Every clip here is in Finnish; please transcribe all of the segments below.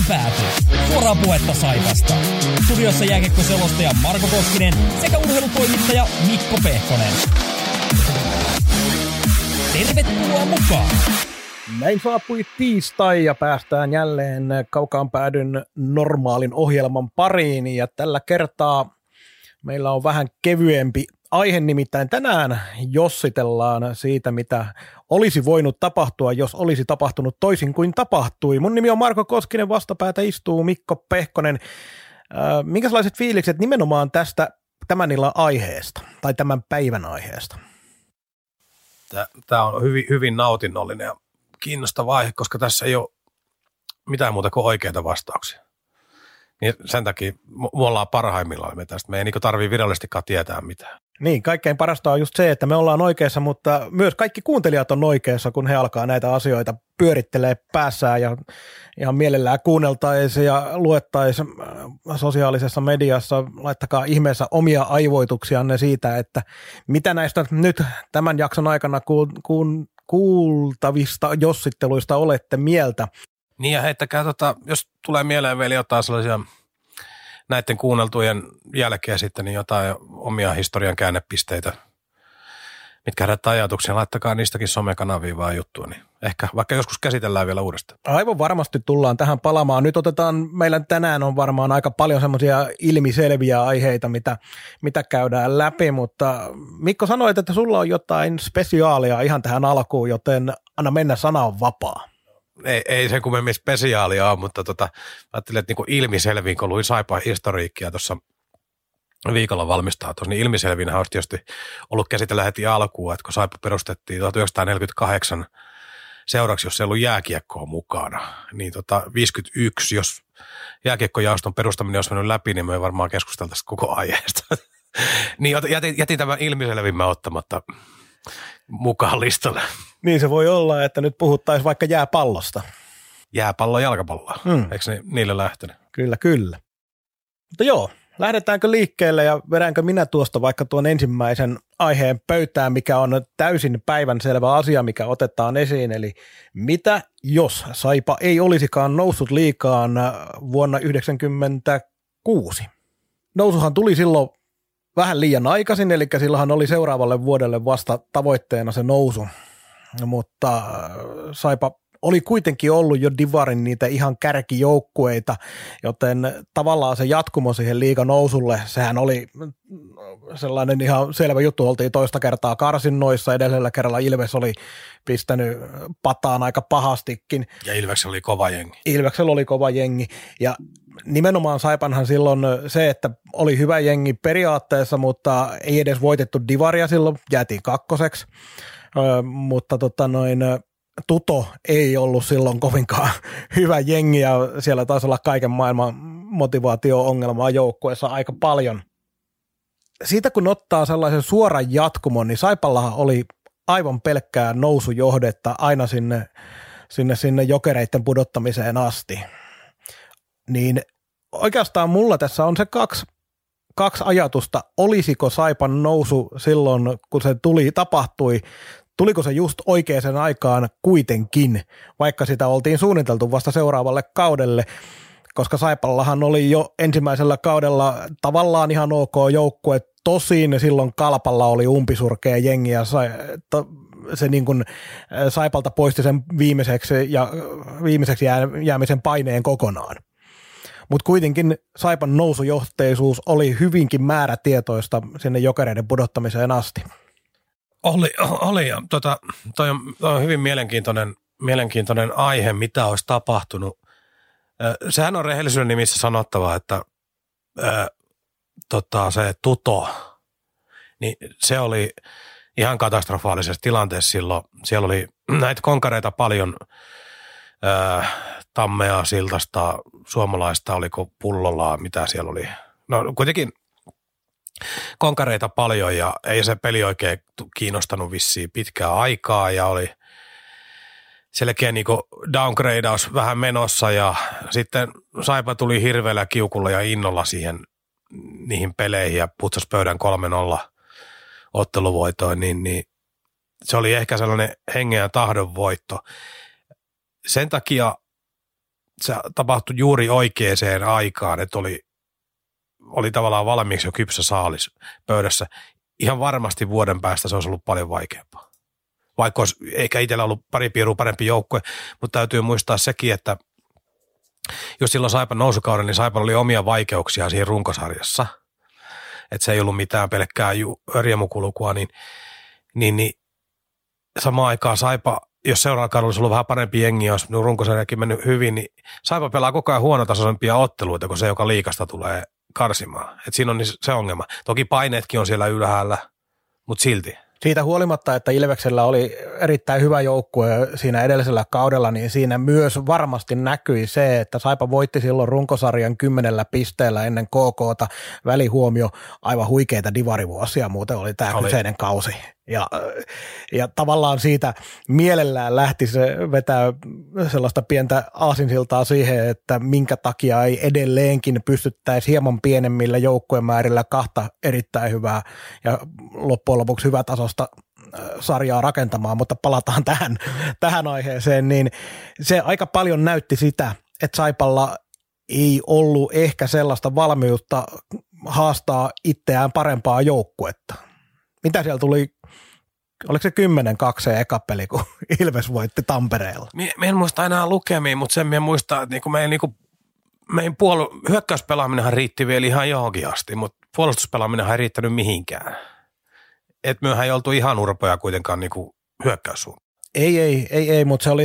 pääty. Suoraa puhetta Saipasta. Studiossa jääkiekkoselostaja Marko Koskinen sekä urheilutoimittaja Mikko Pehkonen. Tervetuloa mukaan! Näin saapui tiistai ja päästään jälleen kaukaan päädyn normaalin ohjelman pariin. Ja tällä kertaa meillä on vähän kevyempi aihe, nimittäin tänään jossitellaan siitä, mitä olisi voinut tapahtua, jos olisi tapahtunut toisin kuin tapahtui. Mun nimi on Marko Koskinen, vastapäätä istuu Mikko Pehkonen. Minkälaiset fiilikset nimenomaan tästä tämän illan aiheesta tai tämän päivän aiheesta? Tämä on hyvin nautinnollinen ja kiinnostava aihe, koska tässä ei ole mitään muuta kuin oikeita vastauksia. Niin sen takia me ollaan parhaimmillaan me tästä. Me ei tarvitse virallisestikaan tietää mitään. Niin, kaikkein parasta on just se, että me ollaan oikeassa, mutta myös kaikki kuuntelijat on oikeassa, kun he alkaa näitä asioita pyörittelee päässään ja ihan mielellään kuunneltaisiin ja luettaisiin sosiaalisessa mediassa. Laittakaa ihmeessä omia aivoituksianne siitä, että mitä näistä nyt tämän jakson aikana kuultavista jossitteluista olette mieltä. Niin ja heittäkää, jos tulee mieleen vielä jotain sellaisia näiden kuunneltujen jälkeen sitten niin jotain omia historian käännepisteitä, mitkä herättää ajatuksia, laittakaa niistäkin somekanaviin vaan juttua, niin ehkä vaikka joskus käsitellään vielä uudestaan. Aivan varmasti tullaan tähän palaamaan. Nyt meillä tänään on varmaan aika paljon semmoisia ilmiselviä aiheita, mitä käydään läpi, mutta Mikko sanoit, että sulla on jotain spesiaalia ihan tähän alkuun, joten anna mennä, sana on vapaa. Ei se kummemmin spesiaalia ole, mutta ajattelin, että niin ilmiselviin, kun luin Saipan historiikkia tuossa viikolla valmistautuessa, niin ilmiselvinä olisi tietysti ollut käsitellä heti alkuun, että kun Saipa perustettiin 1948 seuraksi, jos ei ollut jääkiekkoa mukana, niin 51, jos jääkiekkojaoston perustaminen olisi mennyt läpi, niin me ei varmaan keskusteltaisi koko aiheesta. Niin jätin tämän ilmiselvimmän ottamatta mukaan listalle. Niin se voi olla, että nyt puhuttaisiin vaikka jääpallosta. Jääpallo, jalkapalloa. Eikö niille lähtenyt? Kyllä. Mutta joo, lähdetäänkö liikkeelle ja vedäänkö minä tuosta vaikka tuon ensimmäisen aiheen pöytään, mikä on täysin päivänselvä asia, mikä otetaan esiin. Eli mitä jos Saipa ei olisikaan noussut liigaan vuonna 1996? Nousuhan tuli silloin vähän liian aikaisin, eli silloinhan oli seuraavalle vuodelle vasta tavoitteena se nousu, mutta Saipa oli kuitenkin ollut jo Divarin niitä ihan kärkijoukkueita, joten tavallaan se jatkumo siihen liigan nousulle, sehän oli sellainen ihan selvä juttu, oltiin toista kertaa karsinnoissa, edellisellä kerralla Ilves oli pistänyt pataan aika pahastikin. Ja Ilveksellä oli kova jengi. Ja nimenomaan Saipanhan silloin se, että oli hyvä jengi periaatteessa, mutta ei edes voitettu Divaria silloin, jäätiin kakkoseksi, mutta Tuto ei ollut silloin kovinkaan hyvä jengi ja siellä taisi olla kaiken maailman motivaatio-ongelmaa joukkueessa aika paljon. Siitä kun ottaa sellaisen suoran jatkumon, niin Saipallahan oli aivan pelkkää nousujohdetta aina sinne Jokereiden pudottamiseen asti. Niin oikeastaan mulla tässä on se kaksi ajatusta. Olisiko Saipan nousu silloin, kun se tapahtui, tuliko se just oikeaan aikaan kuitenkin, vaikka sitä oltiin suunniteltu vasta seuraavalle kaudelle, koska Saipallahan oli jo ensimmäisellä kaudella tavallaan ihan ok joukkue, tosin silloin Kalpalla oli umpisurkea jengi ja se niin kuin Saipalta poisti sen viimeiseksi jäämisen paineen kokonaan. Mutta kuitenkin Saipan nousujohteisuus oli hyvinkin määrätietoista sinne Jokereiden pudottamiseen asti. Oli ja toi on hyvin mielenkiintoinen aihe, mitä olisi tapahtunut. Sehän on rehellisyyden nimissä sanottava, että se Tuto, niin se oli ihan katastrofaalisessa tilanteessa silloin. Siellä oli näitä konkareita paljon, Tammea, Siltasta, suomalaista, oliko Pullolaa, mitä siellä oli. No kuitenkin konkareita paljon ja ei se peli oikein kiinnostanut vissiin pitkää aikaa ja oli selkeä niin kuin downgradeaus vähän menossa ja sitten Saipa tuli hirveällä kiukulla ja innolla niihin peleihin ja putsasi pöydän 3-0 otteluvoitoin, niin se oli ehkä sellainen hengen ja tahdon voitto. Sen takia se tapahtui juuri oikeaan aikaan, että oli tavallaan valmiiksi jo kypsä saalis pöydässä. Ihan varmasti vuoden päästä se olisi ollut paljon vaikeampaa. Vaikka olisi eikä itsellä ollut pari piirua parempi joukkue, mutta täytyy muistaa sekin, että jos silloin Saipan nousukauden, niin Saipan oli omia vaikeuksia siinä runkosarjassa. Että se ei ollut mitään pelkkää riemukulkua, niin samaan aikaan Saipa, jos seuraavalla kaudella olisi ollut vähän parempi jengi, jos runkosarjakin mennyt hyvin, niin Saipa pelaa koko ajan huonotasoisempia otteluita kuin se, joka liigasta tulee karsimaan. Et siinä on se ongelma. Toki paineetkin on siellä ylhäällä, mutta silti. Siitä huolimatta, että Ilveksellä oli erittäin hyvä joukkue siinä edellisellä kaudella, niin siinä myös varmasti näkyi se, että Saipa voitti silloin runkosarjan 10 pisteellä ennen KK:ta. Välihuomio, aivan huikeita divarivuosia muuten oli tämä kyseinen kausi. Ja tavallaan siitä mielellään lähti se vetää sellaista pientä aasinsiltaa siihen, että minkä takia ei edelleenkin pystyttäisi hieman pienemmillä joukkuemäärillä kahta erittäin hyvää ja loppujen lopuksi hyvätasosta sarjaa rakentamaan, mutta palataan tähän aiheeseen, niin se aika paljon näytti sitä, että Saipalla ei ollut ehkä sellaista valmiutta haastaa itseään parempaa joukkuetta. Mitä siellä tuli? Oliko se 10-2 se eka peli, kun Ilves voitti Tampereella? Mä en muista enää lukemia, mutta sen mä muistan, että meidän hyökkäyspelaaminenhan riitti vielä ihan johonkin asti, mutta puolustuspelaaminenhan ei riittänyt mihinkään. Et myöhän ei oltu ihan urpoja kuitenkaan hyökkäyssuuntaan. Ei, mutta se oli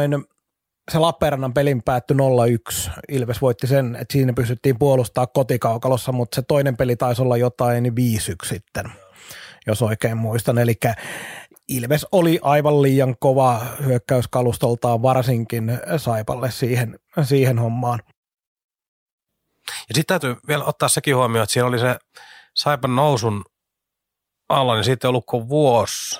se Lappeenrannan pelin päättyi 0-1. Ilves voitti sen, että siinä pystyttiin puolustamaan kotikaukalossa, mutta se toinen peli taisi olla jotain 5-1 sitten, jos oikein muistan. Eli Ilves oli aivan liian kova hyökkäyskalustoltaan varsinkin Saipalle siihen hommaan. Ja sitten täytyy vielä ottaa sekin huomioon, että siinä oli se Saipan nousun alla, niin siitä ei ollut kuin vuosi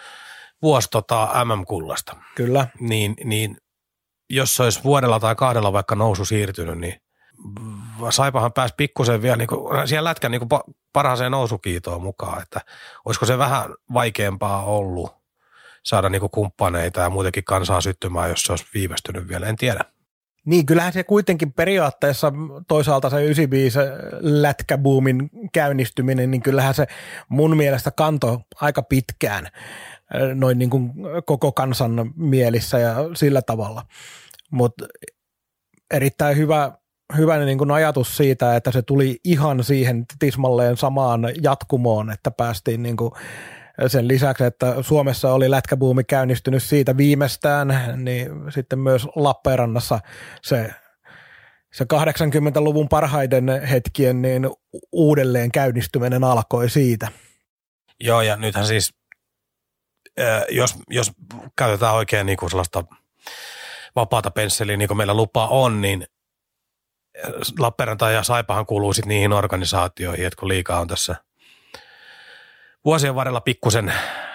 MM-kullasta. Kyllä. Niin jos se olisi vuodella tai kahdella vaikka nousu siirtynyt, niin Saipahan pääsi pikkusen vielä siihen lätkän parhaaseen nousukiitoon mukaan, että olisiko se vähän vaikeampaa ollut saada kumppaneita ja muutenkin kansaa syttymään, jos se olisi viivästynyt vielä, en tiedä. Niin, kyllähän se kuitenkin periaatteessa toisaalta se 95 lätkäbuumin käynnistyminen, niin kyllähän se mun mielestä kantoi aika pitkään noin koko kansan mielissä ja sillä tavalla. Mutta erittäin hyvä ajatus siitä, että se tuli ihan siihen tismalleen samaan jatkumoon, että päästiin sen lisäksi, että Suomessa oli lätkäbuumi käynnistynyt siitä viimeistään, niin sitten myös Lappeenrannassa se 80-luvun parhaiden hetkien niin uudelleen käynnistyminen alkoi siitä. Joo, ja nythän siis, jos käytetään oikein sellaista vapaata pensseliä, niin kuin meillä lupa on, niin Lappeenranta ja Saipahan kuuluu sitten niihin organisaatioihin, että kun liiga on tässä vuosien varrella pikkusen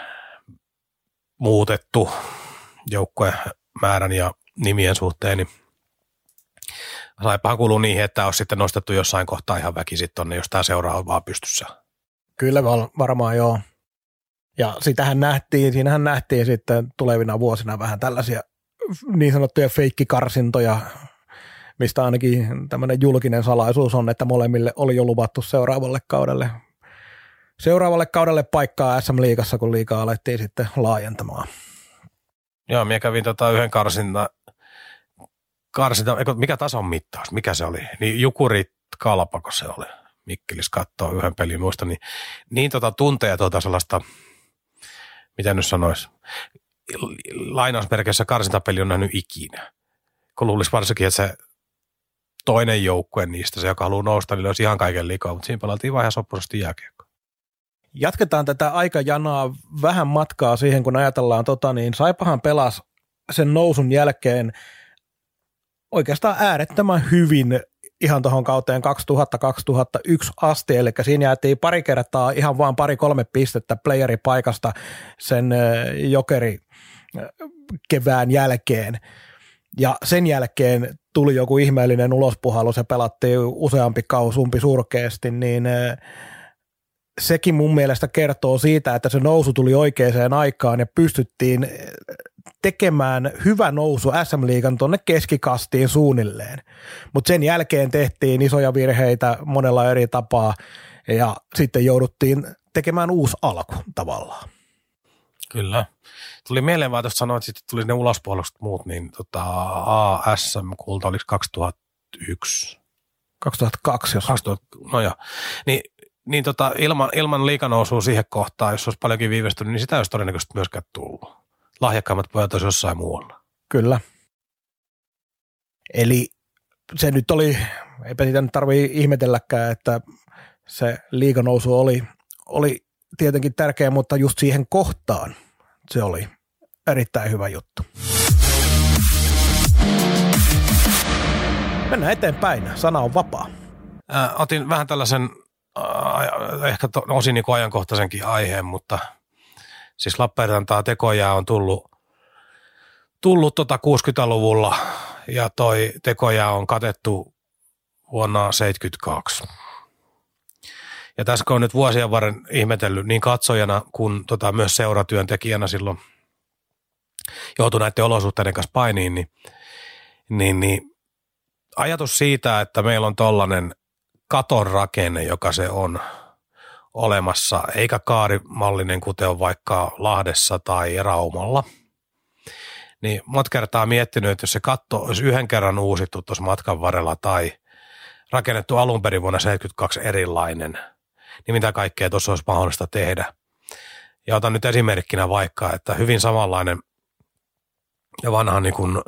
muutettu joukkojen määrän ja nimien suhteen, niin Saipahan kuuluu niihin, että olisi sitten nostettu jossain kohtaa ihan väkisin tonne, jos tämä seuraa on vaan pystyssä. Kyllä varmaan joo. Ja siinähän nähtiin sitten tulevina vuosina vähän tällaisia niin sanottuja feikkikarsintoja, mistä ainakin tämmöinen julkinen salaisuus on, että molemmille oli jo luvattu seuraavalle kaudelle paikkaa SM-liigassa, kun liigaa alettiin sitten laajentamaan. Joo, minä kävin yhden karsinta, mikä tason mittaus, mikä se oli? Niin Jukurit Kalpako se oli. Mikkelis katsoo yhden pelin muista, niin tuntee sellaista, mitä nyt sanoisi, lainausmerkeissä karsintapeli on nähnyt ikinä. Kun luulisi varsinkin, että se toinen joukkue niistä, se joka haluaa nousta, niin löysi ihan kaiken liikaa, mutta siinä pelattiin vaan ihan soppuisesti jääkiekkoa. Jatketaan tätä aikajanaa vähän matkaa siihen, kun ajatellaan, niin Saipahan pelasi sen nousun jälkeen oikeastaan äärettömän hyvin ihan tuohon kauteen 2000-2001 asti, eli siinä jäätiin pari kertaa ihan vaan 2-3 pistettä playeripaikasta sen Jokeri kevään jälkeen. Ja sen jälkeen tuli joku ihmeellinen ulospuhallus ja pelattiin useampi kausi surkeasti, niin sekin mun mielestä kertoo siitä, että se nousu tuli oikeaan aikaan ja pystyttiin tekemään hyvä nousu SM-liigan tuonne keskikastiin suunnilleen. Mutta sen jälkeen tehtiin isoja virheitä monella eri tapaa ja sitten jouduttiin tekemään uusi alku tavallaan. Kyllä. Tuli mieleen vaan, tuosta sanoa, että sitten tuli ne ulospuolukset muut, niin ASM-kulta oliko 2001? 2002, jos. 2000, no joo. Niin ilman liiganousua siihen kohtaan, jos olisi paljonkin viivästynyt, niin sitä ei olisi todennäköisesti myöskään tullut. Lahjakkaimmat pojat olisi jossain muualla. Kyllä. Eli se nyt oli, eipä sitä nyt tarvitse ihmetelläkään, että se liiganousu oli tietenkin tärkeä, mutta just siihen kohtaan se oli erittäin hyvä juttu. Mennään eteenpäin. Sana on vapaa. Otin vähän tällaisen ehkä osin niin kuin ajankohtaisenkin aiheen, mutta siis Lappeenrantaa tekojää on tullut 60-luvulla ja toi tekojää on katettu vuonna 1972. Ja tässä kun on nyt vuosien varren ihmetellyt niin katsojana kuin myös seuratyöntekijänä silloin joutui näiden olosuhteiden kanssa painiin, niin ajatus siitä, että meillä on tollainen katon rakenne, joka se on olemassa, eikä kaarimallinen, kuten on vaikka Lahdessa tai Raumalla, niin monta kertaa miettinyt, että jos se katto olisi yhden kerran uusittu tuossa matkan varrella tai rakennettu alun perin vuonna 1972 erilainen, niin mitä kaikkea tuossa olisi mahdollista tehdä. Ja otan nyt esimerkkinä vaikka, että hyvin samanlainen ja vanha niin kuin,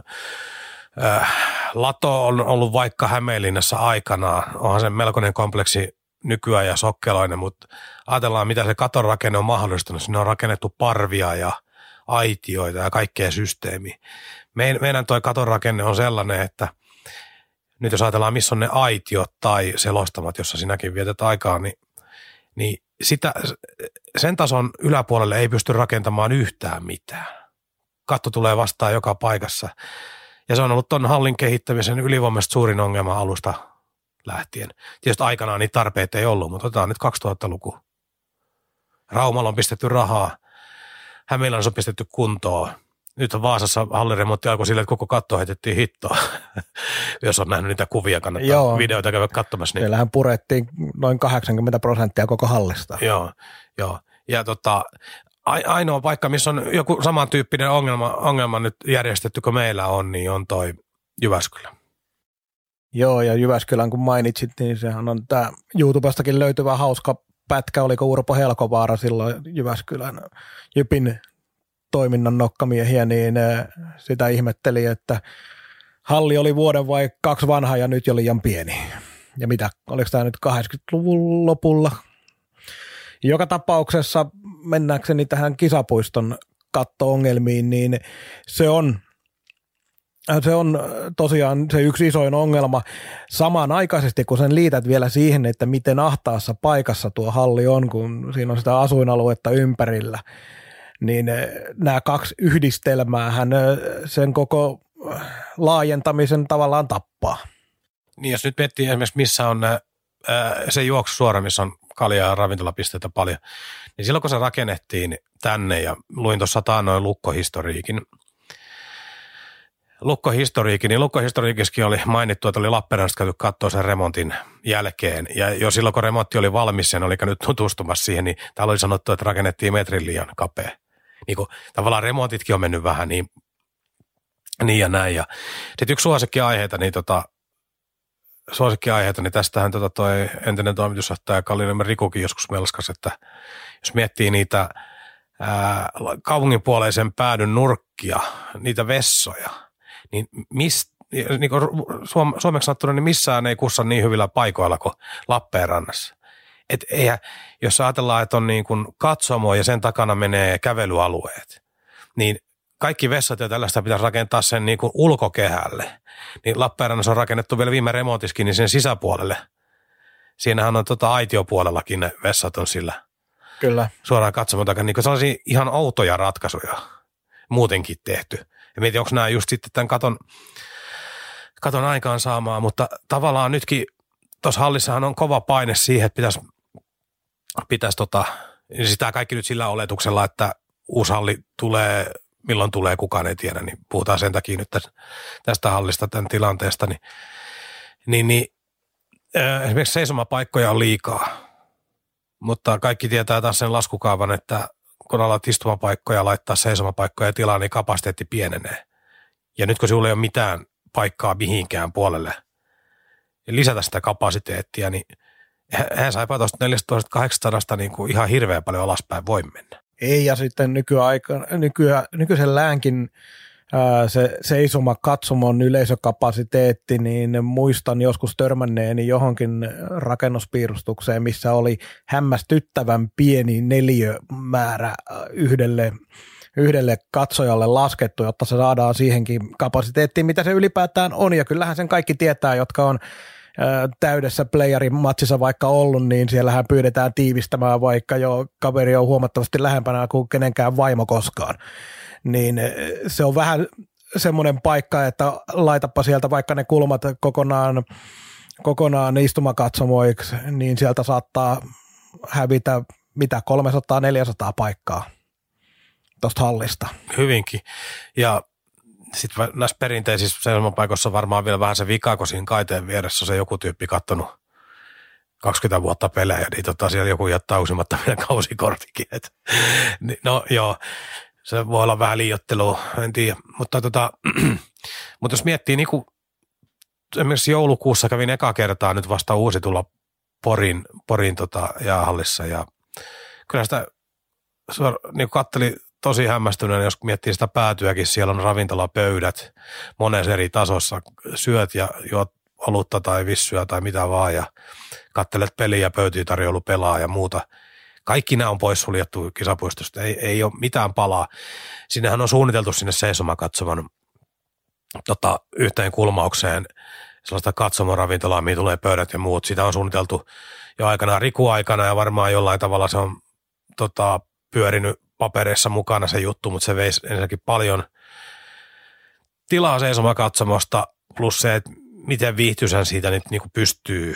lato on ollut vaikka Hämeenlinnassa aikanaan. Onhan se melkoinen kompleksi nykyään ja sokkeloinen, mutta ajatellaan, mitä se katon rakenne on mahdollistanut. Siinä on rakennettu parvia ja aitioita ja kaikkea systeemiä. Meidän toi katon rakenne on sellainen, että nyt jos ajatellaan, missä on ne aitiot tai selostamat, jossa sinäkin vietät aikaa, niin sen tason yläpuolelle ei pysty rakentamaan yhtään mitään. Katto tulee vastaan joka paikassa. Ja se on ollut ton hallin kehittämisen ylivoimaisesti suurin ongelma alusta lähtien. Tietysti aikanaan niitä tarpeita ei ollut, mutta otetaan nyt 2000-luku. Raumalla on pistetty rahaa, Hämeenlinnassa on pistetty kuntoon. Nyt Vaasassa halliremontti alkoi sillä, että koko katto heitettiin hittoa. Jos on nähnyt niitä kuvia, kannattaa videoita käydä katsomassa. Niin. Siellähän purettiin noin 80% koko hallista. Joo. Ja ainoa paikka, missä on joku samantyyppinen ongelma nyt järjestetty kuin meillä on, niin on toi Jyväskylä. Joo, ja Jyväskylän kun mainitsit, niin sehän on tämä YouTubestakin löytyvä hauska pätkä, oliko Urpo Helkovaara silloin Jyväskylän Jypin toiminnan nokkamiehiä, niin sitä ihmetteli, että halli oli vuoden vai 2 vanha ja nyt jo liian pieni. Ja mitä, oliko tämä nyt 80-luvun lopulla? Joka tapauksessa mennääkseni tähän kisapuiston katto-ongelmiin, niin se on tosiaan se yksi isoin ongelma. Samanaikaisesti, kun sen liität vielä siihen, että miten ahtaassa paikassa tuo halli on, kun siinä on sitä asuinaluetta ympärillä, niin nämä 2 yhdistelmäähän sen koko laajentamisen tavallaan tappaa. Niin jos nyt miettii esimerkiksi, missä on se juoksu suora, missä on kaljaa ja ravintolapisteitä paljon, niin silloin kun se rakennettiin tänne ja luin tuossa taannoin lukkohistoriikin, niin lukkohistoriikissakin oli mainittu, että oli Lappeenrannasta käyty katsoa sen remontin jälkeen. Ja jo silloin, kun remontti oli valmis, sen oli nyt tutustumassa siihen, niin täällä oli sanottu, että rakennettiin metrin liian kapea. Niin kuin, tavallaan remontitkin on mennyt vähän niin ja näin. Ja sitten yksi suosikkiaiheita, niin tästähän toi entinen toimitusjohtaja Kalliniemen Rikukin joskus melskasi, että jos miettii niitä kaupunginpuoleisen päädyn nurkkia, niitä vessoja, niin suomeksi sanottuna, niin missään ei kussa niin hyvillä paikoilla kuin Lappeenrannassa. Et eihän, jos ajatellaan, että on niin kuin katsomo ja sen takana menee kävelyalueet, niin kaikki vessat ja tällaista pitäisi rakentaa sen niin kuin ulkokehälle. Niin Lappeenrannassa on rakennettu vielä viime remontiskin niin sen sisäpuolelle. Siinähän on aitiopuolellakin ne vessat on sillä. Kyllä. Suoraan katsomaan takana. Niin sellaisia ihan outoja ratkaisuja muutenkin tehty. Ja mietin, onko nämä just sitten tämän katon aikaan saamaan, mutta tavallaan nytkin tuossa hallissahan on kova paine siihen, että pitäisi pitäisi sitä kaikki nyt sillä oletuksella, että uusi halli tulee, milloin tulee, kukaan ei tiedä, niin puhutaan sen takia nyt tästä hallista, tämän tilanteesta, niin esimerkiksi seisomapaikkoja on liikaa, mutta kaikki tietää taas sen laskukaavan, että kun alat istumapaikkoja laittaa seisomapaikkoja tilaa, niin kapasiteetti pienenee. Ja nyt kun sinulla ei ole mitään paikkaa mihinkään puolelle lisätä sitä kapasiteettia, niin hän sai tuosta 4800 niin kuin ihan hirveän paljon alaspäin voi mennä. Ei, ja sitten nykyiselläänkin se seisomakatsomon yleisökapasiteetti, niin muistan joskus törmänneeni johonkin rakennuspiirustukseen, missä oli hämmästyttävän pieni neliömäärä yhdelle katsojalle laskettu, jotta se saadaan siihenkin kapasiteettiin, mitä se ylipäätään on, ja kyllähän sen kaikki tietää, jotka on täydessä playerin matsissa vaikka ollut, niin siellähän pyydetään tiivistämään, vaikka jo kaveri on huomattavasti lähempänä kuin kenenkään vaimo koskaan. Niin se on vähän semmoinen paikka, että laitapa sieltä vaikka ne kulmat kokonaan istumakatsomoiksi, niin sieltä saattaa hävitä 300-400 paikkaa tuosta hallista. Hyvinkin. Ja sitten näissä perinteisissä seisomapaikoissa varmaan vielä vähän se vika, kun siinä kaiteen vieressä on se joku tyyppi kattonut 20 vuotta pelejä, niin siellä joku jättää uusimatta vielä kausikortikin. No joo, se voi olla vähän liioittelua, en tiedä. Mutta jos miettii, niin kuin esimerkiksi joulukuussa kävin eka kertaa nyt vasta uusitulla Porin jäähallissa, ja kyllä sitä niin katteli tosi hämmästyneen, jos miettii sitä päätyäkin, siellä on ravintolapöydät monessa eri tasossa, syöt ja juot olutta tai vissyä tai mitä vaan, ja katselet peliä, pöytitarjoulu pelaa ja muuta. Kaikki nämä on poissuljettu kisapuistosta, ei ole mitään palaa. Sinnehän on suunniteltu sinne seisomakatsoman yhteen kulmaukseen sellaista katsomoravintolaa, mihin tulee pöydät ja muut. Sitä on suunniteltu jo aikanaan Riku-aikana, ja varmaan jollain tavalla se on pyörinyt papereissa mukana se juttu, mutta se veisi ensinnäkin paljon tilaa seisomakatsomosta, plus se, että miten viihtyisän siitä nyt niin kuin pystyy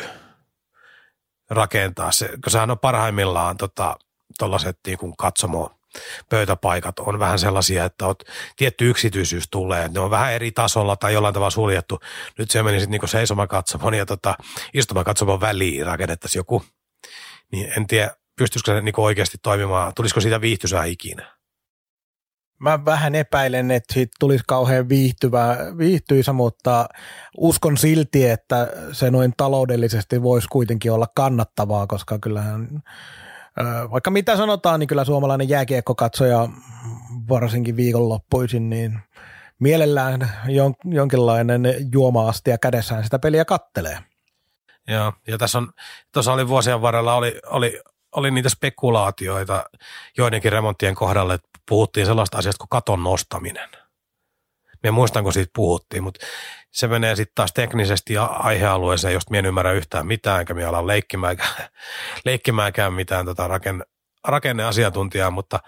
rakentaa. Sehän on parhaimmillaan tuollaiset niin kuin katsomopöytäpaikat on vähän sellaisia, että tietty yksityisyys tulee, että ne on vähän eri tasolla tai jollain tavalla suljettu. Nyt se meni sitten niin kuin seisomakatsomon ja istumakatsomon väliin rakennettaisiin joku, niin en tiedä, pystyisikö se niin oikeasti toimimaan? Tulisiko siitä viihtyisää ikinä? Mä vähän epäilen, että siitä tulisi kauhean viihtyisä, mutta uskon silti, että se noin taloudellisesti voisi kuitenkin olla kannattavaa, koska kyllähän, vaikka mitä sanotaan, niin kyllä suomalainen jääkiekkokatsoja varsinkin viikonloppuisin, niin mielellään jonkinlainen juoma-astia kädessään sitä peliä kattelee. Joo, ja tuossa oli vuosien varrella oli niitä spekulaatioita joidenkin remonttien kohdalle, että puhuttiin sellaista asiasta kuin katon nostaminen. Minä muistan, kun siitä puhuttiin, mutta se menee sitten taas teknisesti aihealueeseen, josta minä en ymmärrä yhtään mitään, enkä minä ala leikkimäänkään mitään rakenneasiantuntijaa, mutta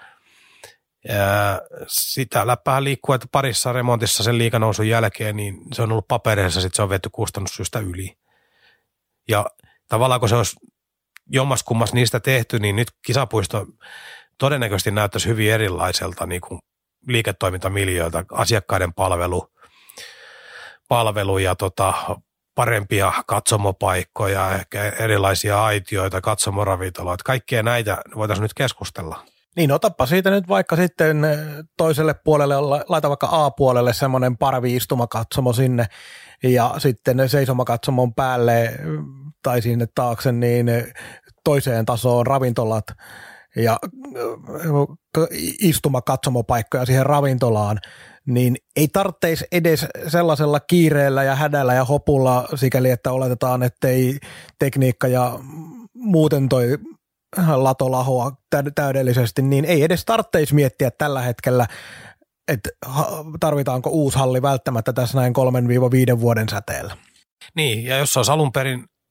sitä läppää liikkuu, että parissa remontissa sen liikanousun jälkeen, niin se on ollut papereissa, sitten se on vetty kustannussyistä yli. Ja tavallaan kun se olisi jommaskummas niistä tehty, niin nyt kisapuisto todennäköisesti näyttäisi hyvin erilaiselta niin kuin liiketoimintamiljöiltä, asiakkaiden palvelu ja parempia katsomopaikkoja, ehkä erilaisia aitioita, katsomoravintoloita. Kaikkea näitä voitaisiin nyt keskustella. Niin, otapa siitä nyt vaikka sitten toiselle puolelle, laita vaikka A-puolelle semmoinen parvi-istumakatsomo sinne ja sitten seisomakatsomon päälle tai sinne taakse niin toiseen tasoon ravintolat ja istumakatsomopaikkoja siihen ravintolaan, niin ei tarvitsisi edes sellaisella kiireellä ja hädällä ja hopulla sikäli, että oletetaan, ettei tekniikka ja muuten toi latolahoa täydellisesti, niin ei edes tarvitsisi miettiä tällä hetkellä, että tarvitaanko uusi halli välttämättä tässä näin 3-5 vuoden säteellä. Niin, ja jos se olisi alun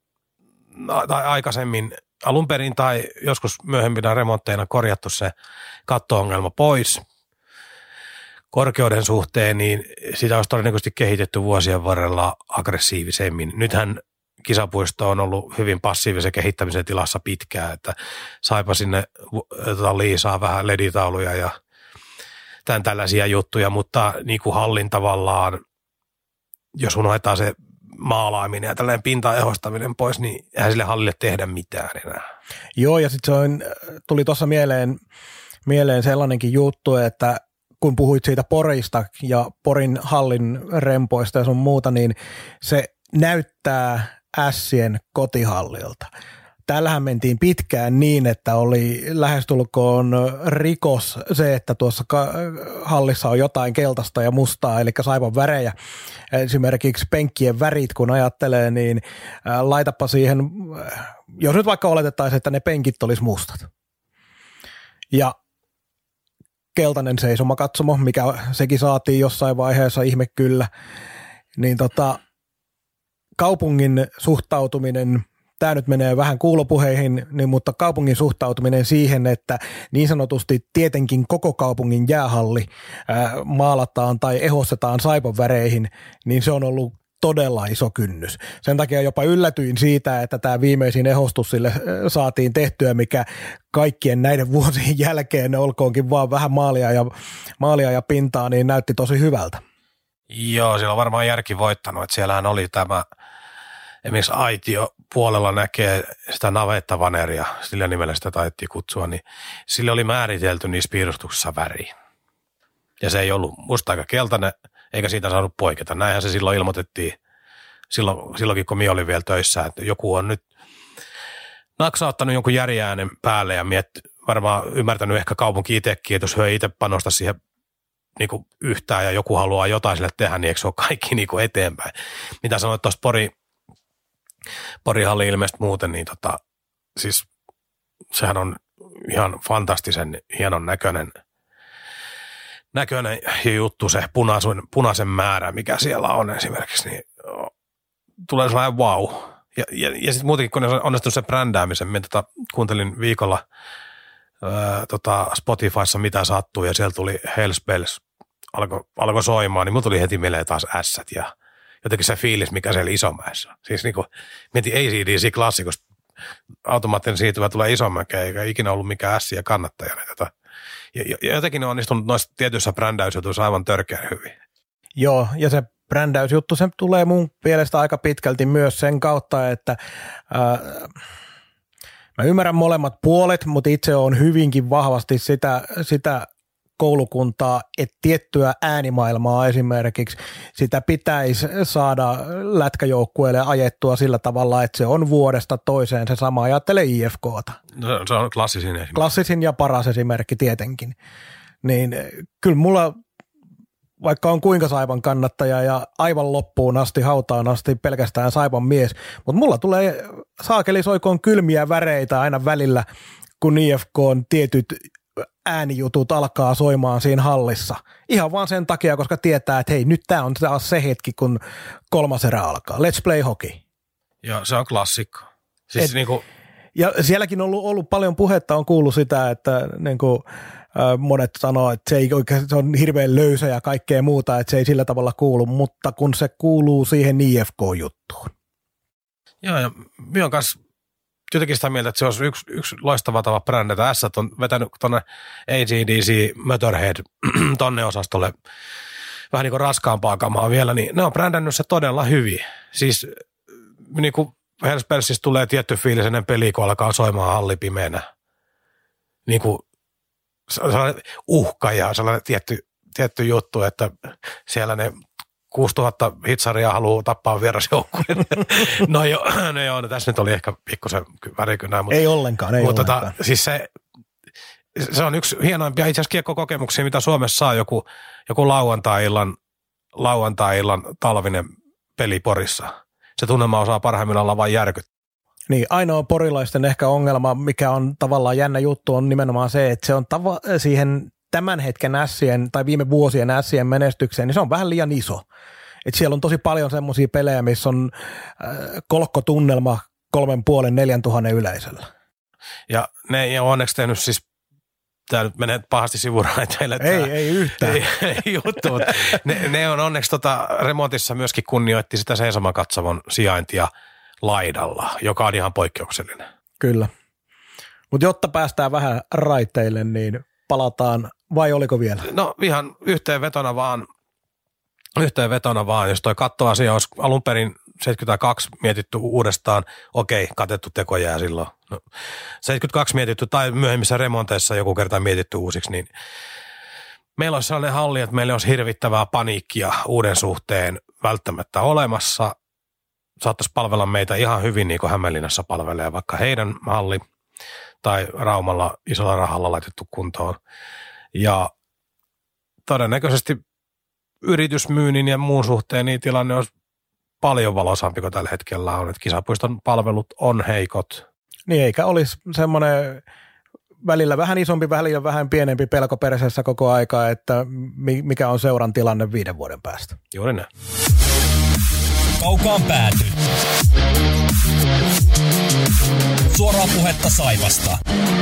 perin tai joskus myöhempinä remontteina korjattu se katto-ongelma pois korkeuden suhteen, niin sitä olisi todennäköisesti kehitetty vuosien varrella aggressiivisemmin. Nythän kisapuisto on ollut hyvin passiivisen kehittämisen tilassa pitkään, että Saipa sinne liisaa vähän leditauluja ja tämän tällaisia juttuja, mutta niin kuin hallin tavallaan, jos unohdetaan se maalaaminen ja tällainen pintaehostaminen pois, niin eihän sille hallille tehdä mitään enää. Joo, ja sitten tuli tuossa mieleen sellainenkin juttu, että kun puhuit siitä Porista ja Porin hallin rempoista ja sun muuta, niin se näyttää Ässien kotihallilta. Täällähän mentiin pitkään niin, että oli lähestulkoon rikos se, että tuossa hallissa on jotain keltaista ja mustaa, eli Saipan värejä. Esimerkiksi penkkien värit, kun ajattelee, niin laitapa siihen, jos nyt vaikka oletettaisiin, että ne penkit olisi mustat. Ja keltainen seisomakatsomo, mikä sekin saatiin jossain vaiheessa, ihme kyllä, niin kaupungin suhtautuminen, tämä nyt menee vähän kuulopuheihin, niin, mutta kaupungin suhtautuminen siihen, että niin sanotusti tietenkin koko kaupungin jäähalli maalataan tai ehostetaan Saipan väreihin, niin se on ollut todella iso kynnys. Sen takia jopa yllätyin siitä, että tämä viimeisin ehostus sille saatiin tehtyä, mikä kaikkien näiden vuosien jälkeen, olkoonkin vaan vähän maalia ja pintaa, niin näytti tosi hyvältä. Joo, siellä on varmaan järki voittanut, että siellähän oli tämä, esimerkiksi aitio puolella näkee sitä navettavaneria, sillä nimellä sitä taidettiin kutsua, niin sille oli määritelty niissä piirustuksissa väriin. Ja se ei ollut musta aika keltainen, eikä siitä saanut poiketa. Näinhän se silloin ilmoitettiin, silloinkin kun minä olin vielä töissä, että joku on nyt naksauttanut jonkun järjäänen päälle ja varmaan ymmärtänyt ehkä kaupunki itsekin, että jos he itse panosta siihen niin kuin yhtään ja joku haluaa jotain sille tehdä, niin eikö se ole kaikki niin kuin eteenpäin. Mitä sanoit tuossa Porihalli ilmeisesti muuten, niin siis sehän on ihan fantastisen hienon näköinen juttu, se punaisen määrä, mikä siellä on esimerkiksi, niin tulee sellainen wow. Ja sitten muutenkin, kun on onnistunut sen brändäämisen, minä kuuntelin viikolla Spotifyssa mitä sattuu, ja siellä tuli Hells Bells, alkoi soimaan, niin minulla tuli heti mieleen taas ässät, ja jotenkin se fiilis, mikä siellä Isomäessä. Siis niin kuin mietin AC/DC-klassikosta, automaattinen siirtymä tulee Isomäkeen, eikä ikinä ollut mikään ässiä kannattajana. Ja jotenkin ne on onnistunut noissa tietyissä brändäysjutuissa aivan törkeän hyvin. Joo, ja se brändäysjuttu, se tulee mun mielestä aika pitkälti myös sen kautta, että mä ymmärrän molemmat puolet, mutta itse on hyvinkin vahvasti sitä koulukuntaa, että tiettyä äänimaailmaa esimerkiksi, sitä pitäisi saada lätkäjoukkueelle ajettua sillä tavalla, että se on vuodesta toiseen se sama. Ajattele IFK:ta. No, se on klassisin esimerkki. Klassisin ja paras esimerkki tietenkin. Niin kyllä mulla, vaikka on kuinka Saipan kannattaja ja aivan loppuun asti, hautaan asti pelkästään Saipan mies, mutta mulla tulee saakeli soikoon kylmiä väreitä aina välillä, kun IFK:n tietyt äänijutut alkaa soimaan siinä hallissa. Ihan vaan sen takia, koska tietää, että hei, nyt tää on taas se hetki, kun kolmas erä alkaa. Let's play hockey. Joo, se on klassikko. Siis ja sielläkin on ollut paljon puhetta, on kuullut sitä, että niinku, monet sanoo, että se on hirveän löysä ja kaikkea muuta, että se ei sillä tavalla kuulu, mutta kun se kuuluu siihen IFK-juttuun. Joo, ja minä olen kanssa jotenkin sitä mieltä, että se olisi yksi loistava tapa brändätä. Ässät on vetänyt tuonne AC/DC Motorhead tonne osastolle vähän niin kuin raskaampaa kamaa vielä, niin ne on brändännyt se todella hyvin. Siis niin kuin Hells Bellsissä tulee tietty fiilis ennen peliä, kun alkaa soimaan halli pimeänä. Niin kuin sellainen uhka ja sellainen tietty juttu, että siellä ne 6000 hitsaria haluaa tappaa vierasjoukkueen. No joo, tässä nyt oli ehkä pikkusen värikynää. Ei ollenkaan. Siis se on yksi hienoimpia itse asiassa kiekkokokemuksia, mitä Suomessa saa joku lauantai-illan talvinen peli Porissa. Se tunnelma osaa parhaimmillaan olla vain järkyttää. Niin, ainoa porilaisten ehkä ongelma, mikä on tavallaan jännä juttu, on nimenomaan se, että se on siihen tämän hetken ässien tai viime vuosien ässien menestykseen, niin se on vähän liian iso. Et siellä on tosi paljon semmoisia pelejä, missä on kolkkotunnelma 3,5–4 tuhannen yleisöllä. Ja ne ei ole onneksi tehnyt siis, tämä nyt menee pahasti sivuraiteille. Ei yhtään. Ei juttu, mutta ne on onneksi remontissa myöskin kunnioitti sitä seisomakatsovan sijaintia laidalla, joka on ihan poikkeuksellinen. Kyllä. Mutta jotta päästään vähän raiteille, niin palataan, vai oliko vielä? No ihan yhteenvetona vaan, jos toi kattoasia olisi alun perin 72 mietitty uudestaan, okei, katettu teko jää silloin. No, 72 mietitty tai myöhemmissä remonteissa joku kerta mietitty uusiksi, niin meillä olisi sellainen halli, että meillä olisi hirvittävää paniikkia uuden suhteen välttämättä olemassa. Saattaisi palvella meitä ihan hyvin niin kuin Hämeenlinnassa palvelee vaikka heidän halli tai Raumalla isolla rahalla laitettu kuntoon. Ja todennäköisesti yritysmyynnin ja muun suhteen niin tilanne olisi paljon valoisampi kuin tällä hetkellä on, että kisapuiston palvelut on heikot. Niin eikä olisi semmoinen välillä vähän isompi, välillä vähän pienempi pelko perseessä koko aikaa, että mikä on seuran tilanne 5 vuoden päästä. Juuri näin. Kaukaan pääty. Suoraa puhetta Saivasta.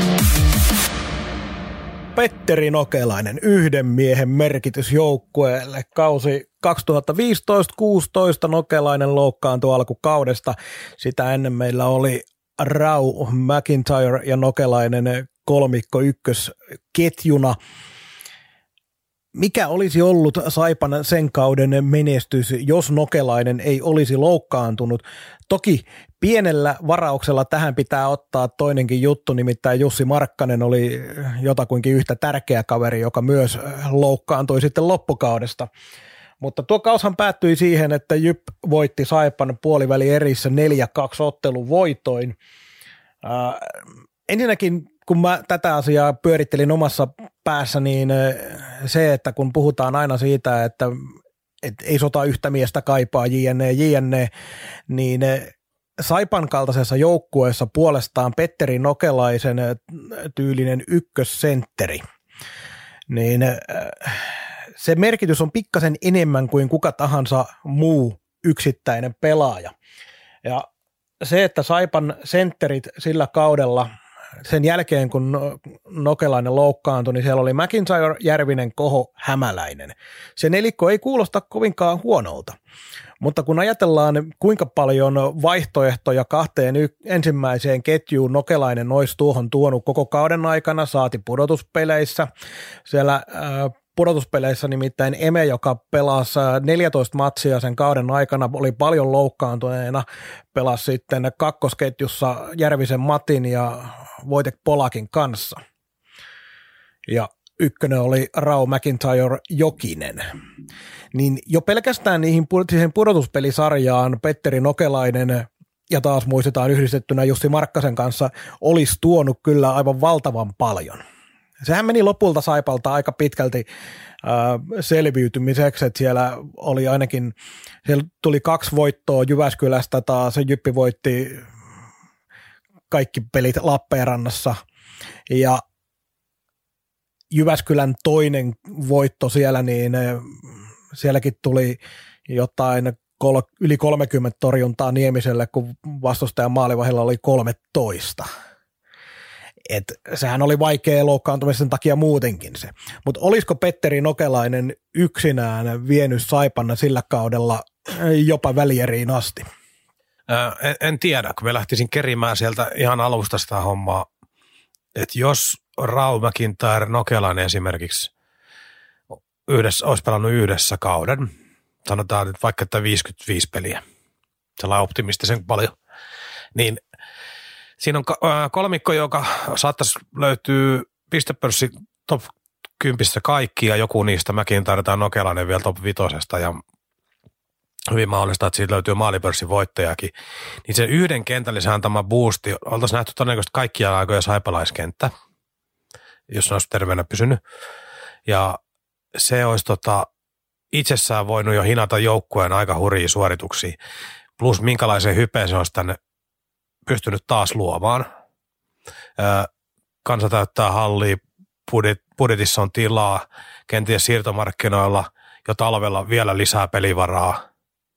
Petteri Nokelainen, yhden miehen merkitys joukkueelle. Kausi 2015-16 Nokelainen loukkaantui alkukaudesta. Sitä ennen meillä oli Rau, McIntyre ja Nokelainen kolmikko ykkösketjuna. Mikä olisi ollut Saipan sen kauden menestys, jos Nokelainen ei olisi loukkaantunut? Toki pienellä varauksella tähän pitää ottaa toinenkin juttu, nimittäin Jussi Markkanen oli jotakuinkin yhtä tärkeä kaveri, joka myös loukkaantui sitten loppukaudesta. Mutta tuo kaushan päättyi siihen, että Jyp voitti Saipan puoliväli erissä 4-2 ottelun voitoin. Ensinnäkin, kun mä tätä asiaa pyörittelin omassa päässä, niin se, että kun puhutaan aina siitä, että ei sota yhtä miestä kaipaa jne, niin Saipan kaltaisessa joukkueessa puolestaan Petteri Nokelaisen tyylinen ykkössentteri, niin se merkitys on pikkasen enemmän kuin kuka tahansa muu yksittäinen pelaaja. Ja se, että Saipan sentterit sillä kaudella, sen jälkeen kun Nokelainen loukkaantui, niin siellä oli McIntyre, Järvinen, Koho, Hämäläinen. Se nelikko ei kuulosta kovinkaan huonolta, mutta kun ajatellaan kuinka paljon vaihtoehtoja kahteen ensimmäiseen ketjuun Nokelainen olisi tuohon tuonut koko kauden aikana, saati pudotuspeleissä. Siellä pudotuspeleissä nimittäin Eme, joka pelasi 14 matsia sen kauden aikana, oli paljon loukkaantuneena, pelasi sitten kakkosketjussa Järvisen Matin ja Wojtek Polakin kanssa. Ja ykkönen oli Rau, McIntyre, Jokinen. Niin jo pelkästään siihen pudotuspelisarjaan Petteri Nokelainen ja taas muistetaan yhdistettynä Jussi Markkasen kanssa olisi tuonut kyllä aivan valtavan paljon. Sehän meni lopulta Saipalta aika pitkälti selviytymiseksi, että siellä oli ainakin, siellä tuli 2 voittoa Jyväskylästä, taas Jyppi voitti kaikki pelit Lappeenrannassa ja Jyväskylän toinen voitto siellä, niin sielläkin tuli jotain yli 30 torjuntaa Niemiselle, kun vastustajan maalivahilla oli 13. Et sehän oli vaikea loukkaantumisen takia muutenkin se. Mutta olisiko Petteri Nokelainen yksinään vienyt Saipan sillä kaudella jopa välieriin asti? En tiedä, kun me lähtisin kerimään sieltä ihan alusta sitä hommaa, että jos Rau, McIntyre, Nokelainen esimerkiksi olisi pelannut yhdessä kauden, sanotaan nyt vaikka että 55 peliä, sellainen optimistisen paljon, niin siinä on kolmikko, joka saattaisi löytyä pistepörssi top 10 kaikki ja joku niistä McIntyre tai Nokelainen vielä top 5 ja hyvin mahdollista, että siitä löytyy maalipörssin voittajakin. Niin se yhden kentällisen antama boosti, oltaisiin nähty todennäköisesti kaikkia aikoja saipalaiskenttä, jos ne olisi terveenä pysynyt. Ja se olisi itsessään voinut jo hinata joukkueen aika hurjia suorituksia. Plus minkälaisen hypeen se olisi tänne pystynyt taas luomaan. Kansa täyttää hallia, budjetissa on tilaa, kenties siirtomarkkinoilla jo talvella vielä lisää pelivaraa.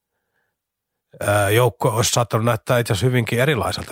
Joukko olisi saattanut näyttää itse asiassa hyvinkin erilaiselta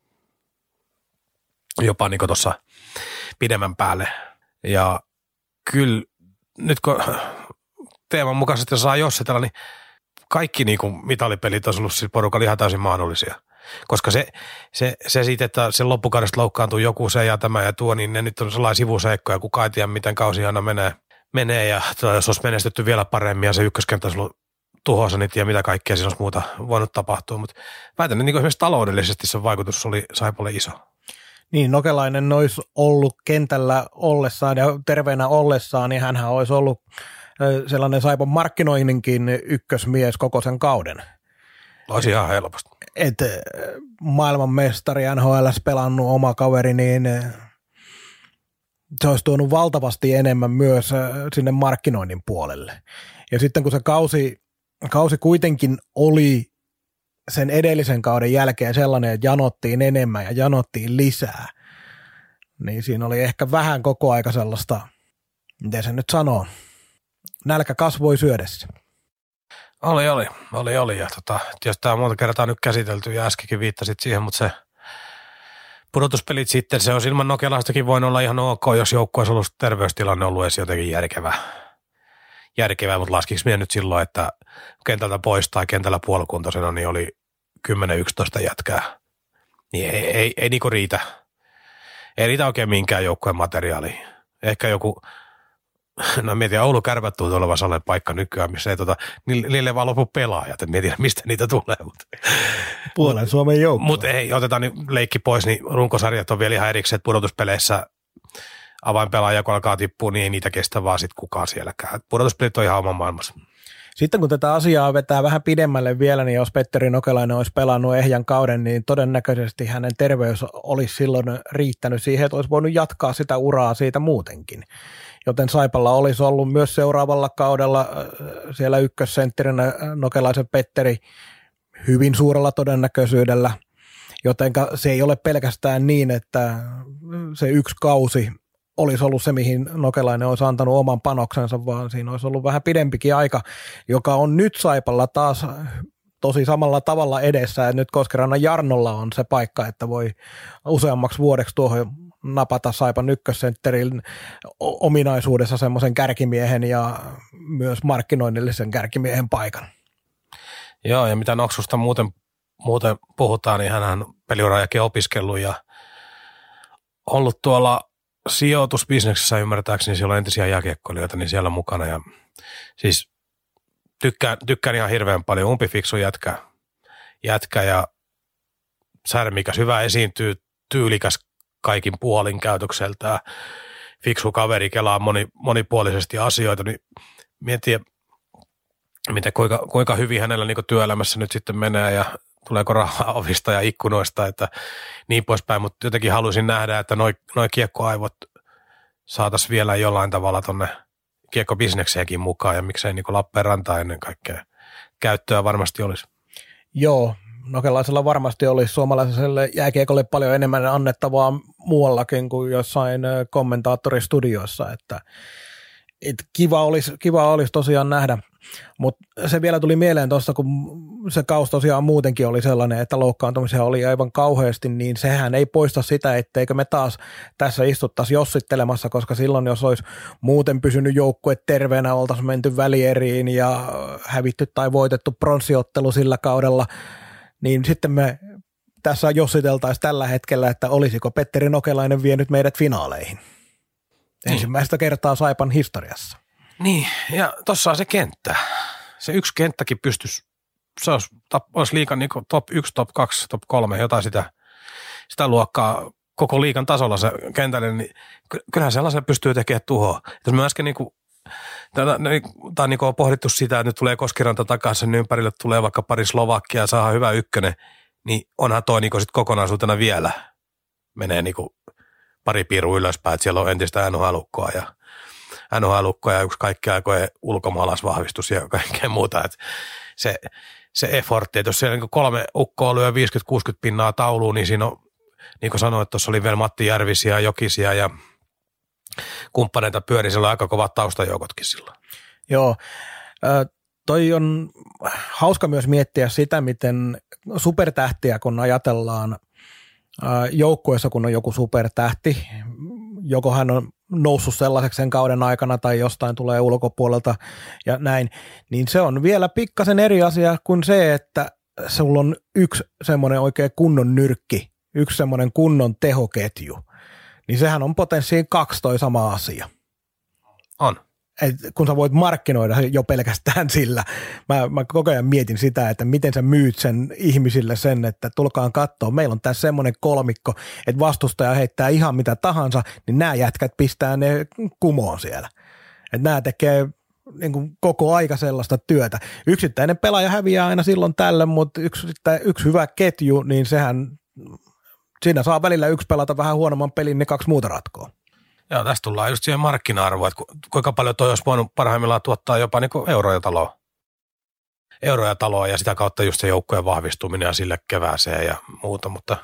jopa niin kuin tuossa pidemmän päälle. Ja kyllä nyt kun teeman mukaisesti saa jossitella, niin kaikki niin kuin mitalipelit olisi ollut sillä porukalla ihan täysin mahdollisia. Koska se siitä, että sen loppukaudesta loukkaantuu joku se ja tämä ja tuo, niin ne nyt on sellainen sivuseikkoja, kukaan ei tiedä, miten kausi aina menee ja jos olisi menestetty vielä paremmin ja se ykköskenttä olisi ollut tuhoisa, niin tiedä mitä kaikkea siinä olisi muuta voinut tapahtua, mutta väitän, että niin esimerkiksi taloudellisesti se vaikutus oli Saipalle iso. Niin, Nokelainen olisi ollut kentällä ollessaan ja terveenä ollessaan, niin hänhän olisi ollut sellainen Saipan markkinoinninkin ykkösmies koko sen kauden. Olisi ihan helposti. Että maailmanmestari NHL:ssä pelannut oma kaveri, niin se olisi tuonut valtavasti enemmän myös sinne markkinoinnin puolelle. Ja sitten kun se kausi kuitenkin oli sen edellisen kauden jälkeen sellainen, että janottiin enemmän ja janottiin lisää, niin siinä oli ehkä vähän koko aika sellaista, miten se nyt sanoo, nälkä kasvoi syödessä. Oli. Ja tietysti tämä on monta kertaa nyt käsitelty ja äskenkin viittasit siihen, mutta se pudotuspelit sitten, se olisi ilman Nokelaistakin voinut olla ihan ok, jos joukko olisi ollut terveystilanne ollut edes jotenkin järkevää, mutta laskiksi minä nyt silloin, että kentältä pois tai kentällä puolikuntoisena, niin oli 10-11 jätkää. Niin ei niinku riitä. Ei riitä oikein minkään joukkueen materiaaliin. Ehkä joku, no mietin, Oulu Kärpät tuntuu olevan sellainen paikka nykyään, missä ei niille vaan lopu pelaajat, en tiedä mistä niitä tulee. Puolen Suomen joukkue. Mutta ei, otetaan nyt leikki pois, niin runkosarjat on vielä ihan erikseen, että pudotuspeleissä avainpelaaja, kun alkaa tippua, niin ei niitä kestä vaan sitten kukaan sielläkään. Pudotuspelit on ihan oman maailmassa. Sitten kun tätä asiaa vetää vähän pidemmälle vielä, niin jos Petteri Nokelainen olisi pelannut ehjän kauden, niin todennäköisesti hänen terveys olisi silloin riittänyt siihen, että olisi voinut jatkaa sitä uraa siitä muutenkin. Joten Saipalla olisi ollut myös seuraavalla kaudella siellä ykkössentterinä Nokelaisen Petteri hyvin suurella todennäköisyydellä, joten se ei ole pelkästään niin, että se yksi kausi olisi ollut se, mihin Nokelainen olisi antanut oman panoksensa, vaan siinä olisi ollut vähän pidempikin aika, joka on nyt Saipalla taas tosi samalla tavalla edessä, ja nyt Koskerannan Jarnolla on se paikka, että voi useammaksi vuodeksi tuohon napata Saipan ykkössentterin ominaisuudessa semmoisen kärkimiehen ja myös markkinoinnillisen kärkimiehen paikan. Joo, ja mitä Noksusta muuten puhutaan, niin hänhän on peliurajakin opiskellut ja ollut tuolla sijoitusbisneksessä ymmärtääkseni, siellä on entisiä jääkiekkoilijoita, niin siellä mukana. Ja siis tykkään ihan hirveän paljon, umpifiksu jätkä ja särmikäs, hyvä esiintyy, tyylikäs kaikin puolin käytökseltään, fiksu kaveri, kelaa monipuolisesti asioita, niin mietin, kuinka hyvin hänellä niin työelämässä nyt sitten menee ja tuleeko rahaa ovista ja ikkunoista, että niin poispäin, mutta jotenkin haluaisin nähdä, että noi kiekkoaivot saataisiin vielä jollain tavalla tuonne kiekkobisnekseenkin mukaan ja miksei niin Lappeenrantaan ennen kaikkea käyttöä varmasti olisi. Joo, Nokelaisella varmasti olisi suomalaiselle jääkiekolle paljon enemmän annettavaa muuallakin kuin jossain kommentaattoristudioissa, että kiva olisi tosiaan nähdä. Mutta se vielä tuli mieleen tuossa, kun se kausi tosiaan muutenkin oli sellainen, että loukkaantumisia oli aivan kauheasti, niin sehän ei poista sitä, etteikö me taas tässä istuttaisi jossittelemassa, koska silloin jos olisi muuten pysynyt joukkue terveenä, oltaisiin menty välieriin ja hävitty tai voitettu pronssiottelu sillä kaudella, niin sitten me tässä jossiteltaisiin tällä hetkellä, että olisiko Petteri Nokelainen vienyt meidät finaaleihin. Ensimmäistä kertaa Saipan historiassa. Niin, ja tuossa on se kenttä. Se yksi kenttäkin pystyisi, se olisi liigan niin top 1, top 2, top 3, jotain sitä luokkaa koko liigan tasolla se kentälle, niin kyllähän sellaisen pystyy tekemään tuhoa. Jos me äsken on pohdittu sitä, että nyt tulee Koskiranta takaisin, niin ympärille tulee vaikka pari Slovakia ja saadaan hyvä ykkönen, niin onhan toi niin sit kokonaisuutena vielä menee niin pari piirua ylöspäin, että siellä on entistä NHL-ukkoa ja yksi kaikkea aikojen ulkomaalaisvahvistus ja kaikkea muuta. Että se effortti, että jos siellä niin 3 ukkoa lyö 50-60 pinnaa tauluun, niin siinä on, niin kuin sanoin, että tuossa oli vielä Matti Järvisiä, Jokisia ja kumppaneita pyöri, siellä on aika kovat taustajoukotkin silloin. Joo, toi on hauska myös miettiä sitä, miten supertähtiä, kun ajatellaan joukkueessa, kun on joku supertähti, joko hän on noussut sellaiseksi sen kauden aikana tai jostain tulee ulkopuolelta ja näin, niin se on vielä pikkasen eri asia kuin se, että sulla on yksi semmoinen oikein kunnon nyrkki, yksi semmoinen kunnon tehoketju, niin sehän on potenssiin 2 toi sama asia. On. Et kun sä voit markkinoida jo pelkästään sillä. Mä koko ajan mietin sitä, että miten sä myyt sen ihmisille sen, että tulkaan katsoa. Meillä on tässä semmoinen kolmikko, että vastustaja heittää ihan mitä tahansa, niin nämä jätkät pistää ne kumoon siellä. Että nämä tekee niin kuin koko aika sellaista työtä. Yksittäinen pelaaja häviää aina silloin tällöin, mutta yksi hyvä ketju, niin siinä saa välillä yksi pelata vähän huonomman pelin, ne 2 muuta ratkoa. Joo, tästä tullaan just siihen markkina-arvoon, että kuinka paljon toi olisi voinut parhaimmillaan tuottaa jopa niin kuin euroja taloa ja sitä kautta just se joukkojen vahvistuminen ja sille kevääseen ja muuta, mutta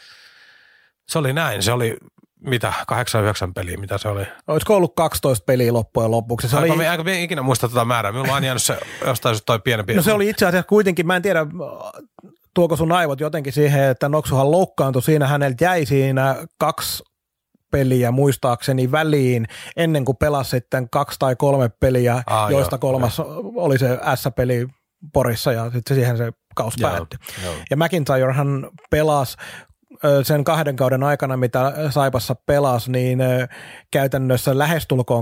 se oli näin. Se oli mitä, 8-9 peliä, mitä se oli? Olisiko ollut 12 peliä loppujen lopuksi? Mä en ikinä muista tätä määrää. Minulla on jäänyt se jostain toi pienempi. No se oli itse asiassa kuitenkin, mä en tiedä, tuoko sun aivot jotenkin siihen, että Noksuhan loukkaantui siinä, häneltä jäi siinä 2 peliä muistaakseni väliin ennen kuin pelasi sitten 2 tai 3 peliä, joista 3 oli se S-peli Porissa ja sitten siihen se kausi päättyi. Ja McIntyrehan pelasi sen 2 kauden aikana, mitä Saipassa pelasi, niin käytännössä lähestulkoon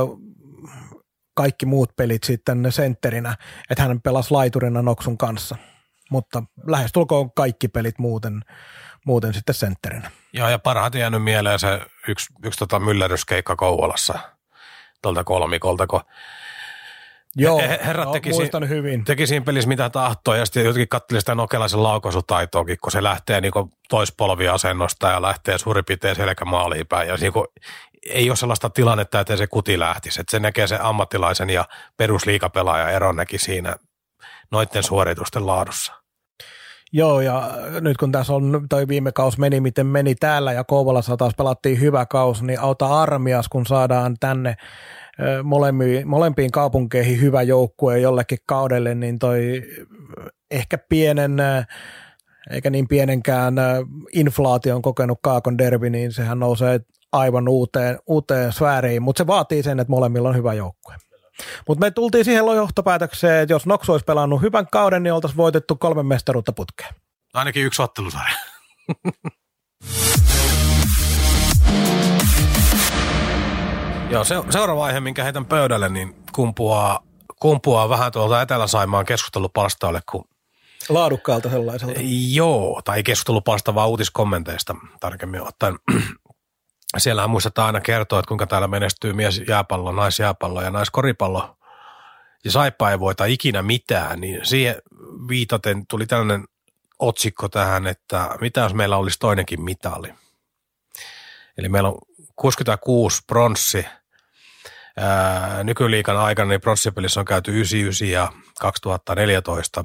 kaikki muut pelit sitten sentterinä, että hän pelasi laiturina Noksun kanssa, mutta lähestulkoon kaikki pelit muuten sitten sentterinä. Joo, ja parhaiten jäänyt mieleen se yksi myllerryskeikka Kouvolassa tuolta kolmikolta, kun joo, herrat muistan hyvin. Teki siinä pelissä mitä tahtoi ja sitten jotenkin katseli sitä Nokelaisen laukaisutaitoakin, kun se lähtee niin toispolviasennosta ja lähtee suurin piirtein selkämaaliin päin. Ja niin ei ole sellaista tilannetta, että se kuti lähtisi. Että se näkee se ammattilaisen ja perusliigapelaajan eron näki siinä noiden suoritusten laadussa. Joo, ja nyt kun tässä on toi viime kausi meni, miten meni täällä ja Kouvolassa taas pelattiin hyvä kausi, niin auta armias, kun saadaan tänne molempiin kaupunkeihin hyvä joukkue jollekin kaudelle, niin toi ehkä eikä niin pienenkään inflaation kokenut Kaakon derby, niin sehän nousee aivan uuteen sfääriin, mutta se vaatii sen, että molemmilla on hyvä joukkue. Mutta me tultiin siihen johtopäätökseen, että jos Noksu olisi pelannut hyvän kauden, niin oltaisiin voitettu 3 mestaruutta putkeen. Ainakin 1 ottelusarja. Joo, seuraava aihe, minkä heitän pöydälle, niin kumpuaa vähän tuolta Etelä-Saimaan keskustelupalstalle, kun laadukkaalta sellaiselta. Joo, tai keskustelupalsta vaan uutiskommenteista tarkemmin ottaen. Siellähän muistetaan aina kertoa, että kuinka täällä menestyy miesjääpallo, naisjääpallo ja naiskoripallo. Ja Saipa ei voita ikinä mitään, niin siihen viitaten tuli tällainen otsikko tähän, että mitä jos meillä olisi toinenkin mitali. Eli meillä on 66 pronssi. Nykyliigan aikana niin pronssipelissä on käyty 99 ja 2014.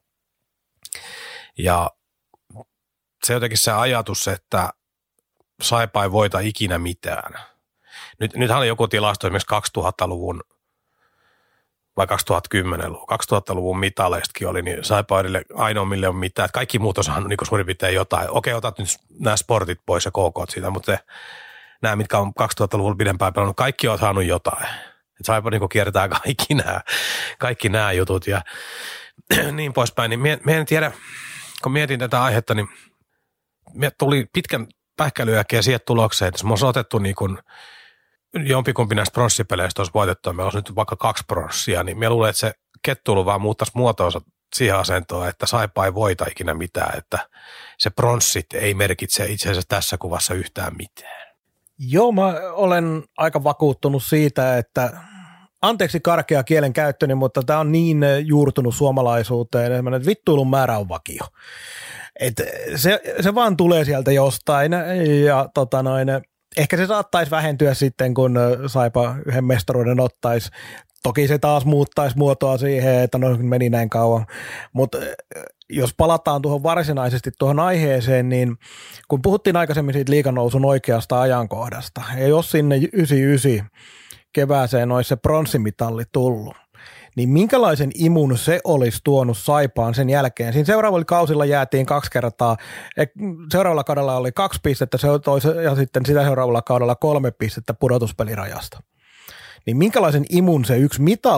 Ja se jotenkin se ajatus, että Saipa ei voita ikinä mitään. Nythän oli joku tilasto esimerkiksi 2000-luvun vai 2010-luvun. 2000-luvun mitaleistakin oli, niin Saipa ainoa mille on mitään. Kaikki muut on saanut niin suurin piirtein jotain. Okei, otat nyt nämä sportit pois ja KK siitä, mutta nämä, mitkä on 2000-luvulla pidempään pelannut, kaikki on saanut jotain. Et Saipa niin kiertää kaikki nämä jutut ja niin poispäin. Niin mä en tiedä, kun mietin tätä aihetta, niin tuli pitkän pähkäilyn jälkeen siihen tulokseen, että jos me olisi otettu niin kuin jompikumpi näistä pronssipeleistä olisi voitettu, meillä olisi nyt vaikka 2 pronssia, niin mä luulen, että se kettuilu vaan muuttaisi muotoonsa siihen asentoon, että Saipa ei voita ikinä mitään, että se pronssit ei merkitse itse asiassa tässä kuvassa yhtään mitään. Joo, mä olen aika vakuuttunut siitä, että anteeksi karkea kielen käyttöni, mutta tämä on niin juurtunut suomalaisuuteen, että vittuilun määrä on vakio. Et se vaan tulee sieltä jostain ja ehkä se saattaisi vähentyä sitten, kun Saipa yhden mestaruuden ottaisi. Toki se taas muuttaisi muotoa siihen, että no meni näin kauan, mutta jos palataan tuohon varsinaisesti tuohon aiheeseen, niin kun puhuttiin aikaisemmin siitä liiganousun oikeasta ajankohdasta, ja jos sinne 99 kevääseen olisi se pronssimitalli tullut, niin minkälaisen imun se olisi tuonut Saipaan sen jälkeen? Siinä seuraavalla kausilla jäätiin 2 kertaa, seuraavalla kaudella oli 2 pistettä ja sitten sitä seuraavalla kaudella 3 pistettä pudotuspelirajasta. Niin minkälaisen imun se yksi mitalli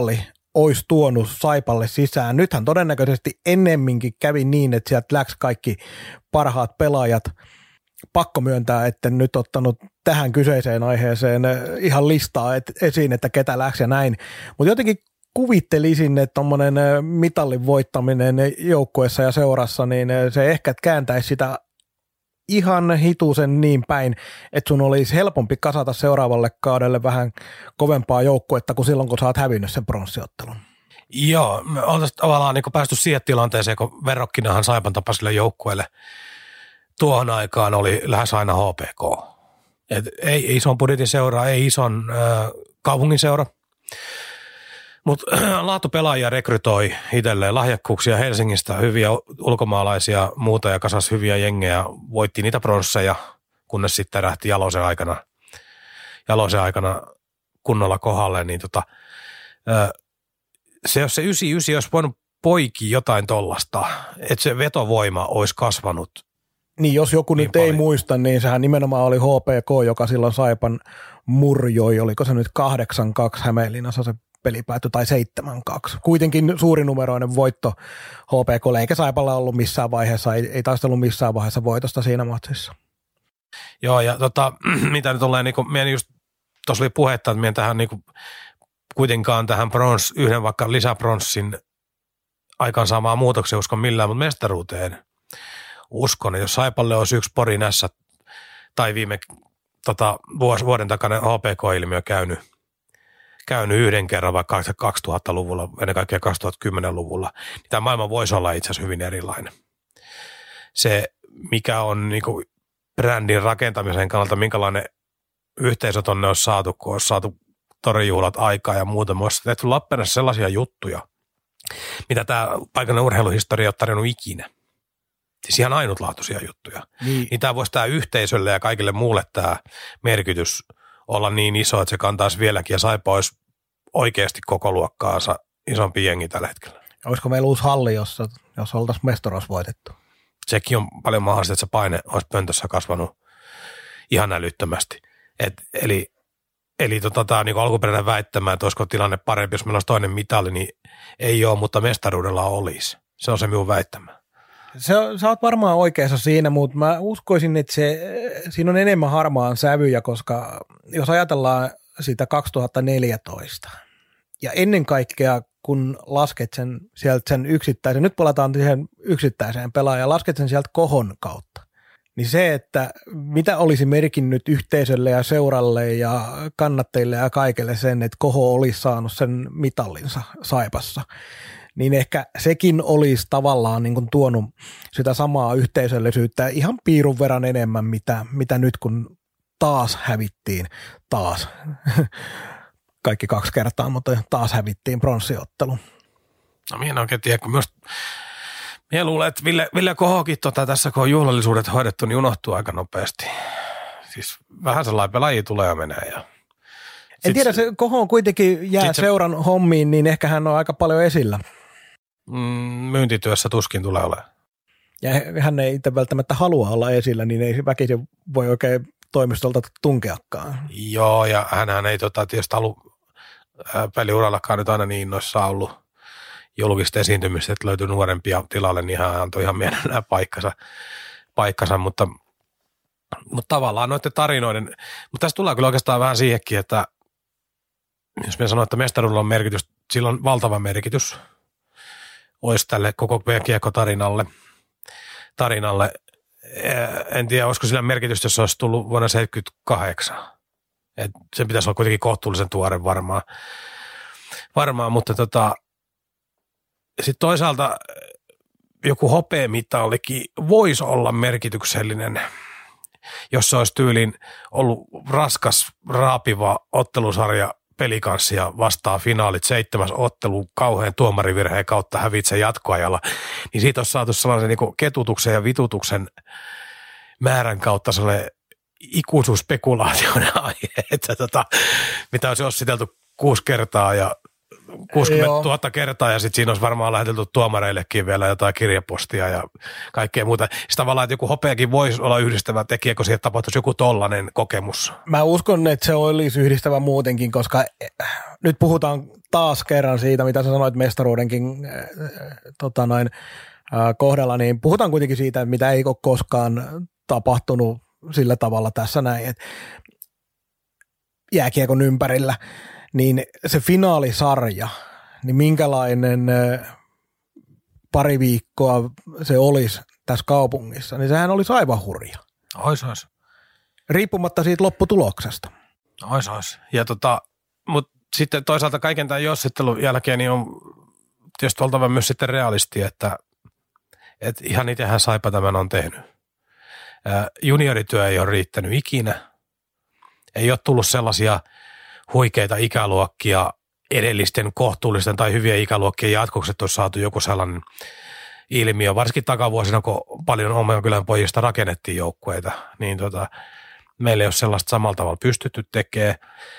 olisi tuonut Saipalle sisään. Nythän todennäköisesti ennemminkin kävi niin, että sieltä läks kaikki parhaat pelaajat. Pakko myöntää, että nyt ottanut tähän kyseiseen aiheeseen ihan listaa esiin, että ketä läks ja näin. Mutta jotenkin kuvittelisin, että tommonen mitallin voittaminen joukkueessa ja seurassa, niin se ehkä kääntäisi sitä ihan hitusen niin päin, että sun olisi helpompi kasata seuraavalle kaudelle vähän kovempaa joukkuetta kuin silloin, kun sä oot hävinnyt sen pronssiottelun. Joo, me oltaisiin tavallaan niin päästy siihen tilanteeseen, kun verrokkinahan Saipan tapaisille joukkueille tuohon aikaan oli lähes aina HPK. Et ei ison budjetin seura, ei ison kaupungin seura, mutta laatupelaajia rekrytoi itselleen lahjakkuuksia Helsingistä, hyviä ulkomaalaisia muuta ja kasas hyviä jengejä, voitti niitä pronsseja, kunnes sitten rähti Jalosen aikana kunnolla kohdalle, niin se jos se 99 olisi voinut poikia jotain tollasta, että se vetovoima olisi kasvanut. Niin, jos joku niin nyt paljon. ei muista, niin sehän nimenomaan oli HPK, joka silloin Saipan murjoi, oliko se nyt 8-2 Hämeenlinnassa se peli päättyi, tai 7-2. Kuitenkin suurinumeroinen voitto HPK:lle, eikä Saipalla ollut missään vaiheessa, ei taistellut missään vaiheessa voitosta siinä matsissa. Joo, ja mitä nyt ollaan, niin meidän just tuossa oli puhetta, että meidän tähän niin kuin, kuitenkaan tähän yhden vaikka lisäpronssin aikaansaamaan muutoksen uskon millään, mutta mestaruuteen uskon, jos Saipalle olisi yksi Porin S tai viime vuoden takainen HPK-ilmiö käynyt yhden kerran vaikka 2000-luvulla, ennen kaikkea 2010-luvulla, niin tämä maailma voisi olla itse asiassa hyvin erilainen. Se, mikä on niin kuin brändin rakentamisen kannalta, minkälainen yhteisö tonne olisi saatu, kun olisi saatu torijuhlat aikaa ja muuta. Me olisi tehty Lappeenrannassa sellaisia juttuja, mitä tämä paikallinen urheiluhistoria ei ole tarjonnut ikinä. Siis ihan ainutlaatuisia juttuja. Niin tämä voisi tämä yhteisölle ja kaikille muulle tämä merkitys olla niin iso, että se kantaisi vieläkin ja Saipa olisi oikeasti koko luokkaansa isompi jengi tällä hetkellä. Olisiko meillä uusi halli, jos oltaisiin mestaruus voitettu? Sekin on paljon mahdollista, että se paine olisi pöntössä kasvanut ihan älyttömästi. Eli tämä niin alkuperäinen väittämä, että olisiko tilanne parempi, jos meillä olisi toinen mitali, niin ei ole, mutta mestaruudella olisi. Se on se minun väittämä. Sä oot varmaan oikeassa siinä, mutta mä uskoisin, että siinä on enemmän harmaan sävyjä, koska jos ajatellaan sitä 2014 ja ennen kaikkea kun lasket sen yksittäisen, nyt palataan siihen yksittäiseen pelaajaan, lasket sen sieltä Kohon kautta, niin se, että mitä olisi merkinnyt yhteisölle ja seuralle ja kannattajille ja kaikille sen, että Koho olisi saanut sen mitallinsa Saipassa, niin ehkä sekin olisi tavallaan niin kuin tuonut sitä samaa yhteisöllisyyttä ihan piirun verran enemmän, mitä nyt kun taas hävittiin, kaikki 2 kertaa, mutta taas hävittiin pronssiottelu. No minä en oikein tiedä, kun minä luulen, että Ville Kohokin tässä, kun on juhlallisuudet hoidettu, niin unohtuu aika nopeasti. Siis vähän sellainen pelaajia tulee ja menee. En tiedä, se Koho kuitenkin jää seuran hommiin, niin ehkä hän on aika paljon esillä. Myyntityössä tuskin tulee olemaan. Ja hän ei itse välttämättä halua olla esillä, niin ei väkisin voi oikein toimistolta tunkeakaan. Joo, ja hänhän ei tietysti peliurallakaan nyt aina niin innoissaan ollut julkista esiintymistä, että löytyi nuorempia tilalle, niin hän antoi ihan mielellään paikkansa, mutta tavallaan noiden tarinoiden, mutta tässä tulee kyllä oikeastaan vähän siihenkin, että jos me sanoo, että mestaruudella on merkitys, sillä on valtava merkitys, olisi tälle koko kiekko-tarinalle. En tiedä, olisiko sillä merkitystä, jos se olisi tullut vuonna 1978. Se pitäisi olla kuitenkin kohtuullisen tuore varmaan, mutta sitten toisaalta joku hopeamitallikin voisi olla merkityksellinen, jos se olisi tyylin ollut raskas, raapiva ottelusarja Pelikanssia vastaa finaalit 7. ottelu kauhean tuomarivirheen kautta hävitse jatkoajalla, niin siitä olisi saatu sellaisen niin kuin ketutuksen ja vitutuksen määrän kautta sellainen ikuisuusspekulaatioiden aihe, että mitä olisi ossiteltu 6 kertaa ja 60 000 kertaa ja sitten siinä olisi varmaan lähetelty tuomareillekin vielä jotain kirjapostia ja kaikkea muuta. Sitten tavallaan, että joku hopeakin voisi olla yhdistävä tekijä, kun siihen tapahtuisi joku tollainen kokemus. Mä uskon, että se olisi yhdistävä muutenkin, koska nyt puhutaan taas kerran siitä, mitä sä sanoit mestaruudenkin kohdalla, niin puhutaan kuitenkin siitä, että mitä ei ole koskaan tapahtunut sillä tavalla tässä näin, että jääkiekon ympärillä, niin se finaalisarja, niin minkälainen pari viikkoa se olisi tässä kaupungissa, niin sehän olisi aivan hurja. Ois. Riippumatta siitä lopputuloksesta. Ois. Ja mutta sitten toisaalta kaiken tämän jossittelun jälkeen niin on tietysti oltava myös sitten realisti, että ihan itsehän Saipa tämän on tehnyt. Juniorityö ei ole riittänyt ikinä. Ei ole tullut sellaisia huikeita ikäluokkia edellisten kohtuullisten tai hyviä ikäluokkien jatkokset on saatu joku sellainen ilmiö. Varsinkin takavuosina, kun paljon oman kylän pojista rakennettiin joukkueita, niin meillä ei ole sellaista samalla tavalla pystytty tekemään.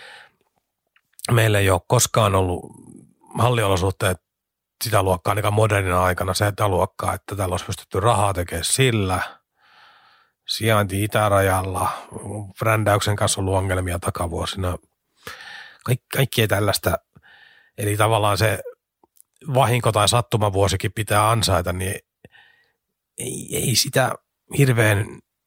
Meillä ei ole koskaan ollut halliolosuhteet sitä luokkaa, ainakaan modernina aikana sitä luokkaa, että täällä olisi pystytty rahaa tekemään sillä. Sijainti itärajalla, brändäyksen kanssa on ollut ongelmia takavuosina. Kaikkea tällaista, eli tavallaan se vahinko- tai sattumavuosikin pitää ansaita, niin ei sitä hirveän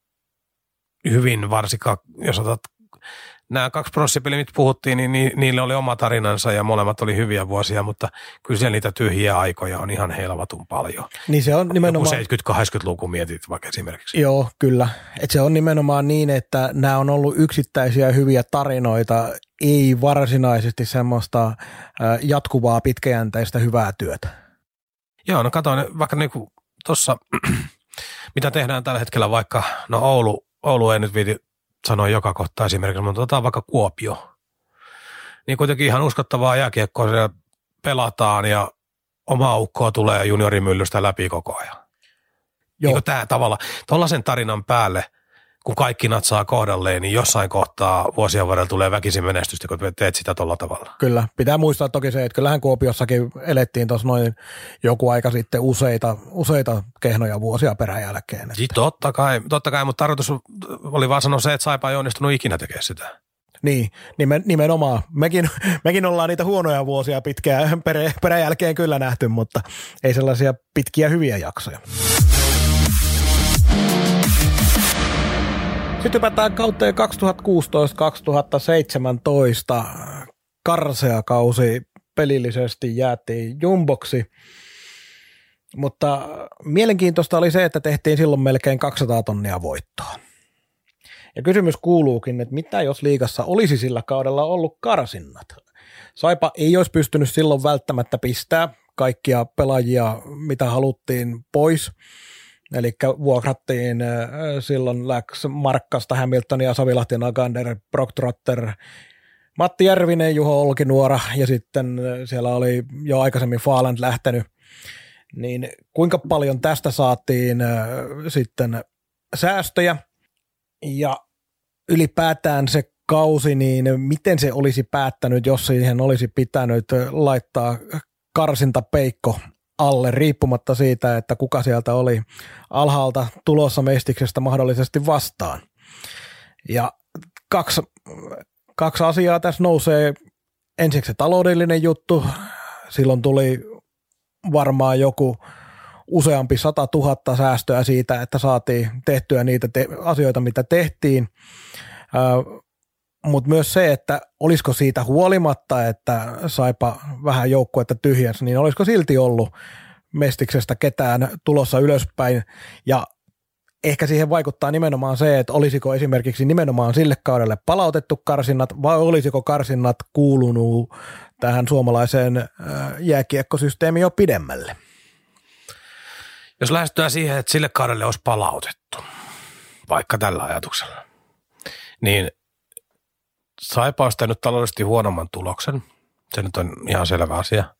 hyvin, varsinkaan jos otat nämä 2 pronssipeliä, mitä puhuttiin, niin niille oli oma tarinansa ja molemmat oli hyviä vuosia, mutta kyllä siellä niitä tyhjiä aikoja on ihan helvatun paljon. Niin se on nimenomaan 70-80-luku mietit vaikka esimerkiksi. Joo, kyllä. Et se on nimenomaan niin, että nämä on ollut yksittäisiä hyviä tarinoita, ei varsinaisesti semmoista jatkuvaa pitkäjänteistä hyvää työtä. Joo, no katoin vaikka niinku tuossa, mitä tehdään tällä hetkellä vaikka, no Oulu ei nyt viiti sanoa joka kohta esimerkiksi, mutta otetaan vaikka Kuopio. Niin kuitenkin ihan uskottavaa jääkiekkoa siellä pelataan ja oma ukkoa tulee juniorimyllystä läpi koko ajan. Niin tämä tavalla, tuollaisen tarinan päälle, kun kaikki natsaa kohdalleen, niin jossain kohtaa vuosien varrella tulee väkisin menestystä, kun teet sitä tuolla tavalla. Kyllä, pitää muistaa toki se, että kyllähän Kuopiossakin elettiin tuossa noin joku aika sitten useita kehnoja vuosia peräjälkeen. Totta kai, mutta tarkoitus oli vaan sanoa se, että Saipa ei onnistunut ikinä tekemään sitä. Niin, nimenomaan. Mekin ollaan niitä huonoja vuosia pitkään peräjälkeen kyllä nähty, mutta ei sellaisia pitkiä hyviä jaksoja. Sitten hypätään kauteen 2016-2017. Karsea kausi pelillisesti jäätiin jumboksi, mutta mielenkiintoista oli se, että tehtiin silloin melkein 200 tonnia voittoa. Ja kysymys kuuluukin, että mitä jos liigassa olisi sillä kaudella ollut karsinnat? Saipa ei olisi pystynyt silloin välttämättä pistää kaikkia pelaajia, mitä haluttiin pois. Eli vuokrattiin silloin läks Markkasta, Hamiltonia, Savilahti, Nagander, Brock-Trotter, Matti Järvinen, Juho Olkinuora ja sitten siellä oli jo aikaisemmin Faaland lähtenyt. Niin kuinka paljon tästä saatiin sitten säästöjä ja ylipäätään se kausi, niin miten se olisi päättänyt, jos siihen olisi pitänyt laittaa karsintapeikko alle, riippumatta siitä, että kuka sieltä oli alhaalta tulossa Mestiksestä mahdollisesti vastaan. Ja kaksi asiaa tässä nousee. Ensiksi se taloudellinen juttu. Silloin tuli varmaan joku useampi 100 000 säästöä siitä, että saatiin tehtyä niitä asioita, mitä tehtiin. Mutta myös se, että olisiko siitä huolimatta, että Saipa vähän joukkuetta tyhjässä, niin olisiko silti ollut Mestiksestä ketään tulossa ylöspäin. Ja ehkä siihen vaikuttaa nimenomaan se, että olisiko esimerkiksi nimenomaan sille kaudelle palautettu karsinnat, vai olisiko karsinnat kuulunut tähän suomalaiseen jääkiekkosysteemiin jo pidemmälle. Jos lähestytään siihen, että sille kaudelle olisi palautettu, vaikka tällä ajatuksella, niin Saipa olisi tehnyt taloudellisesti huonomman tuloksen. Se nyt on ihan selvä asia.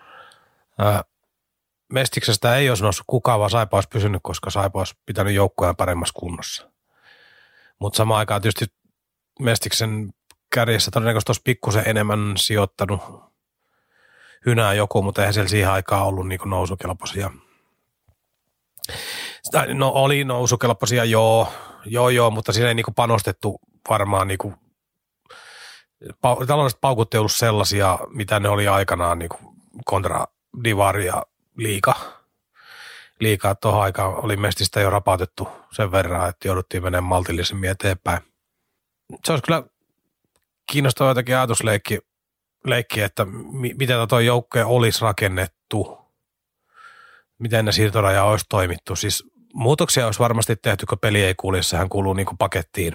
Mestiksestä ei olisi noussut kukaan, vaan Saipa olisi pysynyt, koska Saipa olisi pitänyt joukkueen paremmassa kunnossa. Mutta samaan aikaan tietysti Mestiksen kärjessä todennäköisesti olisi pikkusen enemmän sijoittanut hynää joku, mutta eihän siellä siihen aikaan ollut niin kuin nousukelpoisia. No oli nousukelpoisia, joo, mutta siinä ei niin kuin panostettu varmaan niin kuin tällaiset paukut ei ollut sellaisia, mitä ne oli aikanaan niin kuin kontra Divari ja Liiga. Tuohon aikaan oli Mestistä jo rapautettu sen verran, että jouduttiin menemään maltillisemmin eteenpäin. Se olisi kyllä kiinnostava jotakin ajatusleikki, että miten tuo joukkue olisi rakennettu, miten ne siirtoraja olisi toimittu. Siis muutoksia olisi varmasti tehty, kun peli ei kuulu, sehän kuuluu niin kuin pakettiin.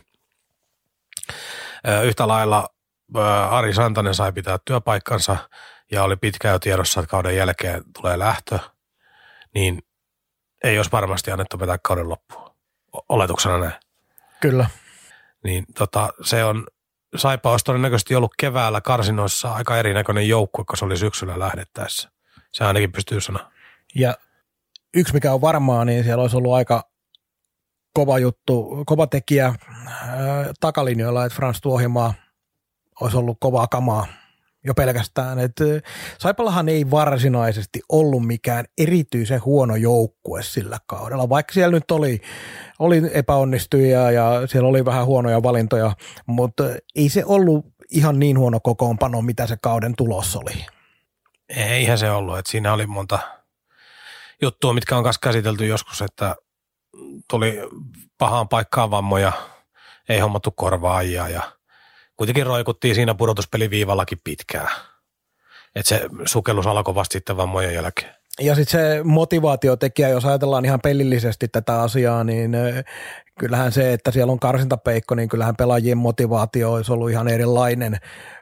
Yhtä lailla Ari Santanen sai pitää työpaikkansa ja oli pitkään jo tiedossa, että kauden jälkeen tulee lähtö, niin ei olisi varmasti annettu vetää kauden loppuun. Oletuksena näin. Kyllä. Niin se on, Saipa olisi todennäköisesti ollut keväällä karsinoissa aika erinäköinen joukkue, kun se oli syksyllä lähdettäessä. Se ainakin pystyy sanoa. Ja yksi mikä on varmaa, niin siellä olisi ollut aika kova juttu, kova tekijä takalinjoilla, että Frans Tuohimaa olisi ollut kovaa kamaa jo pelkästään. Että Saipallahan ei varsinaisesti ollut mikään erityisen huono joukkue sillä kaudella, vaikka siellä nyt oli epäonnistujia ja siellä oli vähän huonoja valintoja, mutta ei se ollut ihan niin huono kokoonpano, mitä se kauden tulos oli. Eihän se ollut, että siinä oli monta juttua, mitkä on kanssa käsitelty joskus, että tuli pahaan paikkaan vammoja, ei hommattu korvaajia ja kuitenkin roikuttiin siinä pudotuspeliviivallakin pitkään. Että se sukellus alkoi vasta sitten vammojen jälkeen. Ja sitten se motivaatiotekijä, jos ajatellaan ihan pelillisesti tätä asiaa, niin kyllähän se, että siellä on karsintapeikko, niin kyllähän pelaajien motivaatio olisi ollut ihan erilainen.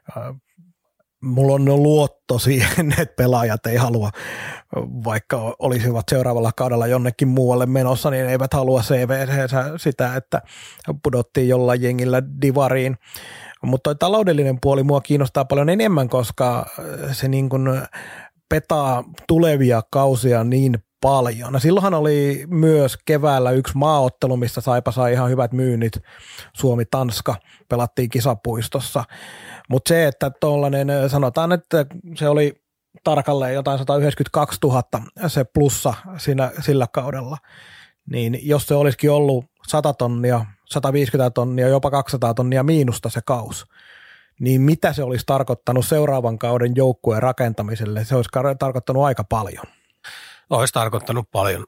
Mulla on luotto siihen, että pelaajat ei halua, vaikka olisivat seuraavalla kaudella jonnekin muualle menossa, niin eivät halua CV:ssä sitä, että pudottiin jollain jengillä divariin. Mutta toi taloudellinen puoli mua kiinnostaa paljon enemmän, koska se niin kuin petaa tulevia kausia niin paljon. Silloinhan oli myös keväällä yksi maaottelu, missä Saipa sai ihan hyvät myynnit. Suomi-Tanska pelattiin kisapuistossa. Mutta se, että tuollainen, sanotaan, että se oli tarkalleen jotain 192 000 se plussa sillä kaudella, niin jos se olisikin ollut 100 tonnia, 150 tonnia, jopa 200 tonnia miinusta se kaus, niin mitä se olisi tarkoittanut seuraavan kauden joukkueen rakentamiselle? Se olisi tarkoittanut aika paljon. Olisi tarkoittanut paljon.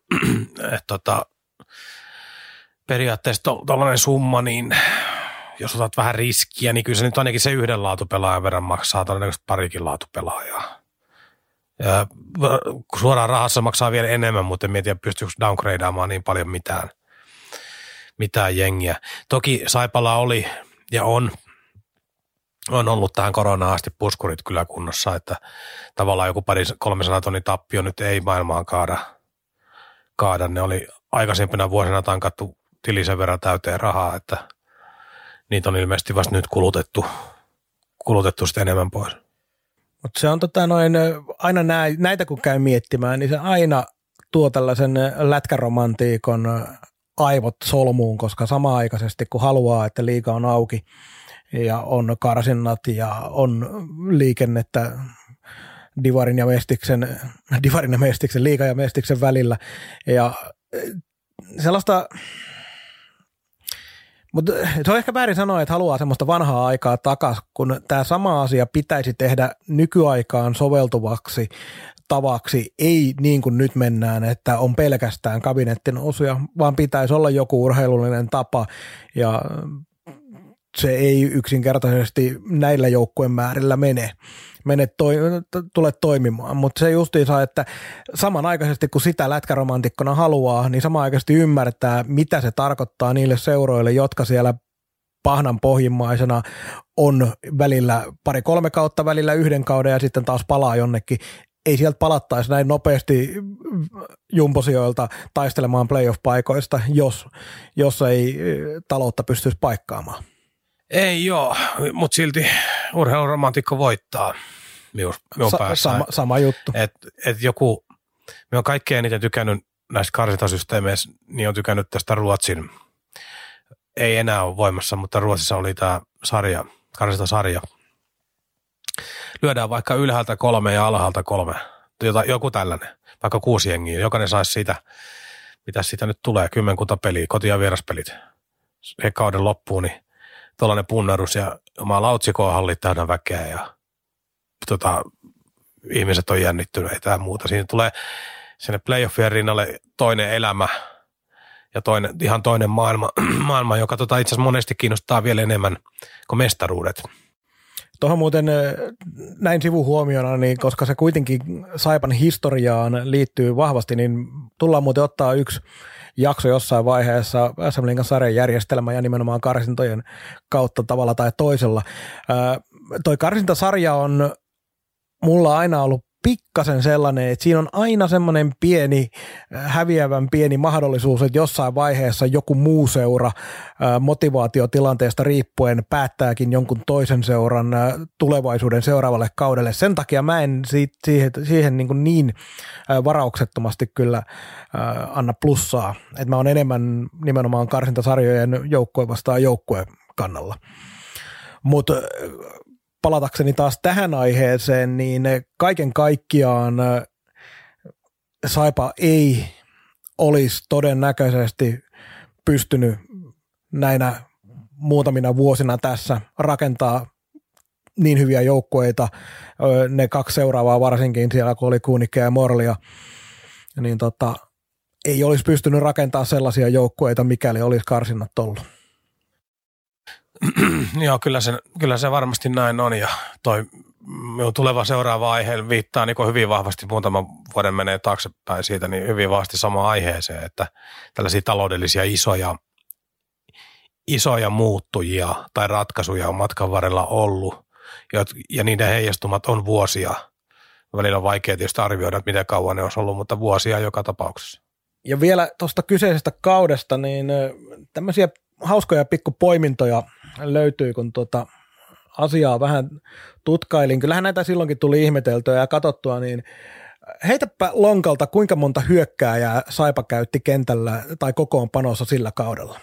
Periaatteessa tuollainen summa, niin jos otat vähän riskiä, niin kyllä se nyt ainakin se yhden laatupelaajan verran maksaa todennäköisesti parikin laatupelaajaa. Ja suoraan rahassa maksaa vielä enemmän, mutta en tiedä pystyykö downgradeaamaan niin paljon mitään jengiä. Toki Saipalla oli ja on ollut tähän koronaan asti puskurit kyllä kunnossa, että tavallaan joku 300 tonnin tappio nyt ei maailmaan kaada. Ne oli aikaisempina vuosina tankattu tili sen verran täyteen rahaa, että niitä on ilmeisesti vasta nyt kulutettu sitten enemmän pois. Mutta se on aina näitä kun käy miettimään, niin se aina tuo tällaisen lätkäromantiikon aivot solmuun, koska samaaikaisesti kun haluaa, että liiga on auki ja on karsinnat ja on liikennettä Divarin ja Mestiksen, liiga ja Mestiksen välillä ja sellaista. Mutta se on ehkä väärin sanoa, että haluaa semmoista vanhaa aikaa takaisin, kun tämä sama asia pitäisi tehdä nykyaikaan soveltuvaksi tavaksi, ei niin kuin nyt mennään, että on pelkästään kabinettinousuja, vaan pitäisi olla joku urheilullinen tapa ja se ei yksinkertaisesti näillä joukkueen määrillä tule toimimaan, mutta se justiinsa, että samanaikaisesti kun sitä lätkäromantikkona haluaa, niin samanaikaisesti ymmärtää, mitä se tarkoittaa niille seuroille, jotka siellä pahnan pohjimmaisena on välillä 2-3 kautta, välillä 1 kauden ja sitten taas palaa jonnekin. Ei sieltä palattaisi näin nopeasti jumbosijoilta taistelemaan playoff-paikoista, jos ei taloutta pystyisi paikkaamaan. Ei joo, mutta silti urheiluromantikko voittaa minun päässä. Sama juttu. Me on kaikkein eniten tykännyt näistä karsintasysteemeistä, niin on tykännyt tästä Ruotsin, ei enää ole voimassa, mutta Ruotsissa oli tämä karsintasarja, lyödään vaikka ylhäältä 3 ja alhaalta 3, joku tällainen, vaikka 6 jengiä, jokainen saisi siitä, mitä siitä nyt tulee, 10 peliä, koti- ja vieraspelit, he kauden loppuun, niin tuollainen punnerus ja oma lautsikoon hallit täynnä väkeä ja ihmiset on jännittyneitä ja muuta. Siinä tulee sinne playoffien rinnalle toinen elämä ja ihan toinen maailma joka itse asiassa monesti kiinnostaa vielä enemmän kuin mestaruudet. Tuohon muuten näin sivuhuomiona, niin koska se kuitenkin Saipan historiaan liittyy vahvasti, niin tullaan muuten ottaa yksi jakso jossain vaiheessa SM Liigan sarjan järjestelmä ja nimenomaan karsintojen kautta tavalla tai toisella. Toi karsintasarja on mulla aina ollut pikkasen sellainen, että siinä on aina semmoinen häviävän pieni mahdollisuus, että jossain vaiheessa joku muu seura motivaatiotilanteesta riippuen päättääkin jonkun toisen seuran tulevaisuuden seuraavalle kaudelle. Sen takia mä en siihen niin varauksettomasti kyllä anna plussaa, että mä oon enemmän nimenomaan karsintasarjojen joukkue vastaan joukkue kannalla. Mutta palatakseni taas tähän aiheeseen, niin kaiken kaikkiaan Saipa ei olisi todennäköisesti pystynyt näinä muutamina vuosina tässä rakentaa niin hyviä joukkueita, ne 2 seuraavaa varsinkin siellä, kun oli Kuunikka ja Morlia, niin ei olisi pystynyt rakentamaan sellaisia joukkueita, mikäli olisi karsinnat ollut. Joo, kyllä se varmasti näin on ja toi minun tuleva seuraava aihe viittaa niin hyvin vahvasti, muutaman vuoden menee taaksepäin siitä, niin hyvin vahvasti samaan aiheeseen, että tällaisia taloudellisia isoja muuttujia tai ratkaisuja on matkan varrella ollut ja niiden heijastumat on vuosia. Välillä on vaikea tietysti arvioida, että miten kauan ne olisi ollut, mutta vuosia joka tapauksessa. Ja vielä tuosta kyseisestä kaudesta, niin tämmöisiä hauskoja pikkupoimintoja löytyy, kun asiaa vähän tutkailin. Kyllähän näitä silloinkin tuli ihmeteltyä ja katsottua, niin heitäpä lonkalta, kuinka monta hyökkääjää Saipa käytti kentällä tai kokoonpanossa sillä kaudella?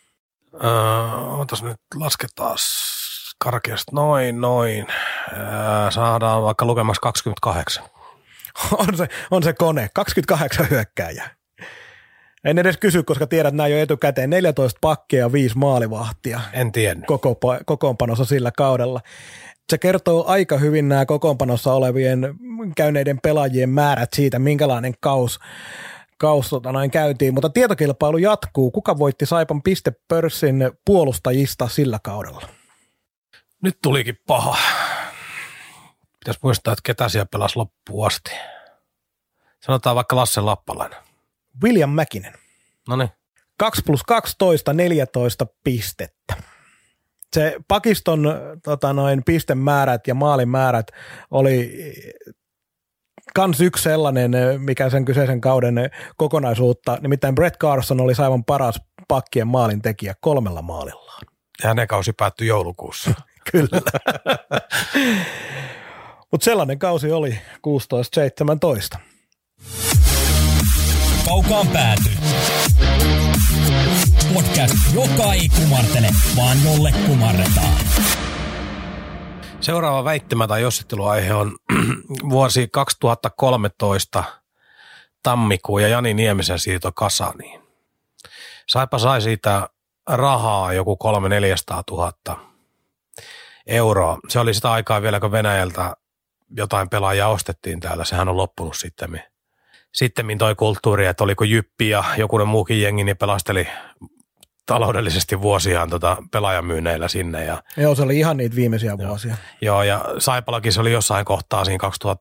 Otas nyt lasketaan karkeasti. Noin. Saadaan vaikka lukemaksi 28. On se kone, 28 hyökkääjää. En edes kysy, koska tiedät näin jo etukäteen 14 pakkia ja 5 maalivahtia. En tiedä. Kokoonpanossa sillä kaudella. Se kertoo aika hyvin nämä kokoonpanossa olevien käyneiden pelaajien määrät siitä, minkälainen kaus käytiin. Mutta tietokilpailu jatkuu. Kuka voitti Saipan pistepörssin puolustajista sillä kaudella? Nyt tulikin paha. Pitäisi muistaa, että ketä siellä pelasi loppuun asti. Sanotaan vaikka Lasse Lappalainen. William Mäkinen. Noniin. 2 + 12, 14 pistettä. Se pakiston pistemäärät ja maalimäärät oli kans yksi sellainen, mikä sen kyseisen kauden kokonaisuutta, nimittäin Brett Carson oli aivan paras pakkien maalintekijä 3 maalillaan. Ja hänen kausi päättyi joulukuussa. Kyllä. Mutta sellainen kausi oli 16-17. Kaukaan pääty. Podcast, joka ei kumartele, vaan jolle kumarretaan. Seuraava väittämä tai jossitteluaihe on vuosi 2013 tammikuu ja Jani Niemisen siirto Kasaniin. Saipa sai siitä rahaa joku 300 000–400 000 euroa. Se oli sitä aikaa vielä, kun Venäjältä jotain pelaajia ostettiin täällä. Sehän on loppunut sittemmin toi kulttuuri, että oliko Jyppi ja jokunen muukin jengi, niin pelasteli taloudellisesti vuosiaan pelaajamyynneillä sinne. Joo, se oli ihan niitä viimeisiä vuosia. Joo, ja Saipallakin se oli jossain kohtaa siinä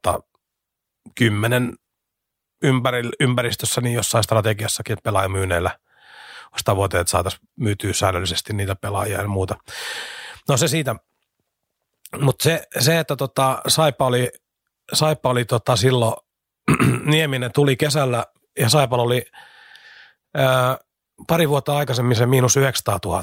2010 ympäristössä, niin jossain strategiassakin, että pelaajamyynneillä olisi tavoite, että saataisiin myytyä säännöllisesti niitä pelaajia ja muuta. No se siitä. Mutta se että Saipa oli silloin, Nieminen tuli kesällä ja Saipalla oli pari vuotta aikaisemmin se -900 000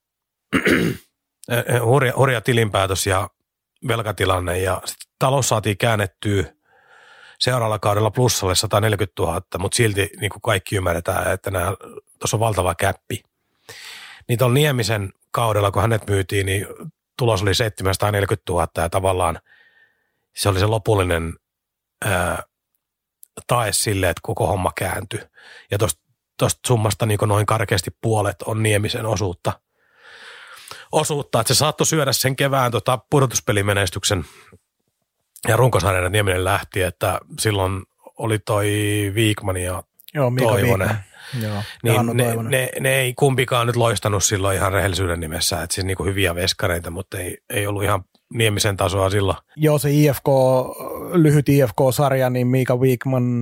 hurja tilinpäätös ja velkatilanne ja talous saatiin käännettyä seuraavalla kaudella plussalle 140 000, mutta silti niin kuin kaikki ymmärretään, että tuossa on valtava käppi. Niin tuolla Niemisen kaudella, kun hänet myytiin, niin tulos oli 740 000 ja tavallaan se oli se lopullinen tae sille, että koko homma kääntyi. Ja tuosta summasta niin noin karkeasti puolet on Niemisen osuutta, että se saattoi syödä sen kevään pudotuspelimenestyksen ja runkosarjan Nieminen lähti, että silloin oli toi Wikman ja Toivonen. Joo, niin ne ei kumpikaan nyt loistanut silloin ihan rehellisyyden nimessä, että siis niinku hyviä veskareita, mutta ei ollut ihan Niemisen tasoa silloin. Joo, se lyhyt IFK-sarja, niin Mika Wikman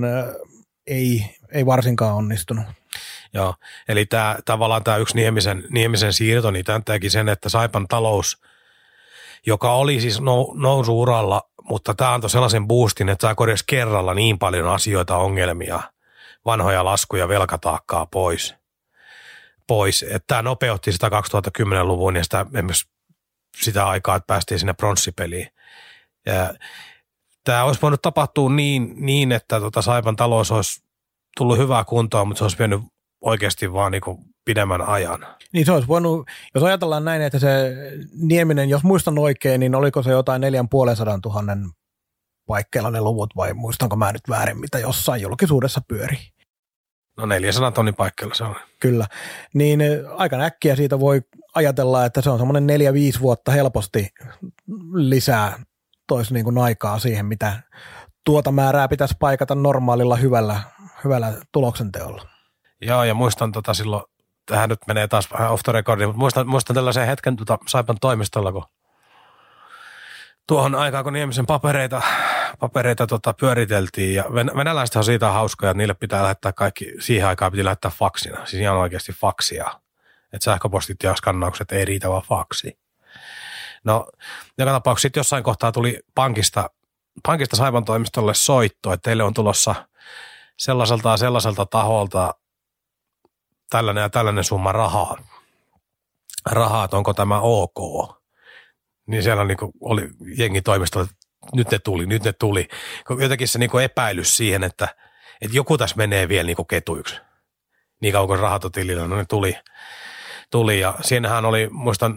ei varsinkaan onnistunut. Joo, eli tavallaan tämä yksi Niemisen siirto, niin tämän teki sen, että Saipan talous, joka oli siis nousu-uralla, mutta tämä antoi sellaisen boostin, että tämä korjasi kerralla niin paljon asioita, ongelmia, vanhoja laskuja, velkataakkaa pois. Että tämä nopeutti sitä 2010-luvun ja sitä aikaa, että päästiin sinne pronssipeliin. Ja tämä olisi voinut tapahtua niin että Saipan talous olisi tullut hyvää kuntoa, mutta se olisi vienyt oikeasti vaan niinku pidemmän ajan. Niin se olisi voinut, jos ajatellaan näin, että se Nieminen, jos muistan oikein, niin oliko se jotain 450 000 paikkeilla ne luvut vai muistanko mä nyt väärin, mitä jossain julkisuudessa pyörii? No 400 tonnin paikkeilla se on. Kyllä, niin aika äkkiä siitä voi ajatella, että se on semmoinen 4-5 vuotta helposti lisää toisi niin kuin aikaa siihen, mitä tuota määrää pitäisi paikata normaalilla hyvällä tuloksenteolla. Joo, ja muistan silloin, tähän nyt menee taas vähän off the recordin, mutta muistan tällaisen hetken Saipan toimistolla, kun tuohon aikaan, kun Niemisen papereita pyöriteltiin, ja venäläiset on siitä hauskoja, että niille pitää lähettää kaikki, siihen aikaan piti lähettää faksina, siis ihan oikeasti faksia, että sähköpostit ja skannaukset ei riitä vaan faksi. No, joka tapauksessa sitten jossain kohtaa tuli pankista Saipan toimistolle soitto, että teille on tulossa sellaiselta taholta tällainen ja tällainen summa rahaa, että onko tämä ok. Niin siellä niin oli jengi toimistolla, että nyt ne tuli. Jotenkin se niin epäilys siihen, että joku tässä menee vielä niin ketuiksi. Niin kauan kuin rahat on tilillä, no ne tuli. Ja siinähän oli, muistan,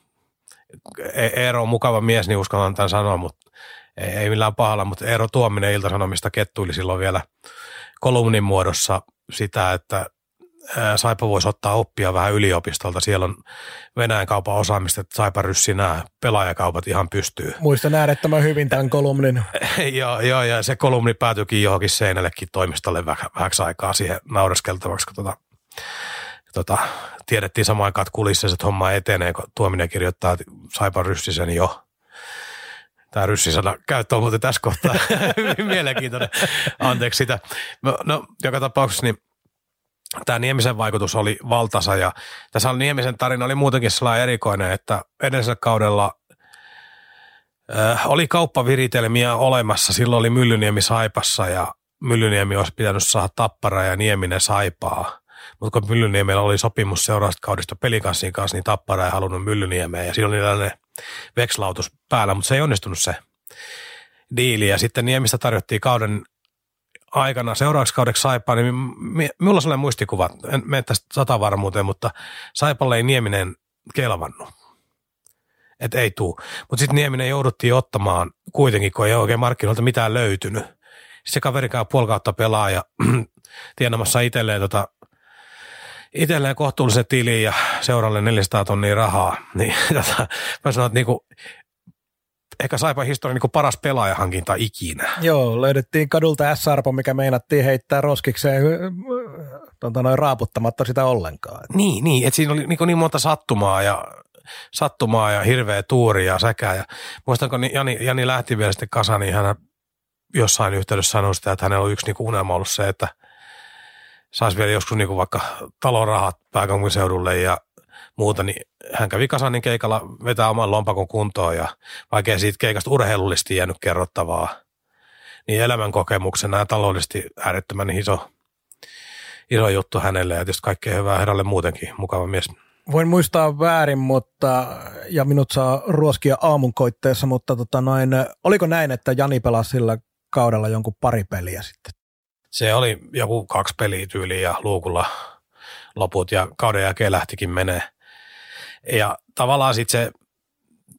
Eero on mukava mies, niin uskallan tämän sanoa, mutta ei millään pahalla, mutta Eero Tuominen Ilta-Sanomista kettuili silloin vielä kolumnin muodossa sitä, että Saipa voisi ottaa oppia vähän yliopistolta. Siellä on Venäjän kaupan osaamista, että Saipa ryssii nämä pelaajakaupat ihan pystyy. Muistan äärettömän hyvin tämän kolumnin. Joo, ja se kolumni päätyikin johonkin seinällekin toimistolle vähäksi aikaa siihen naureskeltavaksi, kun tiedettiin samaan aikaan, että kulississa, että homma etenee, kun Tuominen kirjoittaa, että Saipa ryssi sen jo. Tämä ryssisana käyttö on muuten tässä kohtaa hyvin mielenkiintoinen. Anteeksi sitä. No, joka tapauksessa niin tämä Niemisen vaikutus oli valtasa ja tässä Niemisen tarina oli muutenkin sellainen erikoinen, että edellisellä kaudella oli kauppaviritelmiä olemassa. Silloin oli Myllyniemi Saipassa ja Myllyniemi olisi pitänyt saada Tappara ja Nieminen Saipaa. Mutta kun Myllyniemellä oli sopimus seuraavasta kaudesta Pelikanssin kanssa, niin Tappara ei halunnut Myllyniemeä ja siinä oli tällainen vekslautus päällä, mutta se ei onnistunut se diili. Ja sitten Niemistä tarjottiin kauden aikana seuraavaksi kaudeksi Saipaa, niin minulla on sellainen muistikuva, en mene tästä 100% mutta Saipalle ei Nieminen kelvannut. Että ei tuu. Mutta sitten Nieminen jouduttiin ottamaan kuitenkin, kun ei oikein markkinoilta mitään löytynyt. Se kaveri käy puoli kautta pelaa ja tienamassa itselleen kohtuullisen tiliin ja seuralle 400 tonnia rahaa. Niin mä sanon, että niinku, ehkä Saipan historian niinku paras pelaajahankinta ikinä. Joo, löydettiin kadulta S-arpo, mikä meinattiin heittää roskikseen raaputtamatta sitä ollenkaan. Niin, että siinä oli niin monta sattumaa ja hirveä tuuri ja säkä. Ja muistanko Jani lähti vielä sitten kasaan, niin hän jossain yhteydessä sanoi sitä, että hänellä on yksi niinku unelma ollut se, että saisi vielä joskus niinku vaikka talonrahat pääkaupunkiseudulle ja muuta, niin hän kävi Kasanin keikalla vetää oman lompakon kuntoon ja vaikea siitä keikasta urheilullisesti jäänyt kerrottavaa, niin elämänkokemuksena ja taloudellisesti äärettömän iso juttu hänelle ja tietysti kaikkea hyvää herralle muutenkin, mukava mies. Voin muistaa väärin, ja minut saa ruoskia aamunkoitteessa, mutta oliko näin, että Jani pelasi sillä kaudella jonkun pari peliä sitten? Se oli joku 2 peliä tyyliin ja luukulla loput ja kauden jälkeen lähtikin menee. Ja tavallaan sitten se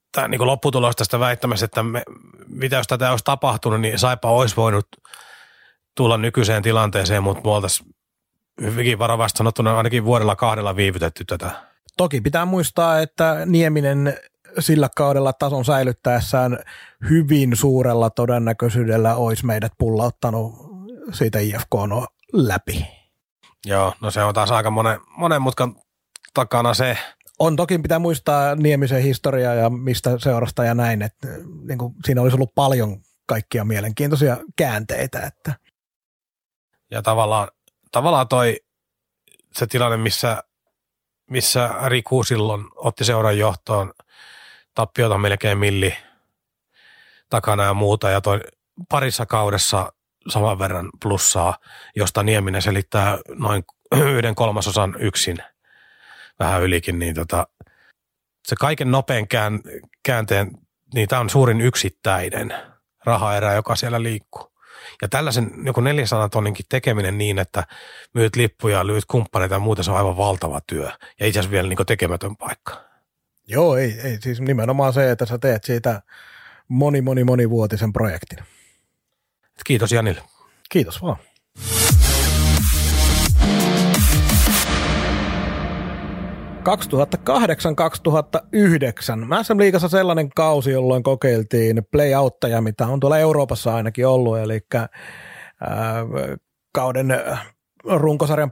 tämä niin lopputulos tästä väittämässä, että mitä jos tätä olisi tapahtunut, niin Saipa olisi voinut tulla nykyiseen tilanteeseen, mutta me oltaisiin hyvinkin varovasti sanottuna ainakin vuodella 2 viivytetty tätä. Toki pitää muistaa, että Nieminen sillä kaudella tason säilyttäessään hyvin suurella todennäköisyydellä olisi meidät pullauttanut siitä IFK:n läpi. Joo, no se on taas aika monen mutkan takana se. On toki pitää muistaa Niemisen historiaa ja mistä seurasta ja näin, että niin kuin siinä olisi ollut paljon kaikkia mielenkiintoisia käänteitä. Että. Ja tavallaan se tilanne, missä Riku silloin otti seuran johtoon tappiota melkein milli takana ja muuta ja toi parissa kaudessa saman verran plussaa, josta Nieminen selittää noin 1/3 yksin, vähän ylikin, niin se kaiken nopein käänteen, niin tämä on suurin yksittäinen rahaerä, joka siellä liikkuu. Ja tällaisen joku 400 tonninkin tekeminen niin, että myyt lippuja, lyhyt kumppaneita ja muuta, se on aivan valtava työ. Ja itse asiassa vielä niin tekemätön paikka. Joo, ei siis nimenomaan se, että sä teet siitä monivuotisen projektin. Kiitos Janille. Kiitos vaan. ...2008-2009. SM-liigassa sellainen kausi, jolloin kokeiltiin playoutteja, mitä on tuolla Euroopassa ainakin ollut, eli kauden runkosarjan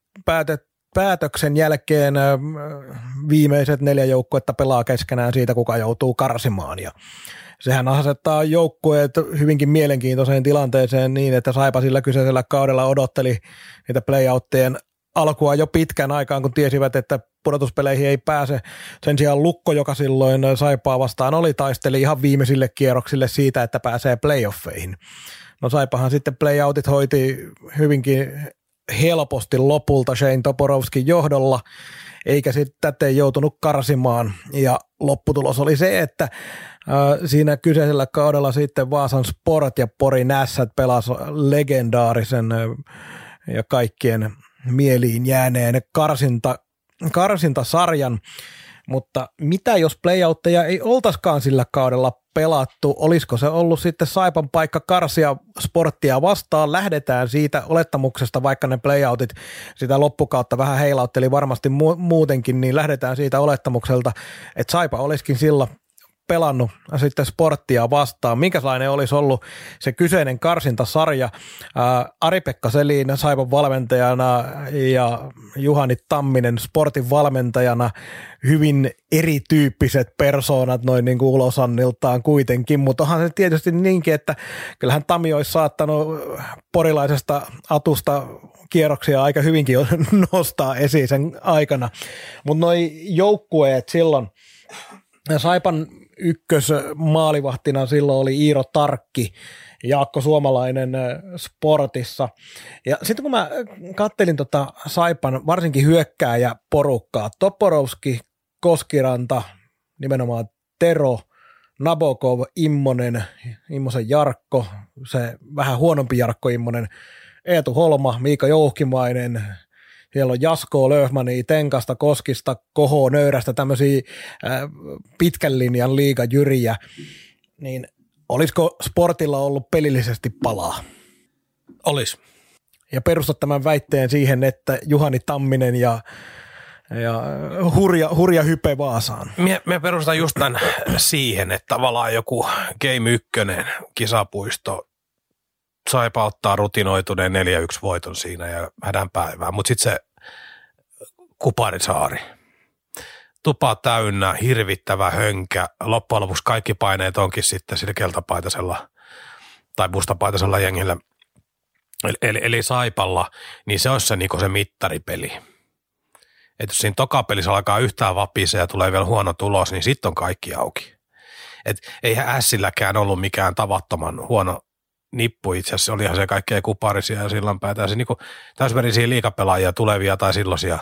päätöksen jälkeen viimeiset 4 joukkuetta pelaa keskenään siitä, kuka joutuu karsimaan, ja sehän asettaa joukkueet hyvinkin mielenkiintoiseen tilanteeseen niin, että Saipa sillä kyseisellä kaudella odotteli niitä playouttien alkua jo pitkän aikaan, kun tiesivät, että pudotuspeleihin ei pääse. Sen sijaan Lukko, joka silloin Saipaa vastaan taisteli ihan viimeisille kierroksille siitä, että pääsee playoffeihin. No Saipahan sitten playoutit hoiti hyvinkin helposti lopulta Shane Toporowskin johdolla, eikä sitten täten joutunut karsimaan. Ja lopputulos oli se, että siinä kyseisellä kaudella sitten Vaasan Sport ja Porin Ässät pelasi legendaarisen ja kaikkien mieliin jääneen karsintasarjan, mutta mitä jos playoutteja ei oltaiskaan sillä kaudella pelattu, olisiko se ollut sitten Saipan paikka karsia Sporttia vastaan, lähdetään siitä olettamuksesta, vaikka ne playoutit sitä loppukautta vähän heilautteli varmasti muutenkin, niin lähdetään siitä olettamukselta, että Saipa olisikin silloin pelannut sitten Sporttia vastaan. Minkälainen olisi ollut se kyseinen karsintasarja? Ari-Pekka Selin Saipan valmentajana ja Juhani Tamminen Sportin valmentajana, hyvin erityyppiset persoonat noin niin kuin ulosanniltaan kuitenkin, mutta onhan se tietysti niinkin, että kyllähän Tami olisi saattanut porilaisesta atusta kierroksia aika hyvinkin nostaa esiin sen aikana, mutta noi joukkueet silloin, Saipan ykkösmaalivahtina silloin oli Iiro Tarkki, Jaakko Suomalainen Sportissa. Ja sitten kun mä kattelin Saipan varsinkin hyökkääjäporukkaa, Toporowski, Koskiranta, nimenomaan Tero, Nabokov, Immosen Jarkko, se vähän huonompi Jarkko Immonen, Eetu Holma, Miika Jouhkimainen, siellä on Jaskoa, Löfmania, Tenkasta, Koskista, Kohoa, Nöyrästä, tämmöisiä pitkän linjan liigajyriä, niin olisiko Sportilla ollut pelillisesti palaa? Olis. Ja perustat tämän väitteen siihen, että Juhani Tamminen ja hurja hype Vaasaan. Me perustan just tämän siihen, että tavallaan joku Game 1 kisapuisto Saipa ottaa rutinoituneen 4-1 voiton siinä ja hädän päivää, mutta sitten se Kuparisaari. Tupa täynnä, hirvittävä hönkä. Loppujen lopuksi kaikki paineet onkin sitten sillä keltapaitasella tai mustapaitasella jengillä. Eli Saipalla, niin se olisi se, niin se mittaripeli. Että jos siinä tokapelissä alkaa yhtään vapisee ja tulee vielä huono tulos, niin sitten on kaikki auki. Et eihän Ässilläkään ollut mikään tavattoman huono nippu itse asiassa, olihan se kaikkea Kuparisia ja sillanpäätä ja se niin täysverisiä liigapelaajia tulevia tai silloisia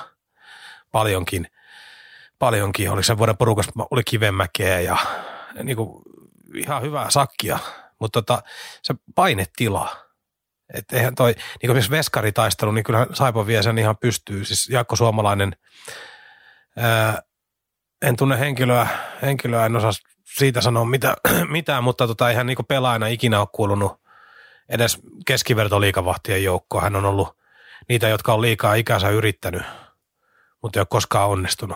paljonkin. Oliko se vuoden porukassa, oli Kivenmäkeä ja niin kuin ihan hyvää sakkia, mutta se painetila, että eihän toi, niin kuin esimerkiksi veskaritaistelu, niin kyllähän Saipa vie sen ihan pystyy, siis Jaakko Suomalainen, en tunne henkilöä, en osaa siitä sanoa mitään, mutta eihän niinku pelaajana ikinä ole kuulunut edes keskivertoliigavahtien joukkoon. Hän on ollut niitä, jotka on liikaa ikänsä yrittänyt, mutta ei ole koskaan onnistunut.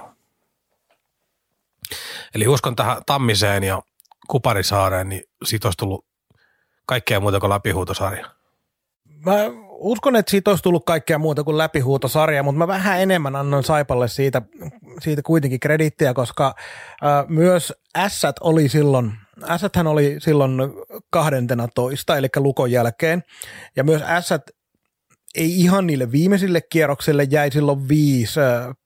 Eli uskon tähän Tammiseen ja Kuparisaareen, niin siitä olisi tullut kaikkea muuta kuin läpihuutosarja. Mä uskon, että siitä olisi tullut kaikkea muuta kuin läpihuutosarja, mutta mä vähän enemmän annoin Saipalle siitä kuitenkin krediittiä, koska myös Ässät oli silloin 12, eli Lukon jälkeen, ja myös Ässät ei ihan niille viimeisille kierroksille jäi silloin 5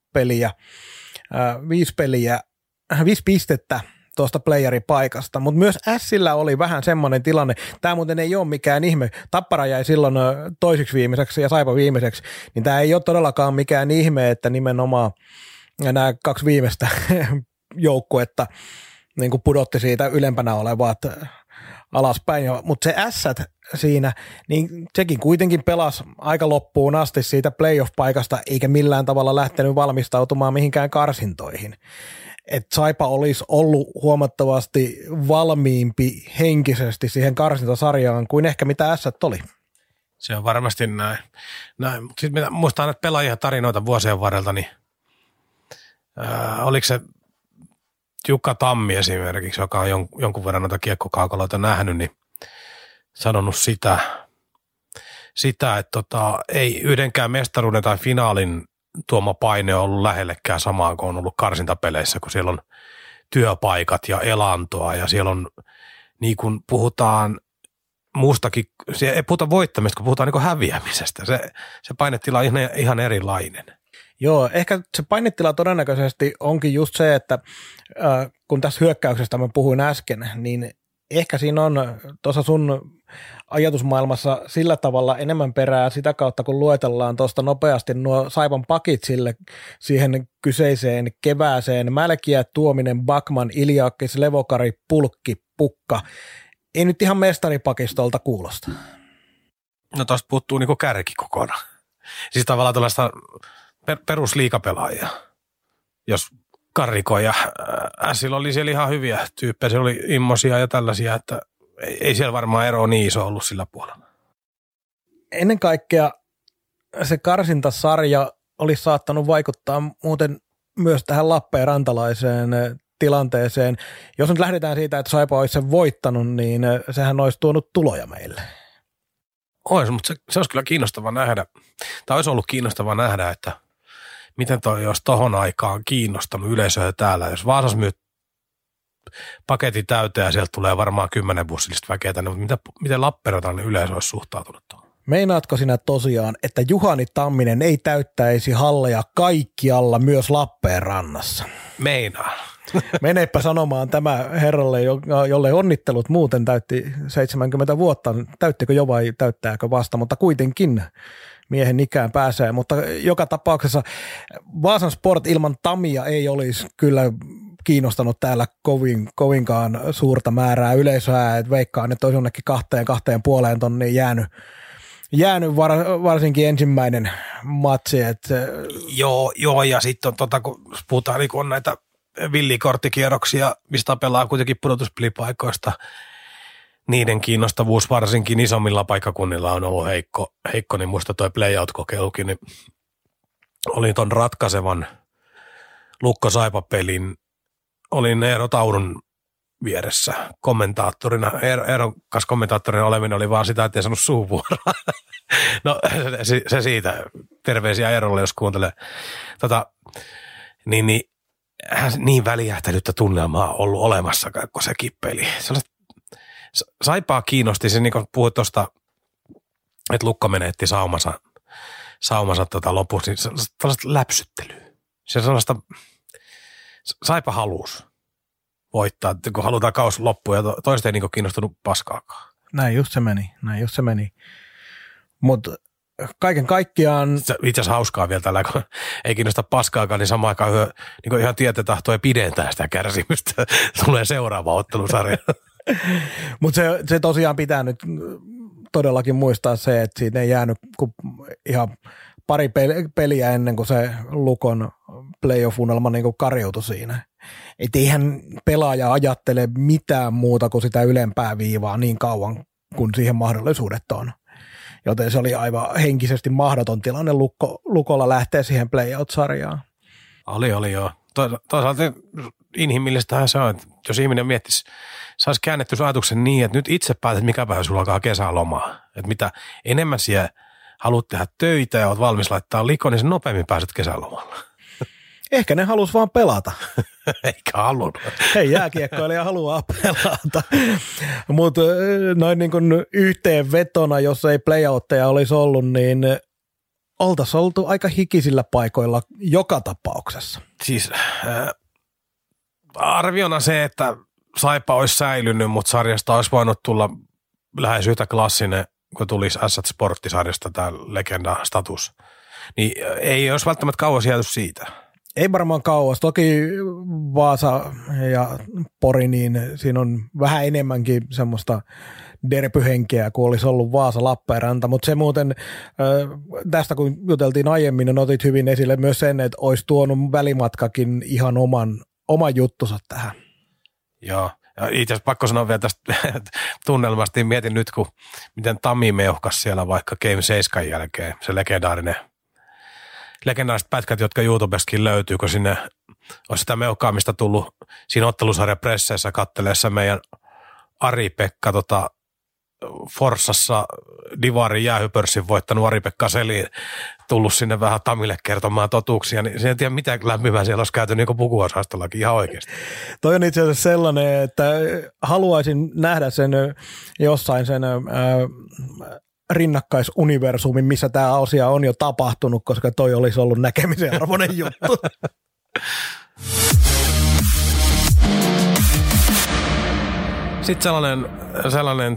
pistettä tuosta playeripaikasta, mutta myös Ässillä oli vähän semmoinen tilanne, tämä muuten ei ole mikään ihme, Tappara jäi silloin toiseksi viimeiseksi ja Saipa viimeiseksi, niin tämä ei ole todellakaan mikään ihme, että nimenomaan nämä 2 viimeistä joukkuetta niin kuin pudotti siitä ylempänä olevat alaspäin, mutta se Ässät siinä, niin sekin kuitenkin pelasi aika loppuun asti siitä playoff-paikasta, eikä millään tavalla lähtenyt valmistautumaan mihinkään karsintoihin. Että Saipa olisi ollut huomattavasti valmiimpi henkisesti siihen karsintasarjaan kuin ehkä mitä Ässät oli. Se on varmasti näin. Sitten muistan näitä pelaajia tarinoita vuosien varrelta, niin oliko se Jukka Tammi esimerkiksi, joka on jonkun verran noita kiekkokaukaloita nähnyt, niin sanonut sitä että ei yhdenkään mestaruuden tai finaalin tuoma paine on ollut lähellekään samaa kuin on ollut karsintapeleissä, kun siellä on työpaikat ja elantoa ja siellä on, niin kuin puhutaan muustakin, ei puhuta voittamista, kun puhutaan niin kuin häviämisestä. Se painetila on ihan erilainen. Joo, ehkä se painetila todennäköisesti onkin just se, että kun tässä hyökkäyksestä mä puhuin äsken, niin ehkä siinä on tuossa sun ajatusmaailmassa sillä tavalla enemmän perää sitä kautta, kun luetellaan tuosta nopeasti nuo Saipan pakit siihen kyseiseen kevääseen. Mälkiä, Tuominen, Backman, Iliakis, Levokari, Pulkki, Pukka. Ei nyt ihan mestaripakistolta kuulosta. No tuosta puuttuu niinku kärki kokonaan. Siis tavallaan tällaista perusliigapelaajia. Jos Karriko ja Ässillä oli siellä ihan hyviä tyyppejä, siellä oli immosia ja tällaisia, että ei siellä varmaan ero niin iso ollut sillä puolella. Ennen kaikkea se karsintasarja olisi saattanut vaikuttaa muuten myös tähän Lappeenrantalaiseen tilanteeseen. Jos nyt lähdetään siitä, että Saipa olisi sen voittanut, niin sehän olisi tuonut tuloja meille. Olisi, mutta se olisi kyllä kiinnostava nähdä, tai olisi ollut kiinnostava nähdä, että miten toi olisi tohon aikaan kiinnostanut yleisöä täällä. Jos Vaasas myy paketin täyteen ja sieltä tulee varmaan 10 bussillista väkeä tänne, mutta miten Lappeenrannan yleisö olisi suhtautunut tuohon? Meinaatko sinä tosiaan, että Juhani Tamminen ei täyttäisi halleja kaikkialla myös Lappeenrannassa? Meinaan. Meneepä sanomaan tämä herralle, jolle onnittelut muuten täytti 70 vuotta. Täyttikö jo vai täyttääkö vasta, mutta kuitenkin miehen ikään pääsee. Mutta joka tapauksessa Vaasan Sport ilman Tamia ei olisi kyllä kiinnostanut täällä kovinkaan suurta määrää yleisöä. Et veikkaan, että olisi jonnekin 2,5 tonniin jäänyt varsinkin ensimmäinen matsi. Joo, ja sitten kun puhutaan, niin kun on näitä villikorttikierroksia, mistä pelaa kuitenkin pudotuspelipaikoista, niiden kiinnostavuus varsinkin isommilla paikkakunnilla on ollut heikko, niin muista toi playout-kokeilukin, niin oli ton ratkaisevan Lukko-Saipa-pelin, olin Eero Taurun vieressä kommentaattorina. Eeron kanssa kommentaattorina oleminen oli vaan sitä, ettei saanut suuvuoroa. No se siitä. Terveisiä Eerolle, jos kuuntelee. Niin väliähtänyttä tunnelmaa on ollut olemassa, kun se kippeli. Saipaa kiinnosti se, niin kuin puhuit tuosta, että Lukko menetti saumansa lopussa, niin sellaista läpsyttelyä. Se sellaista, Saipa halusi voittaa, kun halutaan kaus loppuun ja toista ei niin kiinnostunut paskaakaan. Näin just se meni. Mutta kaiken kaikkiaan... Itse asiassa hauskaa vielä tällä, kun ei kiinnosta paskaakaan, niin samaan aikaan niin ihan tietä tahtoi pidentää sitä kärsimystä. Tulee seuraava ottelusarja. Mutta se tosiaan pitää nyt todellakin muistaa se, että siitä ei jäänyt ihan pari peliä ennen kuin se Lukon playoff-unelma niin kariutui siinä. Et eihän pelaaja ajattele mitään muuta kuin sitä ylempää viivaa niin kauan, kun siihen mahdollisuudet on. Joten se oli aivan henkisesti mahdoton tilanne Lukolla lähteä siihen playout-sarjaan. Oli joo. Toisaalta inhimillistähän se on, että jos ihminen miettisi, saisi käännetty ajatuksen niin, että nyt itse päätät, mikä päivä sulla alkaa kesälomaa. Että mitä enemmän siellä haluat tehdä töitä ja olet valmis laittaa likoon, niin sen nopeammin pääset kesälomalla. Ehkä ne halusi vaan pelata. Eikä halunnut. Hei, jääkiekkoilija haluaa pelata. Mutta noin niin kuin yhteenvetona, jos ei playoutteja olisi ollut, niin oltaisiin oltu aika hikisillä paikoilla joka tapauksessa. Siis arviona se, että Saipa olisi säilynyt, mutta sarjasta olisi voinut tulla lähes yhtä klassinen, kun tulisi Ässät Sporttisarjasta tämä legenda-status. Niin ei olisi välttämättä kauas jääty siitä. Ei varmaan kauas. Toki Vaasa ja Pori, niin siinä on vähän enemmänkin semmoista derpyhenkeä, kuin olisi ollut Vaasa Lappeenranta, mutta se muuten, tästä kun juteltiin aiemmin, niin otit hyvin esille myös sen, että olisi tuonut välimatkakin ihan oman juttunsa tähän. Joo, ja itse asiassa pakko sanoa vielä tästä tunnelmasta, niin mietin nyt, miten Tami meuhkas siellä vaikka Game 7 jälkeen, se legendaariset pätkät, jotka YouTubestakin löytyy, kun sinne olisi sitä meuhkaamista tullut siinä ottelusarjan presseissä katteleessa meidän Ari-Pekka Forssassa Divarin jäähypörssin voittanut Ari-Pekka Selin tullut sinne vähän Tamille kertomaan totuuksia, niin en tiedä mitä lämpimää siellä olisi käyty niin kuin pukuosastollakin ihan oikeasti. Toi on itse asiassa sellainen, että haluaisin nähdä sen jossain sen rinnakkaisuniversumin, missä tämä asia on jo tapahtunut, koska toi olisi ollut näkemisen arvoinen juttu. Sitten sellainen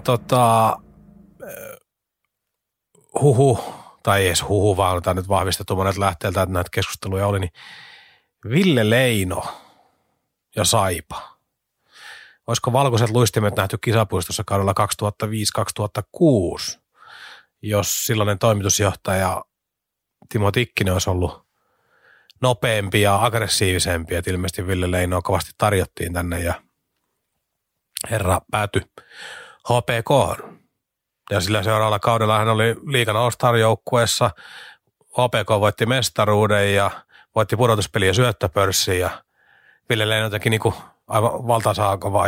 huhu, tai ei edes huhu, vaan tämä nyt vahvistettu monet lähteeltä, että näitä keskusteluja oli, niin Ville Leino ja Saipa. Olisiko valkoiset luistimet nähty kisapuistossa kaudella 2005-2006, jos silloinen toimitusjohtaja Timo Tikkinen olisi ollut nopeampi ja aggressiivisempi, että ilmeisesti Ville Leinoa kovasti tarjottiin tänne ja herra päätyi HPK:hon. Ja sillä seuraavalla kaudella hän oli liigan All-Star-joukkueessa. HPK voitti mestaruuden ja voitti pudotuspeli- ja syöttöpörssin ja Ville Leino teki niinku aivan valtaisaa kovaa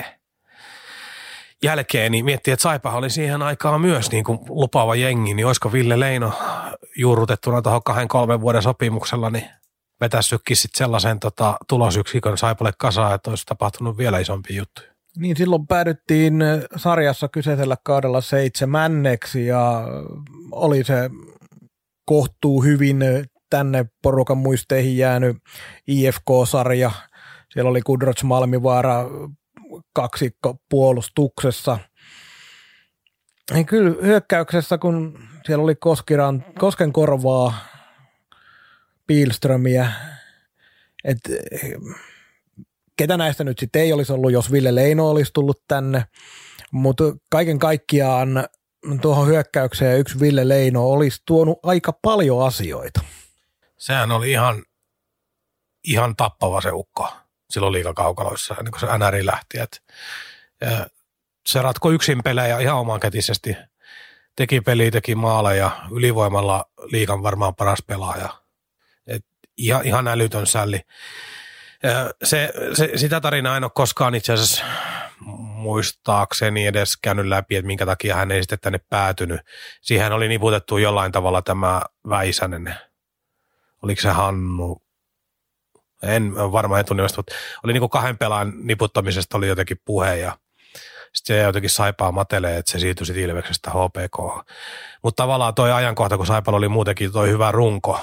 jälkeen, niin miettii, että Saipahan oli siihen aikaan myös niin kuin lupaava jengi, niin olisiko Ville Leino juurrutettuna tuohon 2-3 vuoden sopimuksella, niin vetäissytkin sitten sellaisen tulosyksikön Saipalle kasaan, että olisi tapahtunut vielä isompi juttu. Niin silloin päädyttiin sarjassa kyseisellä kaudella 7. ja oli se kohtuu hyvin tänne porukan muisteihin jäänyt IFK-sarja. Siellä oli Kudrots Malmivaara kaksikko puolustuksessa. Ja kyllä hyökkäyksessä, kun siellä oli Koskenkorvaa, Pihlströmiä, että ketä näistä nyt sitten ei olisi ollut, jos Ville Leino olisi tullut tänne, mutta kaiken kaikkiaan tuohon hyökkäykseen yksi Ville Leino olisi tuonut aika paljon asioita. Sehän oli ihan tappava se ukko silloin liigakaukaloissa, ennen kuin se NRI lähti. Se ratkoi yksin pelejä ihan omankätisesti. Teki peliä, teki maaleja, ylivoimalla liigan varmaan paras pelaaja. Ihan älytön sälli. Sitä tarinaa en ole koskaan itse asiassa muistaakseni edes käynyt läpi, että minkä takia hän ei sitten tänne päätynyt. Siihen oli niputettu jollain tavalla tämä Väisänen. Oliko se Hannu? En varmaan etunimestä, mutta oli niin kuin 2 pelaajan niputtamisesta oli jotenkin puhe ja sitten se jotenkin Saipaa matelee, että se siirtyi sitten Ilveksestä HPK. Mutta tavallaan toi ajankohta, kun Saipalla oli muutenkin toi hyvä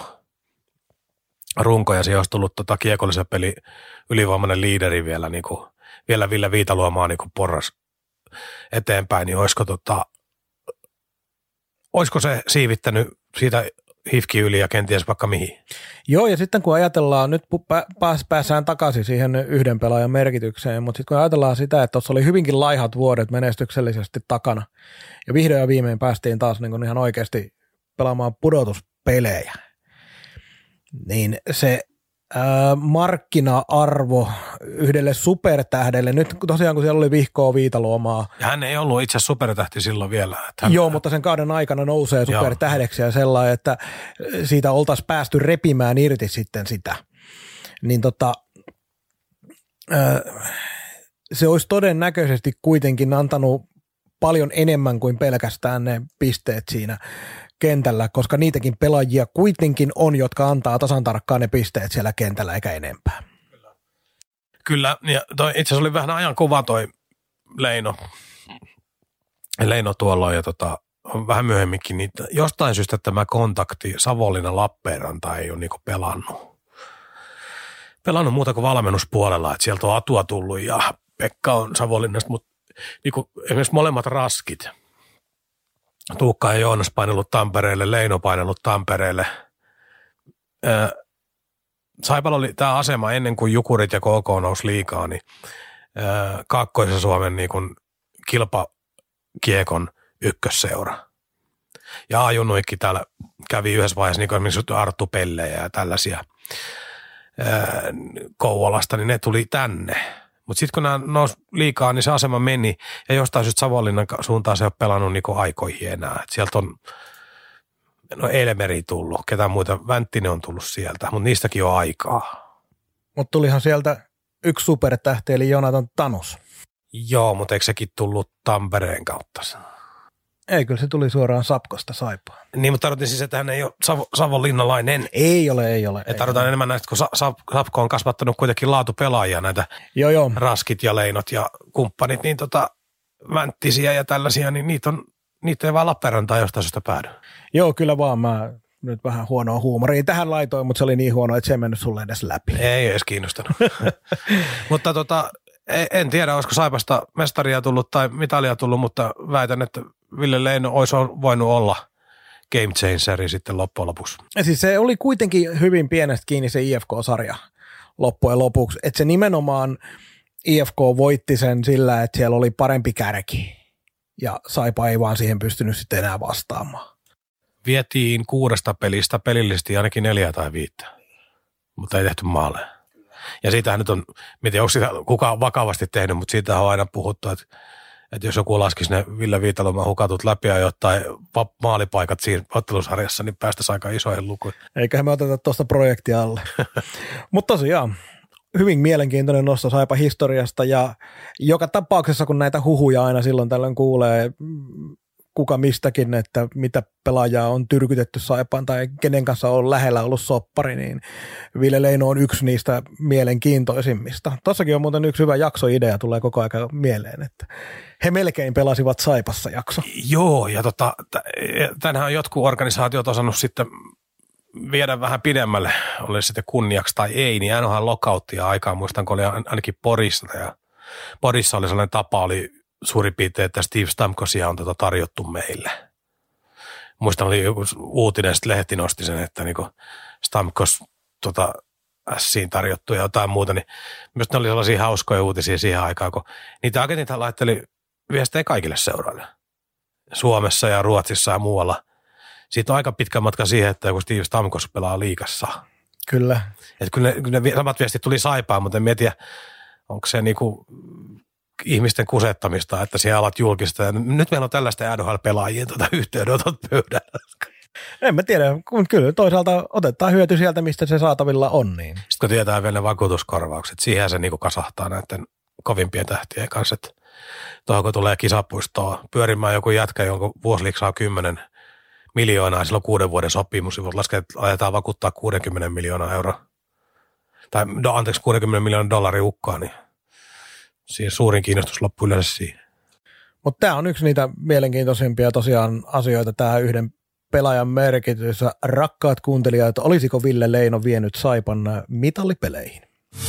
runko ja siihen olisi tullut kiekollisen peli ylivoimainen liideri vielä, niin kuin, vielä Ville Viitaluomaa niin kuin porras eteenpäin, niin olisiko se siivittänyt siitä HIFKin yli ja kenties vaikka mihin? Joo, ja sitten kun ajatellaan, nyt päässään takaisin siihen yhden pelaajan merkitykseen, mutta sitten kun ajatellaan sitä, että tuossa oli hyvinkin laihat vuodet menestyksellisesti takana, ja vihdoin ja viimein päästiin taas niin kuin ihan oikeasti pelaamaan pudotuspelejä, niin se markkina-arvo yhdelle supertähdelle. Nyt tosiaan, kun siellä oli Vihkoa Viitaluomaa. Ja hän ei ollut itse supertähti silloin vielä. Joo, mutta sen kauden aikana nousee supertähdeksi ja sellainen, että siitä oltaisiin päästy repimään irti sitten sitä. Niin se olisi todennäköisesti kuitenkin antanut paljon enemmän kuin pelkästään ne pisteet siinä kentällä, koska niitäkin pelaajia kuitenkin on, jotka antaa tasan tarkkaan ne pisteet siellä kentällä eikä enempää. Kyllä, ja itse asiassa oli vähän ajan kuva toi Leino tuolloin ja vähän myöhemminkin, niin jostain syystä tämä kontakti Savonlinna Lappeenranta ei ole niinku pelannut muuta kuin valmennuspuolella, että sieltä on Atua tullut ja Pekka on Savonlinnasta, mutta niinku esimerkiksi molemmat raskit, Tuukka ja Joonas painellut Tampereelle, Leino painellut Tampereelle. Saipalla oli tämä asema ennen kuin Jukurit ja KK nousi liikaa, niin Kaakkoisen Suomen niin kuin kilpakiekon ykkösseura. Ja Ajunuikki täällä kävi yhdessä vaiheessa niin kuin esimerkiksi Arttu Pellejä ja tällaisia Kouvolasta, niin ne tuli tänne. Mutta sitten kun nämä nousi liikaa, niin se asema meni, ja jostain syystä Savonlinnan suuntaan se on pelannut niinku aikoihin enää. Et sieltä on Elmeri tullut, ketään muita, Vänttinen on tullut sieltä, mutta niistäkin on aikaa. Mutta tulihan sieltä yksi supertähti, eli Jonathan Tanus. Joo, mutta eikö sekin tullut Tampereen kautta? Ei, kyllä se tuli suoraan Sapkosta Saipaan. Niin, mutta tarkoitin siis, että hän ei ole savonlinnalainen. Ei ole. Että tarvitaan enemmän näistä, kun Sapko on kasvattanut kuitenkin laatupelaajia, näitä joo. Raskit ja Leinot ja kumppanit, niin Vänttisiä ja tällaisia, niin niitä ei vaan Lappeenrantaan jostain syystä päädy. Joo, kyllä vaan mä nyt vähän huonoa huumoria tähän laitoin, mutta se oli niin huono, että se ei mennyt sulle edes läpi. Ei edes kiinnostanut. Mutta en tiedä, olisiko Saipasta mestaria tullut tai mitalia tullut, mutta väitän, että Ville Leino olisi voinut olla game changeri sitten loppujen lopuksi. Ja siis se oli kuitenkin hyvin pienestä kiinni se IFK-sarja loppujen lopuksi, että se nimenomaan IFK voitti sen sillä, että siellä oli parempi kärki ja Saipa ei vaan siihen pystynyt sitten enää vastaamaan. Vietiin 6 pelistä pelillisesti ainakin 4 tai 5, mutta ei tehty maaleja. Ja siitähän nyt on, miten onko sitä kukaan vakavasti tehnyt, mutta siitä on aina puhuttu, että jos joku laskisi ne Ville Viitaloman hukatut läpi ja jotain maalipaikat siinä ottelusarjassa, niin päästäisiin aika isoihin lukuihin. Eiköhän me oteta tuosta projektia alle. Mutta tosiaan, hyvin mielenkiintoinen nosto Saipa historiasta ja joka tapauksessa, kun näitä huhuja aina silloin tällöin kuulee, kuka mistäkin, että mitä pelaajaa on tyrkytetty Saipaan tai kenen kanssa on lähellä ollut soppari, niin Ville Leino on yksi niistä mielenkiintoisimmista. Tossakin on muuten yksi hyvä jaksoidea, tulee koko ajan mieleen, että he melkein pelasivat Saipassa jakso. Joo, ja tänään on jotkut organisaatiot osannut sitten viedä vähän pidemmälle, oli sitten kunniaksi tai ei, niin NHL lockouttia aikaan, muistan, kun oli ainakin Porissa, ja Porissa oli sellainen tapa, oli suurin piirtein, että Steve Stamkosia on tarjottu meille. Muistan, oli joku uutinen, sitten lehti nosti sen, että niinku Stamkos Siin tarjottu ja jotain muuta, niin myös ne oli sellaisia hauskoja uutisia siihen aikaan, kun niitä agentithan laitteli viestejä kaikille seuroille. Suomessa ja Ruotsissa ja muualla. Siitä on aika pitkä matka siihen, että joku Steve Stamkos pelaa liigassa. Kyllä. Että kyllä ne samat viestit tuli Saipaan, mutta en tiedä, onko se niinku ihmisten kusettamista, että siellä alat julkista. Ja nyt meillä on tällaista NHL-pelaajien yhteydenotot pöydällä. En mä tiedä, kyllä toisaalta otetaan hyöty sieltä, mistä se saatavilla on. Niin. Sitten kun tietää vielä ne vakuutuskorvaukset, siihen se niinku kasahtaa näiden kovimpien tähtien kanssa. Että tuohon kun tulee kisapuistoon pyörimään joku jätkä, jonka vuosiliiksa on 10 miljoonaa, silloin 6 vuoden sopimus, voit laskea, että aletaan vakuuttaa 60 miljoonaa euroa. Tai 60 miljoonan dollaria ukkoa, niin siihen suurin kiinnostus loppuu yleensä siihen. Mutta tämä on yksi niitä mielenkiintoisimpia tosiaan asioita, tämä yhden pelaajan merkitys. Rakkaat kuuntelijat, olisiko Ville Leino vienyt Saipan mitallipeleihin?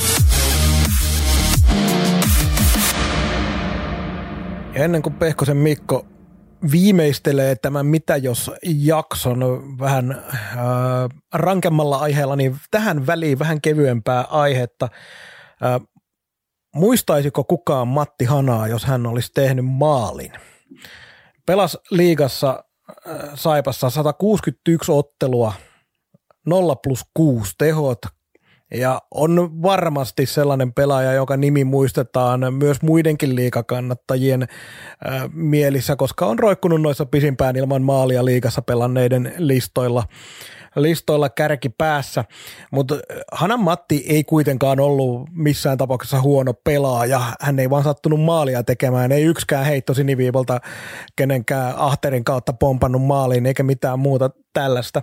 Ja ennen kuin Pehkosen Mikko viimeistelee tämän Mitä jos jakson vähän rankemmalla aiheella, niin tähän väliin vähän kevyempää aihetta. Muistaisiko kukaan Matti Hanaa, jos hän olisi tehnyt maalin? Pelas liigassa Saipassa 161 ottelua, 0+6 tehot, Ja on varmasti sellainen pelaaja, joka nimi muistetaan myös muidenkin liigakannattajien mielissä, koska on roikkunut noissa pisimpään ilman maalia liigassa pelanneiden listoilla kärki päässä, mutta Hanan Matti ei kuitenkaan ollut missään tapauksessa huono pelaaja. Hän ei vaan sattunut maalia tekemään, ei yksikään heitto siniviivalta kenenkään ahterin kautta pompannut maaliin eikä mitään muuta tällaista.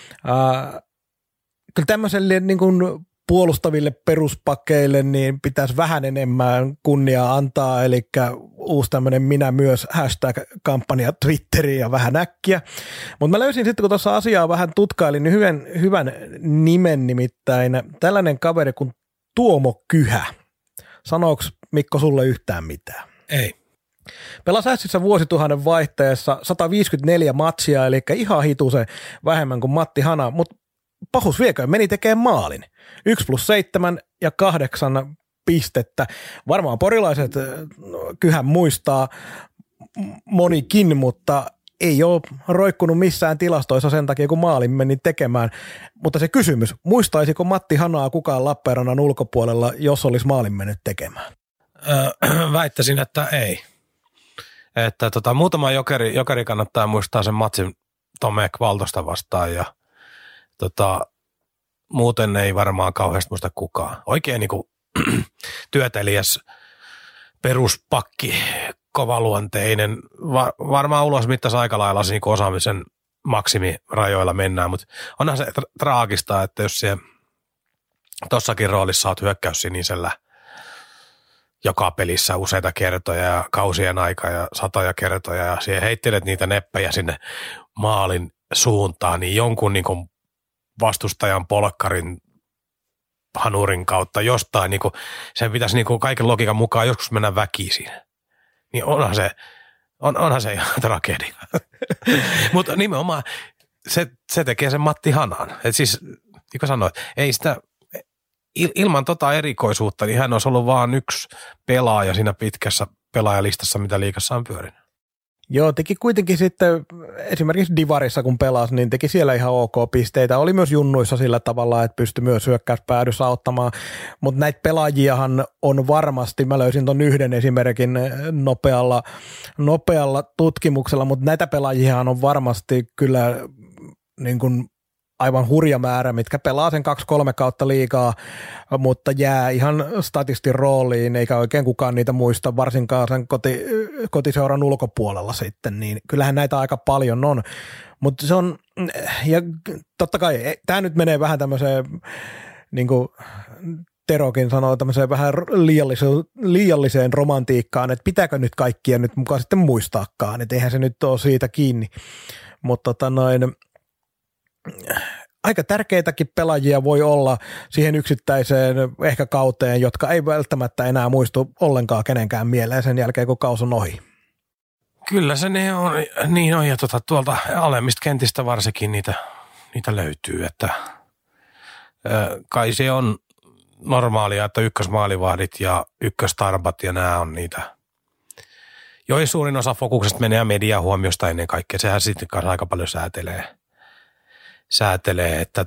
Kyllä tämmöiselle niin kuin puolustaville peruspakkeille niin pitäisi vähän enemmän kunniaa antaa, eli uusi tämmöinen minä myös hashtag-kampanja Twitteriin ja vähän äkkiä. Mutta mä löysin sitten, kun tuossa asiaa vähän tutkailin, niin hyvän nimen nimittäin tällainen kaveri kuin Tuomo Kyhä. Sanooko Mikko sulle yhtään mitään? Ei. Pelasi Ässissä vuosituhannen vaihteessa 154 matsia, eli ihan hitusen vähemmän kuin Matti Hana, mutta pahus vieköön meni tekemään maalin. 1+7 ja 8 pistettä. Varmaan porilaiset Kyhän muistaa monikin, mutta ei ole roikkunut missään tilastoissa sen takia, kun maalin meni tekemään. Mutta se kysymys, muistaisiko Matti Hanaa kukaan Lappeenrannan ulkopuolella, jos olisi maalin mennyt tekemään? Väittäisin, että ei. Että muutama jokeri kannattaa muistaa sen matsin Tomek Valtosta vastaan ja muuten ei varmaan kauheasti muista kukaan. Oikein niin kuin työtelijäs peruspakki, kovaluonteinen, varmaan ulosmittaisi aika lailla niin kuin osaamisen maksimirajoilla mennään, mutta onhan se traagista, että jos siellä tossakin roolissa olet hyökkäyssinisellä joka pelissä useita kertoja ja kausien aikaa ja satoja kertoja ja siihen heittelet niitä neppejä sinne maalin suuntaan, niin jonkun niin kuin vastustajan polkkarin hanurin kautta jostain, niin kuin, sen pitäisi niin kuin kaiken logiikan mukaan joskus mennä väkisin. Niin onhan se ihan tragedia. Mutta nimenomaan se tekee sen Matti Hanan. Et siis, niin kuin sanoit, ei sitä, ilman erikoisuutta, niin hän olisi ollut vaan yksi pelaaja siinä pitkässä pelaajalistassa, mitä liigassa on pyörinyt. Joo, teki kuitenkin sitten esimerkiksi Divarissa, kun pelasi, niin teki siellä ihan ok pisteitä. Oli myös junnuissa sillä tavalla, että pystyi myös hyökkäyspäädyssä auttamaan, mutta näitä pelaajiahan on varmasti, mä löysin ton yhden esimerkin nopealla tutkimuksella, mutta näitä pelaajiahan on varmasti kyllä niin kuin aivan hurja määrä, mitkä pelaa sen 2-3 kautta liigaa, mutta jää ihan statistin rooliin, eikä oikein kukaan niitä muista, varsinkaan sen kotiseuran ulkopuolella sitten, niin kyllähän näitä aika paljon on, mutta se on, ja totta kai, tämä nyt menee vähän tämmöiseen, niin kuin Terokin sanoo, tämmöiseen vähän liialliseen romantiikkaan, että pitääkö nyt kaikkia nyt mukaan sitten muistaakaan, että eihän se nyt ole siitä kiinni, mutta aika tärkeitäkin pelaajia voi olla siihen yksittäiseen ehkä kauteen, jotka ei välttämättä enää muistu ollenkaan kenenkään mieleen sen jälkeen, kun kaus on ohi. Kyllä se niin on ja tuolta alemmista kentistä varsinkin niitä löytyy, että kai se on normaalia, että ykkösmaalivahdit ja ykköstarpat ja nämä on niitä, joihin suurin osa fokuksesta menee median huomiosta ennen kaikkea. Sehän sitten kanssa aika paljon säätelee, että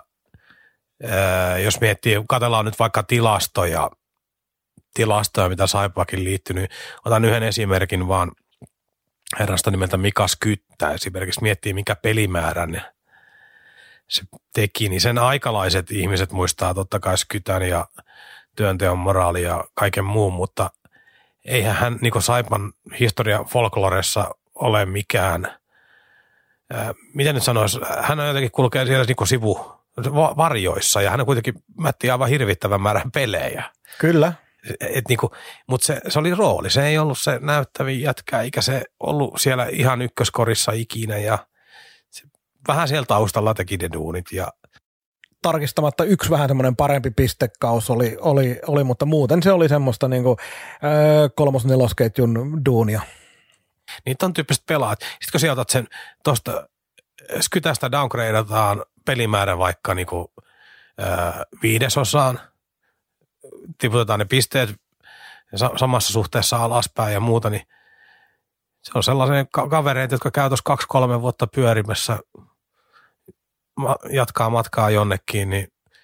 jos miettii, katsellaan nyt vaikka tilastoja, mitä Saipaakin liittynyt, otan yhden esimerkin vaan herrasta nimeltä Mika Skyttä, esimerkiksi miettii mikä pelimäärän se teki, niin sen aikalaiset ihmiset muistaa totta kai Skytän ja työnteon moraali ja kaiken muun, mutta eihän hän niin kuin Saipan historia folkloressa ole mikään, miten nyt sanoisi, hän on jotenkin kulkee siellä niin kuin sivuvarjoissa ja hän on kuitenkin mätti aivan hirvittävän määrän pelejä. Kyllä. Mutta se oli rooli, se ei ollut se näyttävin jätkä, eikä se ollut siellä ihan ykköskorissa ikinä ja se vähän siellä taustalla teki ne duunit. Ja tarkistamatta yksi vähän semmoinen parempi pistekaus oli, mutta muuten se oli semmoista niinku kolmos-nelosketjun duunia. Niitä on tyyppiset pelaat. Sitten kun sijoitat sen tuosta Skytästä downgradeataan pelimäärä vaikka niinku 5%, tiputetaan ne pisteet samassa suhteessa alaspäin ja muuta, niin se on sellainen kavereita, jotka käy tuossa 2-3 vuotta pyörimässä, jatkaa matkaa jonnekin, niin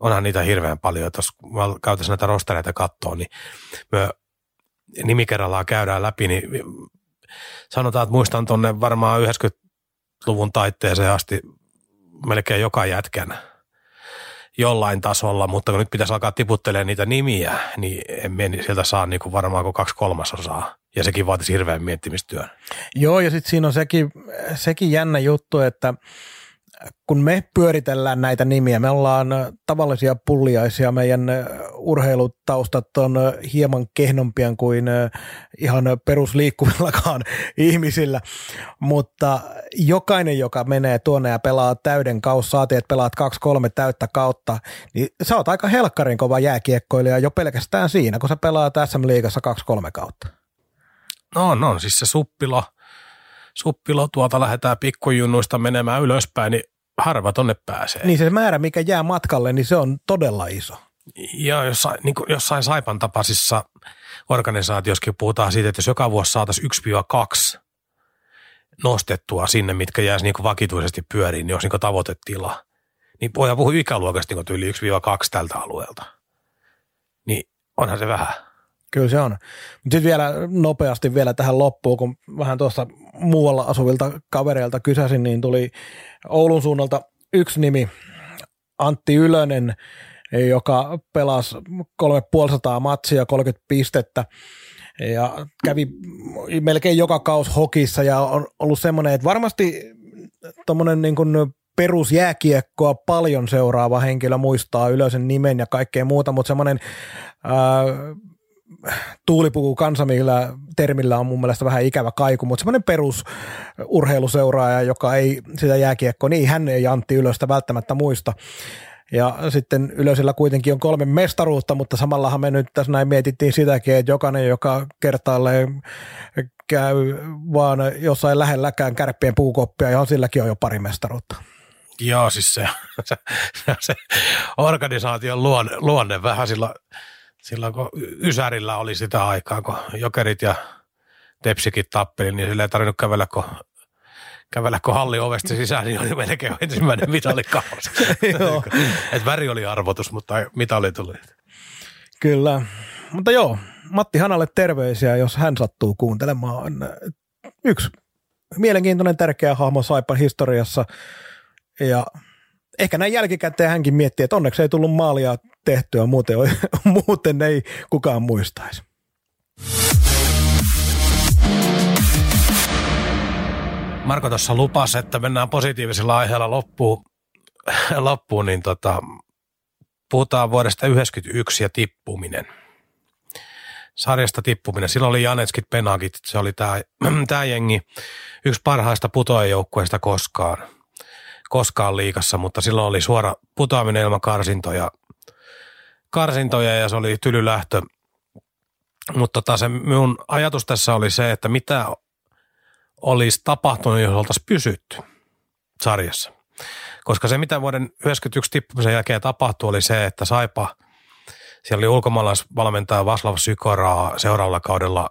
onhan niitä hirveän paljon. Jos mä käytäisiin näitä rostereita katsoa, niin me nimikerrallaan käydään läpi, niin sanotaan, että muistan tuonne varmaan 90-luvun taitteeseen asti melkein joka jätkän jollain tasolla, mutta kun nyt pitäisi alkaa tiputtelemaan niitä nimiä, niin en sieltä saa niin kuin varmaan kuin 2/3, ja sekin vaatisi hirveän miettimistyön. Joo, ja sitten siinä on sekin jännä juttu, että kun me pyöritellään näitä nimiä, me ollaan tavallisia pulliaisia, meidän urheilutaustat on hieman kehnompia kuin ihan perusliikkuvillakaan ihmisillä, mutta jokainen, joka menee tuonne ja pelaa täyden kaus, saatiin, että pelaat 2-3 täyttä kautta, niin sä oot aika helkkarin kova jääkiekkoilija jo pelkästään siinä, kun sä pelaat SM-liigassa 2-3 kautta. No, siis se suppilo tuolta lähdetään pikkujunnuista menemään ylöspäin, niin harva tonne pääsee. Niin se määrä, mikä jää matkalle, niin se on todella iso. Ja jossain Saipan tapaisissa organisaatiossakin puhutaan siitä, että jos joka vuosi saataisiin 1-2 nostettua sinne, mitkä jäisi niin vakituisesti pyöriin, niin olisi niin tavoitetila. Niin voidaan puhua ikäluokasta niin yli 1-2 tältä alueelta. Niin onhan se vähän. Kyllä se on. Mutta sitten vielä nopeasti vielä tähän loppuun, kun vähän tuossa muualla asuvilta kavereilta kysäsin, niin tuli Oulun suunnalta yksi nimi, Antti Ylönen, joka pelasi 350 matsia, 30 pistettä ja kävi melkein joka kausi hokissa ja on ollut semmoinen, että varmasti tommoinen niin kuin perusjääkiekkoa paljon seuraava henkilö muistaa Ylösen nimen ja kaikkea muuta, mutta semmoinen tuulipuku kansamilla termillä on mun mielestä vähän ikävä kaiku, mutta semmoinen perusurheiluseuraaja, joka ei sitä jääkiekkoa, niin hän ei Antti Ylöstä välttämättä muista. Ja sitten Ylösillä kuitenkin on 3 mestaruutta, mutta samallahan me nyt tässä näin mietittiin sitäkin, että jokainen, joka kertaalleen käy vaan jossain lähelläkään Kärppien puukoppia, johon silläkin on jo 2 mestaruutta. Joo, siis se organisaation luonne vähän silloin kun Ysärillä oli sitä aikaa, kun Jokerit ja Tepsikin tappeli, niin sillä ei tarvinnut kävellä kun hallin ovesta sisään, niin oli melkein ensimmäinen mitalikausi. Et väri oli arvotus, mutta mitali tuli. Kyllä, mutta joo, Matti Hanalle terveisiä, jos hän sattuu kuuntelemaan. Yksi mielenkiintoinen tärkeä hahmo Saipan historiassa, ja ehkä näin jälkikäteen hänkin miettii, että onneksi ei tullut maalia tehtyä, muuten ei kukaan muistaisi. Marko tuossa lupasi, että mennään positiivisella aiheella loppuun niin puhutaan vuodesta 1991 ja tippuminen. Sarjasta tippuminen. Silloin oli Janetskit, Penakit, se oli tämä jengi yksi parhaista putoajajoukkueista koskaan liigassa, mutta silloin oli suora putoaminen ilman karsintoja ja se oli tyly lähtö. Mutta se minun ajatus tässä oli se, että mitä olisi tapahtunut, jos oltaisiin pysytty sarjassa. Koska se, mitä vuoden 1991 tippumisen jälkeen tapahtui, oli se, että Saipa, siellä oli ulkomaalaisvalmentaja Vaslav Sykoraa seuraavalla kaudella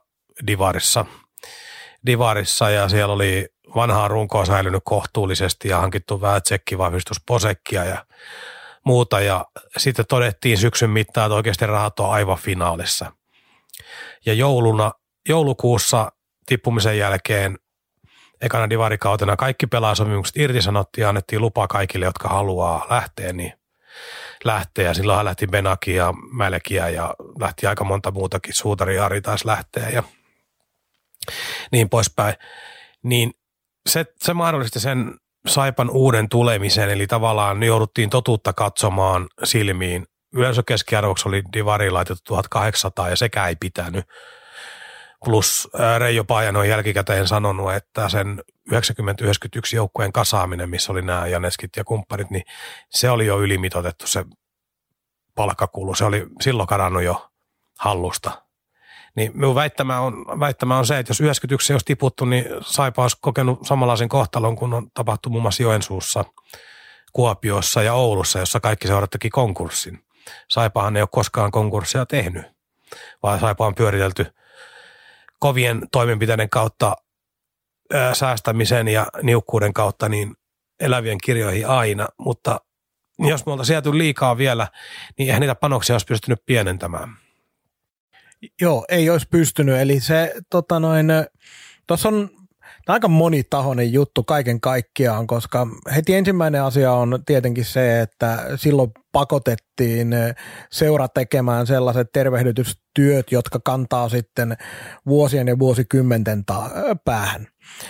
Divarissa ja siellä oli vanhaa runkoa säilynyt kohtuullisesti ja hankittu vähän tsekkivahvistusposekkia ja muuta. Ja sitten todettiin syksyn mittaan, että oikeasti rahat on aivan finaalissa. Ja joulukuussa tippumisen jälkeen ekana divarikautena kaikki pelaajasopimukset irtisanottiin ja annettiin lupa kaikille, jotka haluaa lähteä, niin lähtee. Ja silloinhan lähti Benaki ja Mälkiä ja lähti aika monta muutakin. Suutari Ari taisi lähteä ja niin poispäin. Niin se mahdollisti sen Saipan uuden tulemisen, eli tavallaan jouduttiin totuutta katsomaan silmiin. Yleisökeskiarvoksi oli divari laitettu 1800 ja sekään ei pitänyt. Plus Reijo Paajanen on jälkikäteen sanonut, että sen 90-91 joukkueen kasaaminen, missä oli nämä Janeskit ja kumppanit, niin se oli jo ylimitoitettu se palkkakulu. Se oli silloin karannut jo hallusta. Niin minun väittämä on se, että jos 91 olisi tiputtu, niin Saipa olisi kokenut samanlaisen kohtalon, kun on tapahtunut muun muassa Joensuussa, Kuopiossa ja Oulussa, jossa kaikki seurat teki konkurssin. Saipahan ei ole koskaan konkurssia tehnyt, vaan Saipa on pyöritelty kovien toimenpiteiden kautta, säästämisen ja niukkuuden kautta niin elävien kirjoihin aina, mutta jos me oltaisiin jääty liikaa vielä, niin eihän niitä panoksia olisi pystynyt pienentämään. Joo, ei olisi pystynyt. Eli se, tuossa on aika monitahoinen juttu kaiken kaikkiaan, koska heti ensimmäinen asia on tietenkin se, että silloin pakotettiin seura tekemään sellaiset tervehdytystyöt, jotka kantaa sitten vuosien ja vuosikymmenten päähän.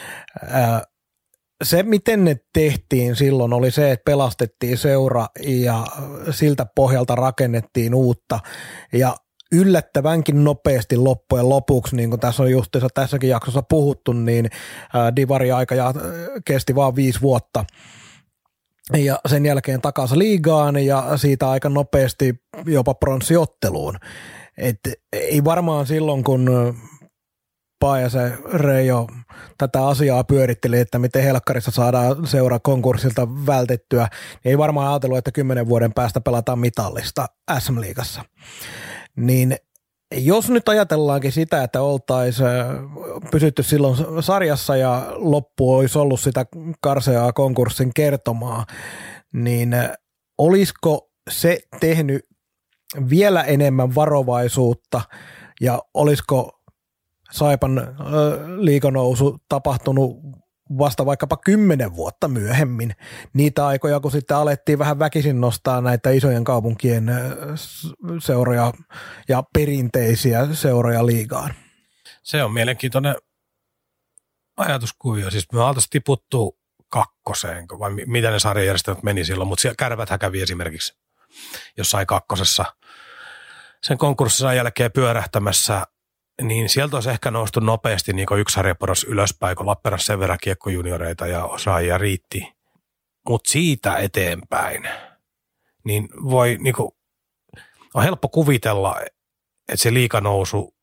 Se, miten ne tehtiin silloin, oli se, että pelastettiin seura ja siltä pohjalta rakennettiin uutta ja yllättävänkin nopeasti loppujen lopuksi, niin kuin tässä on justiinsa tässäkin jaksossa puhuttu, niin divari-aika kesti vaan 5 vuotta. Ja sen jälkeen takaisin liigaan ja siitä aika nopeasti jopa pronssiotteluun. Et ei varmaan silloin, kun Paajase Reijo tätä asiaa pyöritteli, että miten helkkarissa saadaan seura konkurssilta vältettyä, niin ei varmaan ajatellut, että 10 vuoden päästä pelataan mitallista SM-liigassa. Niin jos nyt ajatellaankin sitä, että oltaisiin pysytty silloin sarjassa ja loppu olisi ollut sitä karseaa konkurssin kertomaa, niin olisiko se tehnyt vielä enemmän varovaisuutta ja olisiko Saipan liiganousu tapahtunut vasta vaikkapa 10 vuotta myöhemmin, niitä aikoja, kun sitten alettiin vähän väkisin nostaa näitä isojen kaupunkien seuroja ja perinteisiä seuroja liigaan. Se on mielenkiintoinen ajatuskuvio. Siis me oltaisiin tiputtu 2, vai mitä ne sarjajärjestelmät meni silloin, mutta siellä Kärpäthän kävi esimerkiksi jossain 2. sen konkurssin jälkeen pyörähtämässä, niin sieltä olisi ehkä noustu nopeasti niin kuin 1 sarjaporras ylöspäin, kun Lappeenrannassa sen verran kiekkojunioreita ja osaajia riitti. Mutta siitä eteenpäin, niin voi niin kuin, on helppo kuvitella, että se liiganousu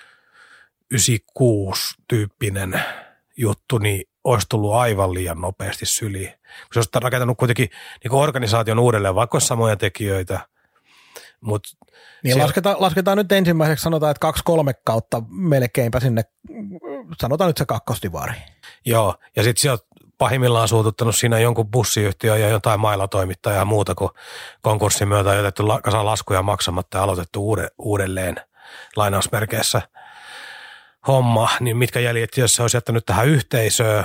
96-tyyppinen juttu, niin olisi tullut aivan liian nopeasti syliin. Kun se olisi rakentanut kuitenkin niin kuin organisaation uudelleen, vaikka olisi samoja tekijöitä, mutta niin lasketaan nyt ensimmäiseksi, sanotaan, että 2-3 kautta melkeinpä sinne, sanotaan nyt se kakkosdivari. Joo, ja sitten se on pahimmillaan suututtanut siinä jonkun bussiyhtiö ja jotain mailatoimittajaa ja muuta, kun konkurssin myötä on jätetty kasaan laskuja maksamatta ja aloitettu uudelleen lainausmerkeissä homma, niin mitkä jäljet, jos se olisi jättänyt tähän yhteisöön,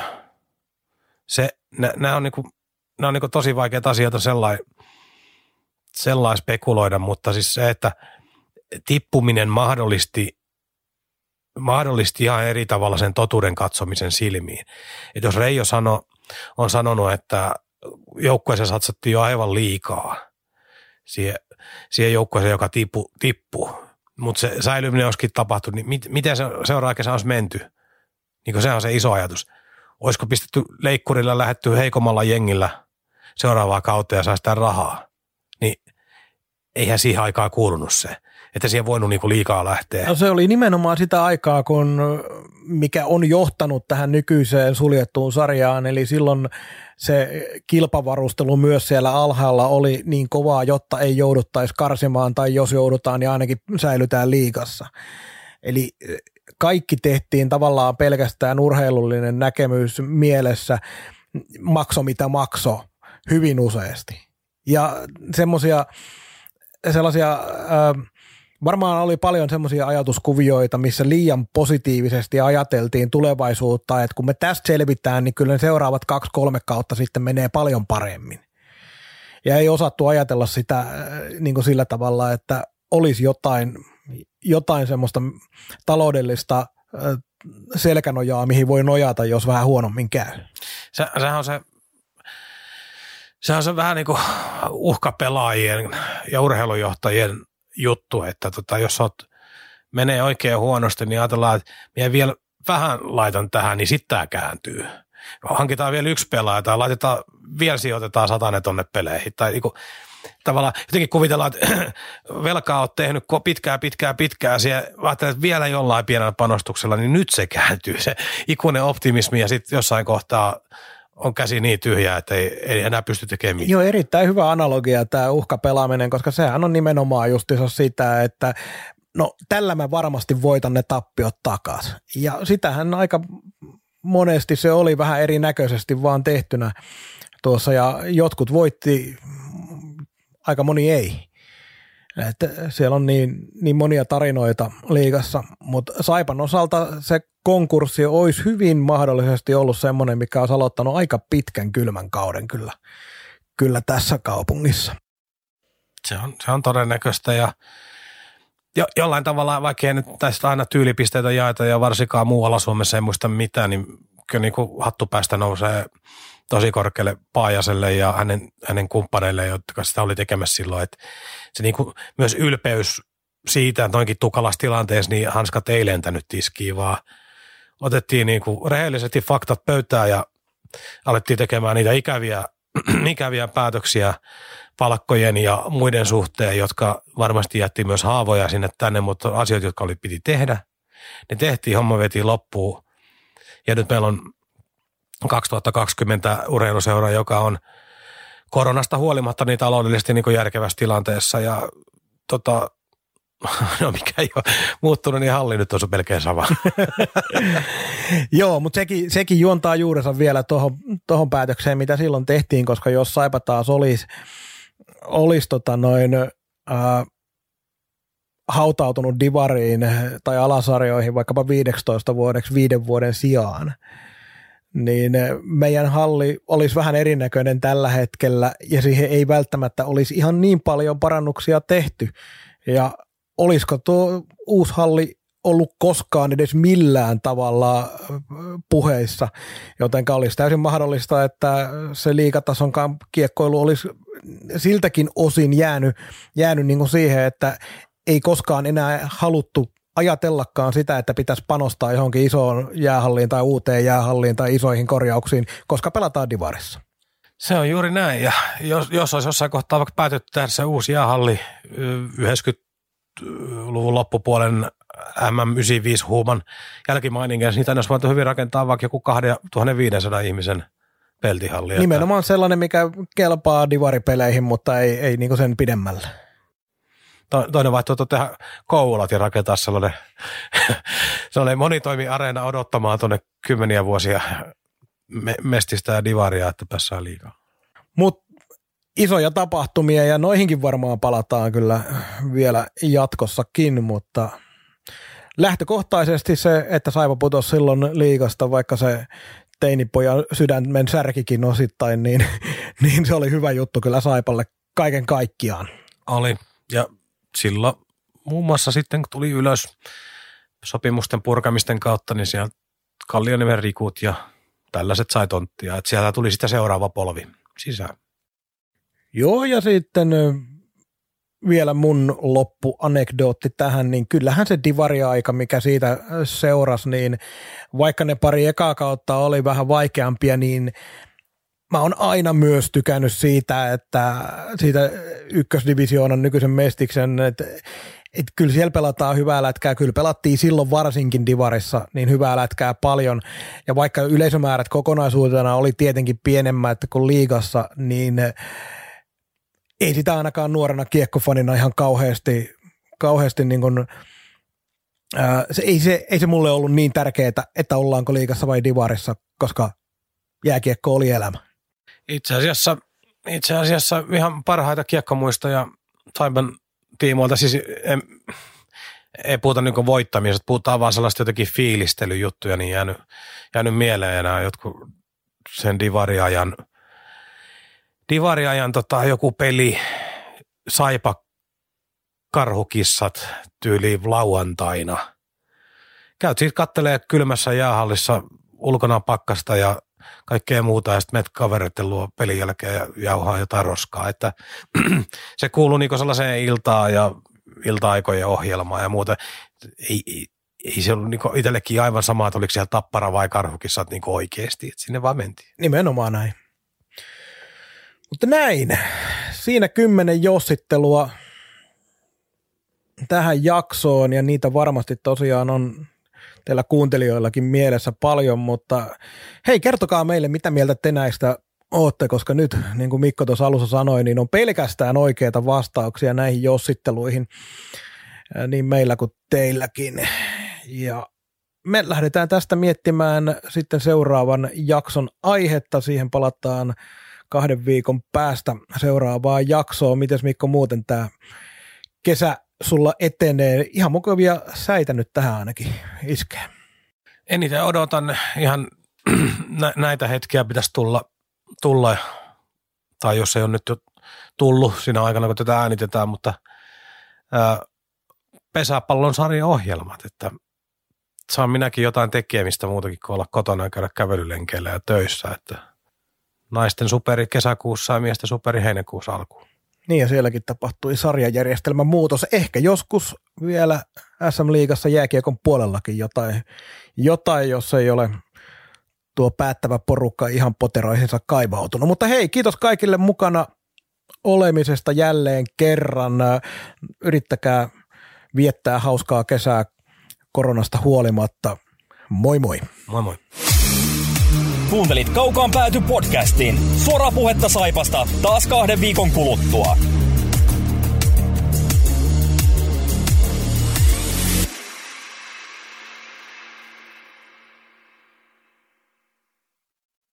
nämä on niinku tosi vaikeita asioita sellainen spekuloida, mutta siis se, että tippuminen mahdollisti ihan eri tavalla sen totuuden katsomisen silmiin. Että jos Reijo on sanonut, että joukkueeseen satsattiin jo aivan liikaa siihen joukkueeseen, joka tippui, mutta se säilyminen olisikin tapahtunut, niin miten se seuraava kesä olisi menty? Niin se on se iso ajatus. Olisiko pistetty leikkurilla, lähdetty heikommalla jengillä seuraavaa kautta ja saa sitä rahaa? Niin eihän siihen aikaan kuulunut se, että siihen voinut niinku liikaa lähteä. No se oli nimenomaan sitä aikaa, mikä on johtanut tähän nykyiseen suljettuun sarjaan, eli silloin se kilpavarustelu myös siellä alhaalla oli niin kovaa, jotta ei jouduttaisi karsimaan, tai jos joudutaan, niin ainakin säilytään liigassa. Eli kaikki tehtiin tavallaan pelkästään urheilullinen näkemys mielessä, makso mitä makso, hyvin useasti. Ja sellaisia varmaan oli paljon semmoisia ajatuskuvioita, missä liian positiivisesti ajateltiin tulevaisuutta, että kun me tästä selvitään, niin kyllä ne seuraavat 2-3 kautta sitten menee paljon paremmin. Ja ei osattu ajatella sitä niin kuin sillä tavalla, että olisi jotain semmoista taloudellista selkänojaa, mihin voi nojata, jos vähän huonommin käy. Se on se vähän niin kuin uhkapelaajien ja urheilujohtajien juttu, että jos menee oikein huonosti, niin ajatellaan, että minä vielä vähän laitan tähän, niin sitten tämä kääntyy. Hankitaan vielä 1 pelaaja tai sijoitetaan 100 tonne peleihin. Tai niin kuin, tavallaan jotenkin kuvitellaan, että velkaa olet tehnyt pitkään, siellä ajattelet, että vielä jollain pienellä panostuksella, niin nyt se kääntyy, se ikuinen optimismi ja sitten jossain kohtaa on käsi niin tyhjää, että ei enää pysty tekemään mitään. Joo, erittäin hyvä analogia tämä uhkapelaaminen, koska sehän on nimenomaan justiinsa sitä, että no tällä mä varmasti voitan ne tappiot takaisin. Ja sitähän aika monesti se oli vähän erinäköisesti vaan tehtynä tuossa, ja jotkut voitti aika moni ei. Että siellä on niin monia tarinoita liigassa, mutta Saipan osalta se konkurssi olisi hyvin mahdollisesti ollut semmoinen, mikä olisi aloittanut aika pitkän kylmän kauden kyllä tässä kaupungissa. Se on todennäköistä ja jollain tavalla, vaikka ei nyt tästä aina tyylipisteitä jaeta ja varsinkaan muualla Suomessa ei muista mitään, niin kyllä niin kuin hattupäästä nousee tosi korkealle Paajaselle ja hänen kumppaneille, jotka sitä oli tekemässä silloin. Että se niin kuin myös ylpeys siitä, että noinkin tukalassa tilanteessa, niin hanskat ei lentänyt tiskiin, vaan otettiin niin kuin rehellisesti faktat pöytään ja alettiin tekemään niitä ikäviä päätöksiä palkkojen ja muiden suhteen, jotka varmasti jätti myös haavoja sinne tänne, mutta asioita, jotka piti tehdä, ne tehtiin, homma veti loppuun. Ja nyt meillä on 2020 urheiluseura, joka on koronasta huolimatta niin taloudellisesti niin kuin järkevässä tilanteessa ja no mikä ei ole muuttunut, niin halli nyt on melkein sama. Joo, mutta sekin juontaa juurensa vielä tuohon päätökseen, mitä silloin tehtiin, koska jos Saipa taas olisi hautautunut divariin tai alasarjoihin vaikkapa 15 vuodeksi 5 vuoden sijaan, niin meidän halli olisi vähän erinäköinen tällä hetkellä ja siihen ei välttämättä olisi ihan niin paljon parannuksia tehty. Ja olisiko tuo uusi halli ollut koskaan edes millään tavalla puheissa, jotenka olisi täysin mahdollista, että se liigatason kiekkoilu olisi siltäkin osin jäänyt niin kuin siihen, että ei koskaan enää haluttu ajatellakaan sitä, että pitäisi panostaa johonkin isoon jäähalliin tai uuteen jäähalliin tai isoihin korjauksiin, koska pelataan divarissa. Se on juuri näin, ja jos olisi jossain kohtaa vaikka päätetty tehdä se uusi jäähalli 90-luvun loppupuolen MM95 huuman jälkimainingeissa, niin tänne olisi voitu hyvin rakentaa vaikka joku 2500 ihmisen peltihalli. Nimenomaan sellainen, mikä kelpaa divaripeleihin, mutta ei niin kuin sen pidemmällä. Toinen vaihtoehto tehdä Kouvolat ja rakentaa sellainen monitoimi-areena odottamaan tuonne 10 vuosia mestistä ja divaria, että päässään liigaa. Mutta isoja tapahtumia ja noihinkin varmaan palataan kyllä vielä jatkossakin, mutta lähtökohtaisesti se, että Saipa putosi silloin liigasta, vaikka se teinipojan sydämen särkikin osittain, niin se oli hyvä juttu kyllä Saipalle kaiken kaikkiaan. Oli, ja silloin muun muassa sitten kun tuli ylös sopimusten purkamisten kautta, niin sieltä Kallioniemen Rikut ja tällaiset sai tonttia, että sieltä tuli sitä seuraava polvi sisään. Joo, ja sitten vielä mun loppuanekdootti tähän, niin kyllähän se divari-aika, mikä siitä seurasi, niin vaikka ne pari ekaa kautta oli vähän vaikeampia, niin mä oon aina myös tykännyt siitä, että siitä ykkösdivisioonan nykyisen mestiksen, että kyllä siellä pelataan hyvää lätkää, kyllä pelattiin silloin varsinkin divarissa niin hyvää lätkää paljon, ja vaikka yleisömäärät kokonaisuutena oli tietenkin pienemmät kuin liigassa, niin ei sitä ainakaan nuorena kiekkofanina ihan kauheasti niin kuin, ei se mulle ollut niin tärkeää, että ollaanko liigassa vai divarissa, koska jääkiekko oli elämä. Itse asiassa ihan parhaita kiekkomuistoja Saipan tiimoilta, siis ei puhuta niin voittamisesta, puhutaan vaan sellaista jotenkin fiilistelyjuttuja, niin jäänyt mieleen enää jotkut sen divariajan joku peli, Saipa Karhukissat tyyliin lauantaina. Käyt siitä kattelee kylmässä jäähallissa ulkona pakkasta ja kaikkea muuta, ja sitten menet kavereiden luo pelin jälkeen ja jauhaa jotain roskaa. Että se kuuluu niinku sellaiseen iltaan ja ilta-aikojen ohjelmaan ja muuta. Ei se ollut niinku itsellekin aivan sama, että oliko siellä Tappara vai Karhukissat niinku oikeasti, että sinne vaan mentiin. Nimenomaan näin. Mutta näin, siinä 10 jossittelua tähän jaksoon, ja niitä varmasti tosiaan on teillä kuuntelijoillakin mielessä paljon, mutta hei, kertokaa meille, mitä mieltä te näistä ootte, koska nyt, niin kuin Mikko tuossa alussa sanoi, niin on pelkästään oikeita vastauksia näihin jossitteluihin, niin meillä kuin teilläkin. Ja me lähdetään tästä miettimään sitten seuraavan jakson aihetta, siihen palataan 2 viikon päästä seuraavaa jaksoa. Mites Mikko muuten tämä kesä sulla etenee? Ihan mukavia säitä nyt tähän ainakin iskee. Eniten odotan ihan näitä hetkiä pitäisi tulla, tai jos ei ole nyt jo tullut siinä aikana, kun tätä äänitetään, mutta pesäpallon sarjaohjelmat, että saan minäkin jotain tekemistä muutakin kuin olla kotona ja käydä kävelylenkeillä ja töissä, että naisten superi kesäkuussa ja miesten superi heinäkuussa alkuun. Niin ja sielläkin tapahtui sarjajärjestelmän muutos. Ehkä joskus vielä SM-liigassa jääkiekon puolellakin jotain, jos ei ole tuo päättävä porukka ihan poteroihinsa kaivautunut. Mutta hei, kiitos kaikille mukana olemisesta jälleen kerran. Yrittäkää viettää hauskaa kesää koronasta huolimatta. Moi moi. Moi moi. Kuuntelit Kaukaan pääty podcastin. Suoraa puhetta Saipasta taas 2 viikon kuluttua.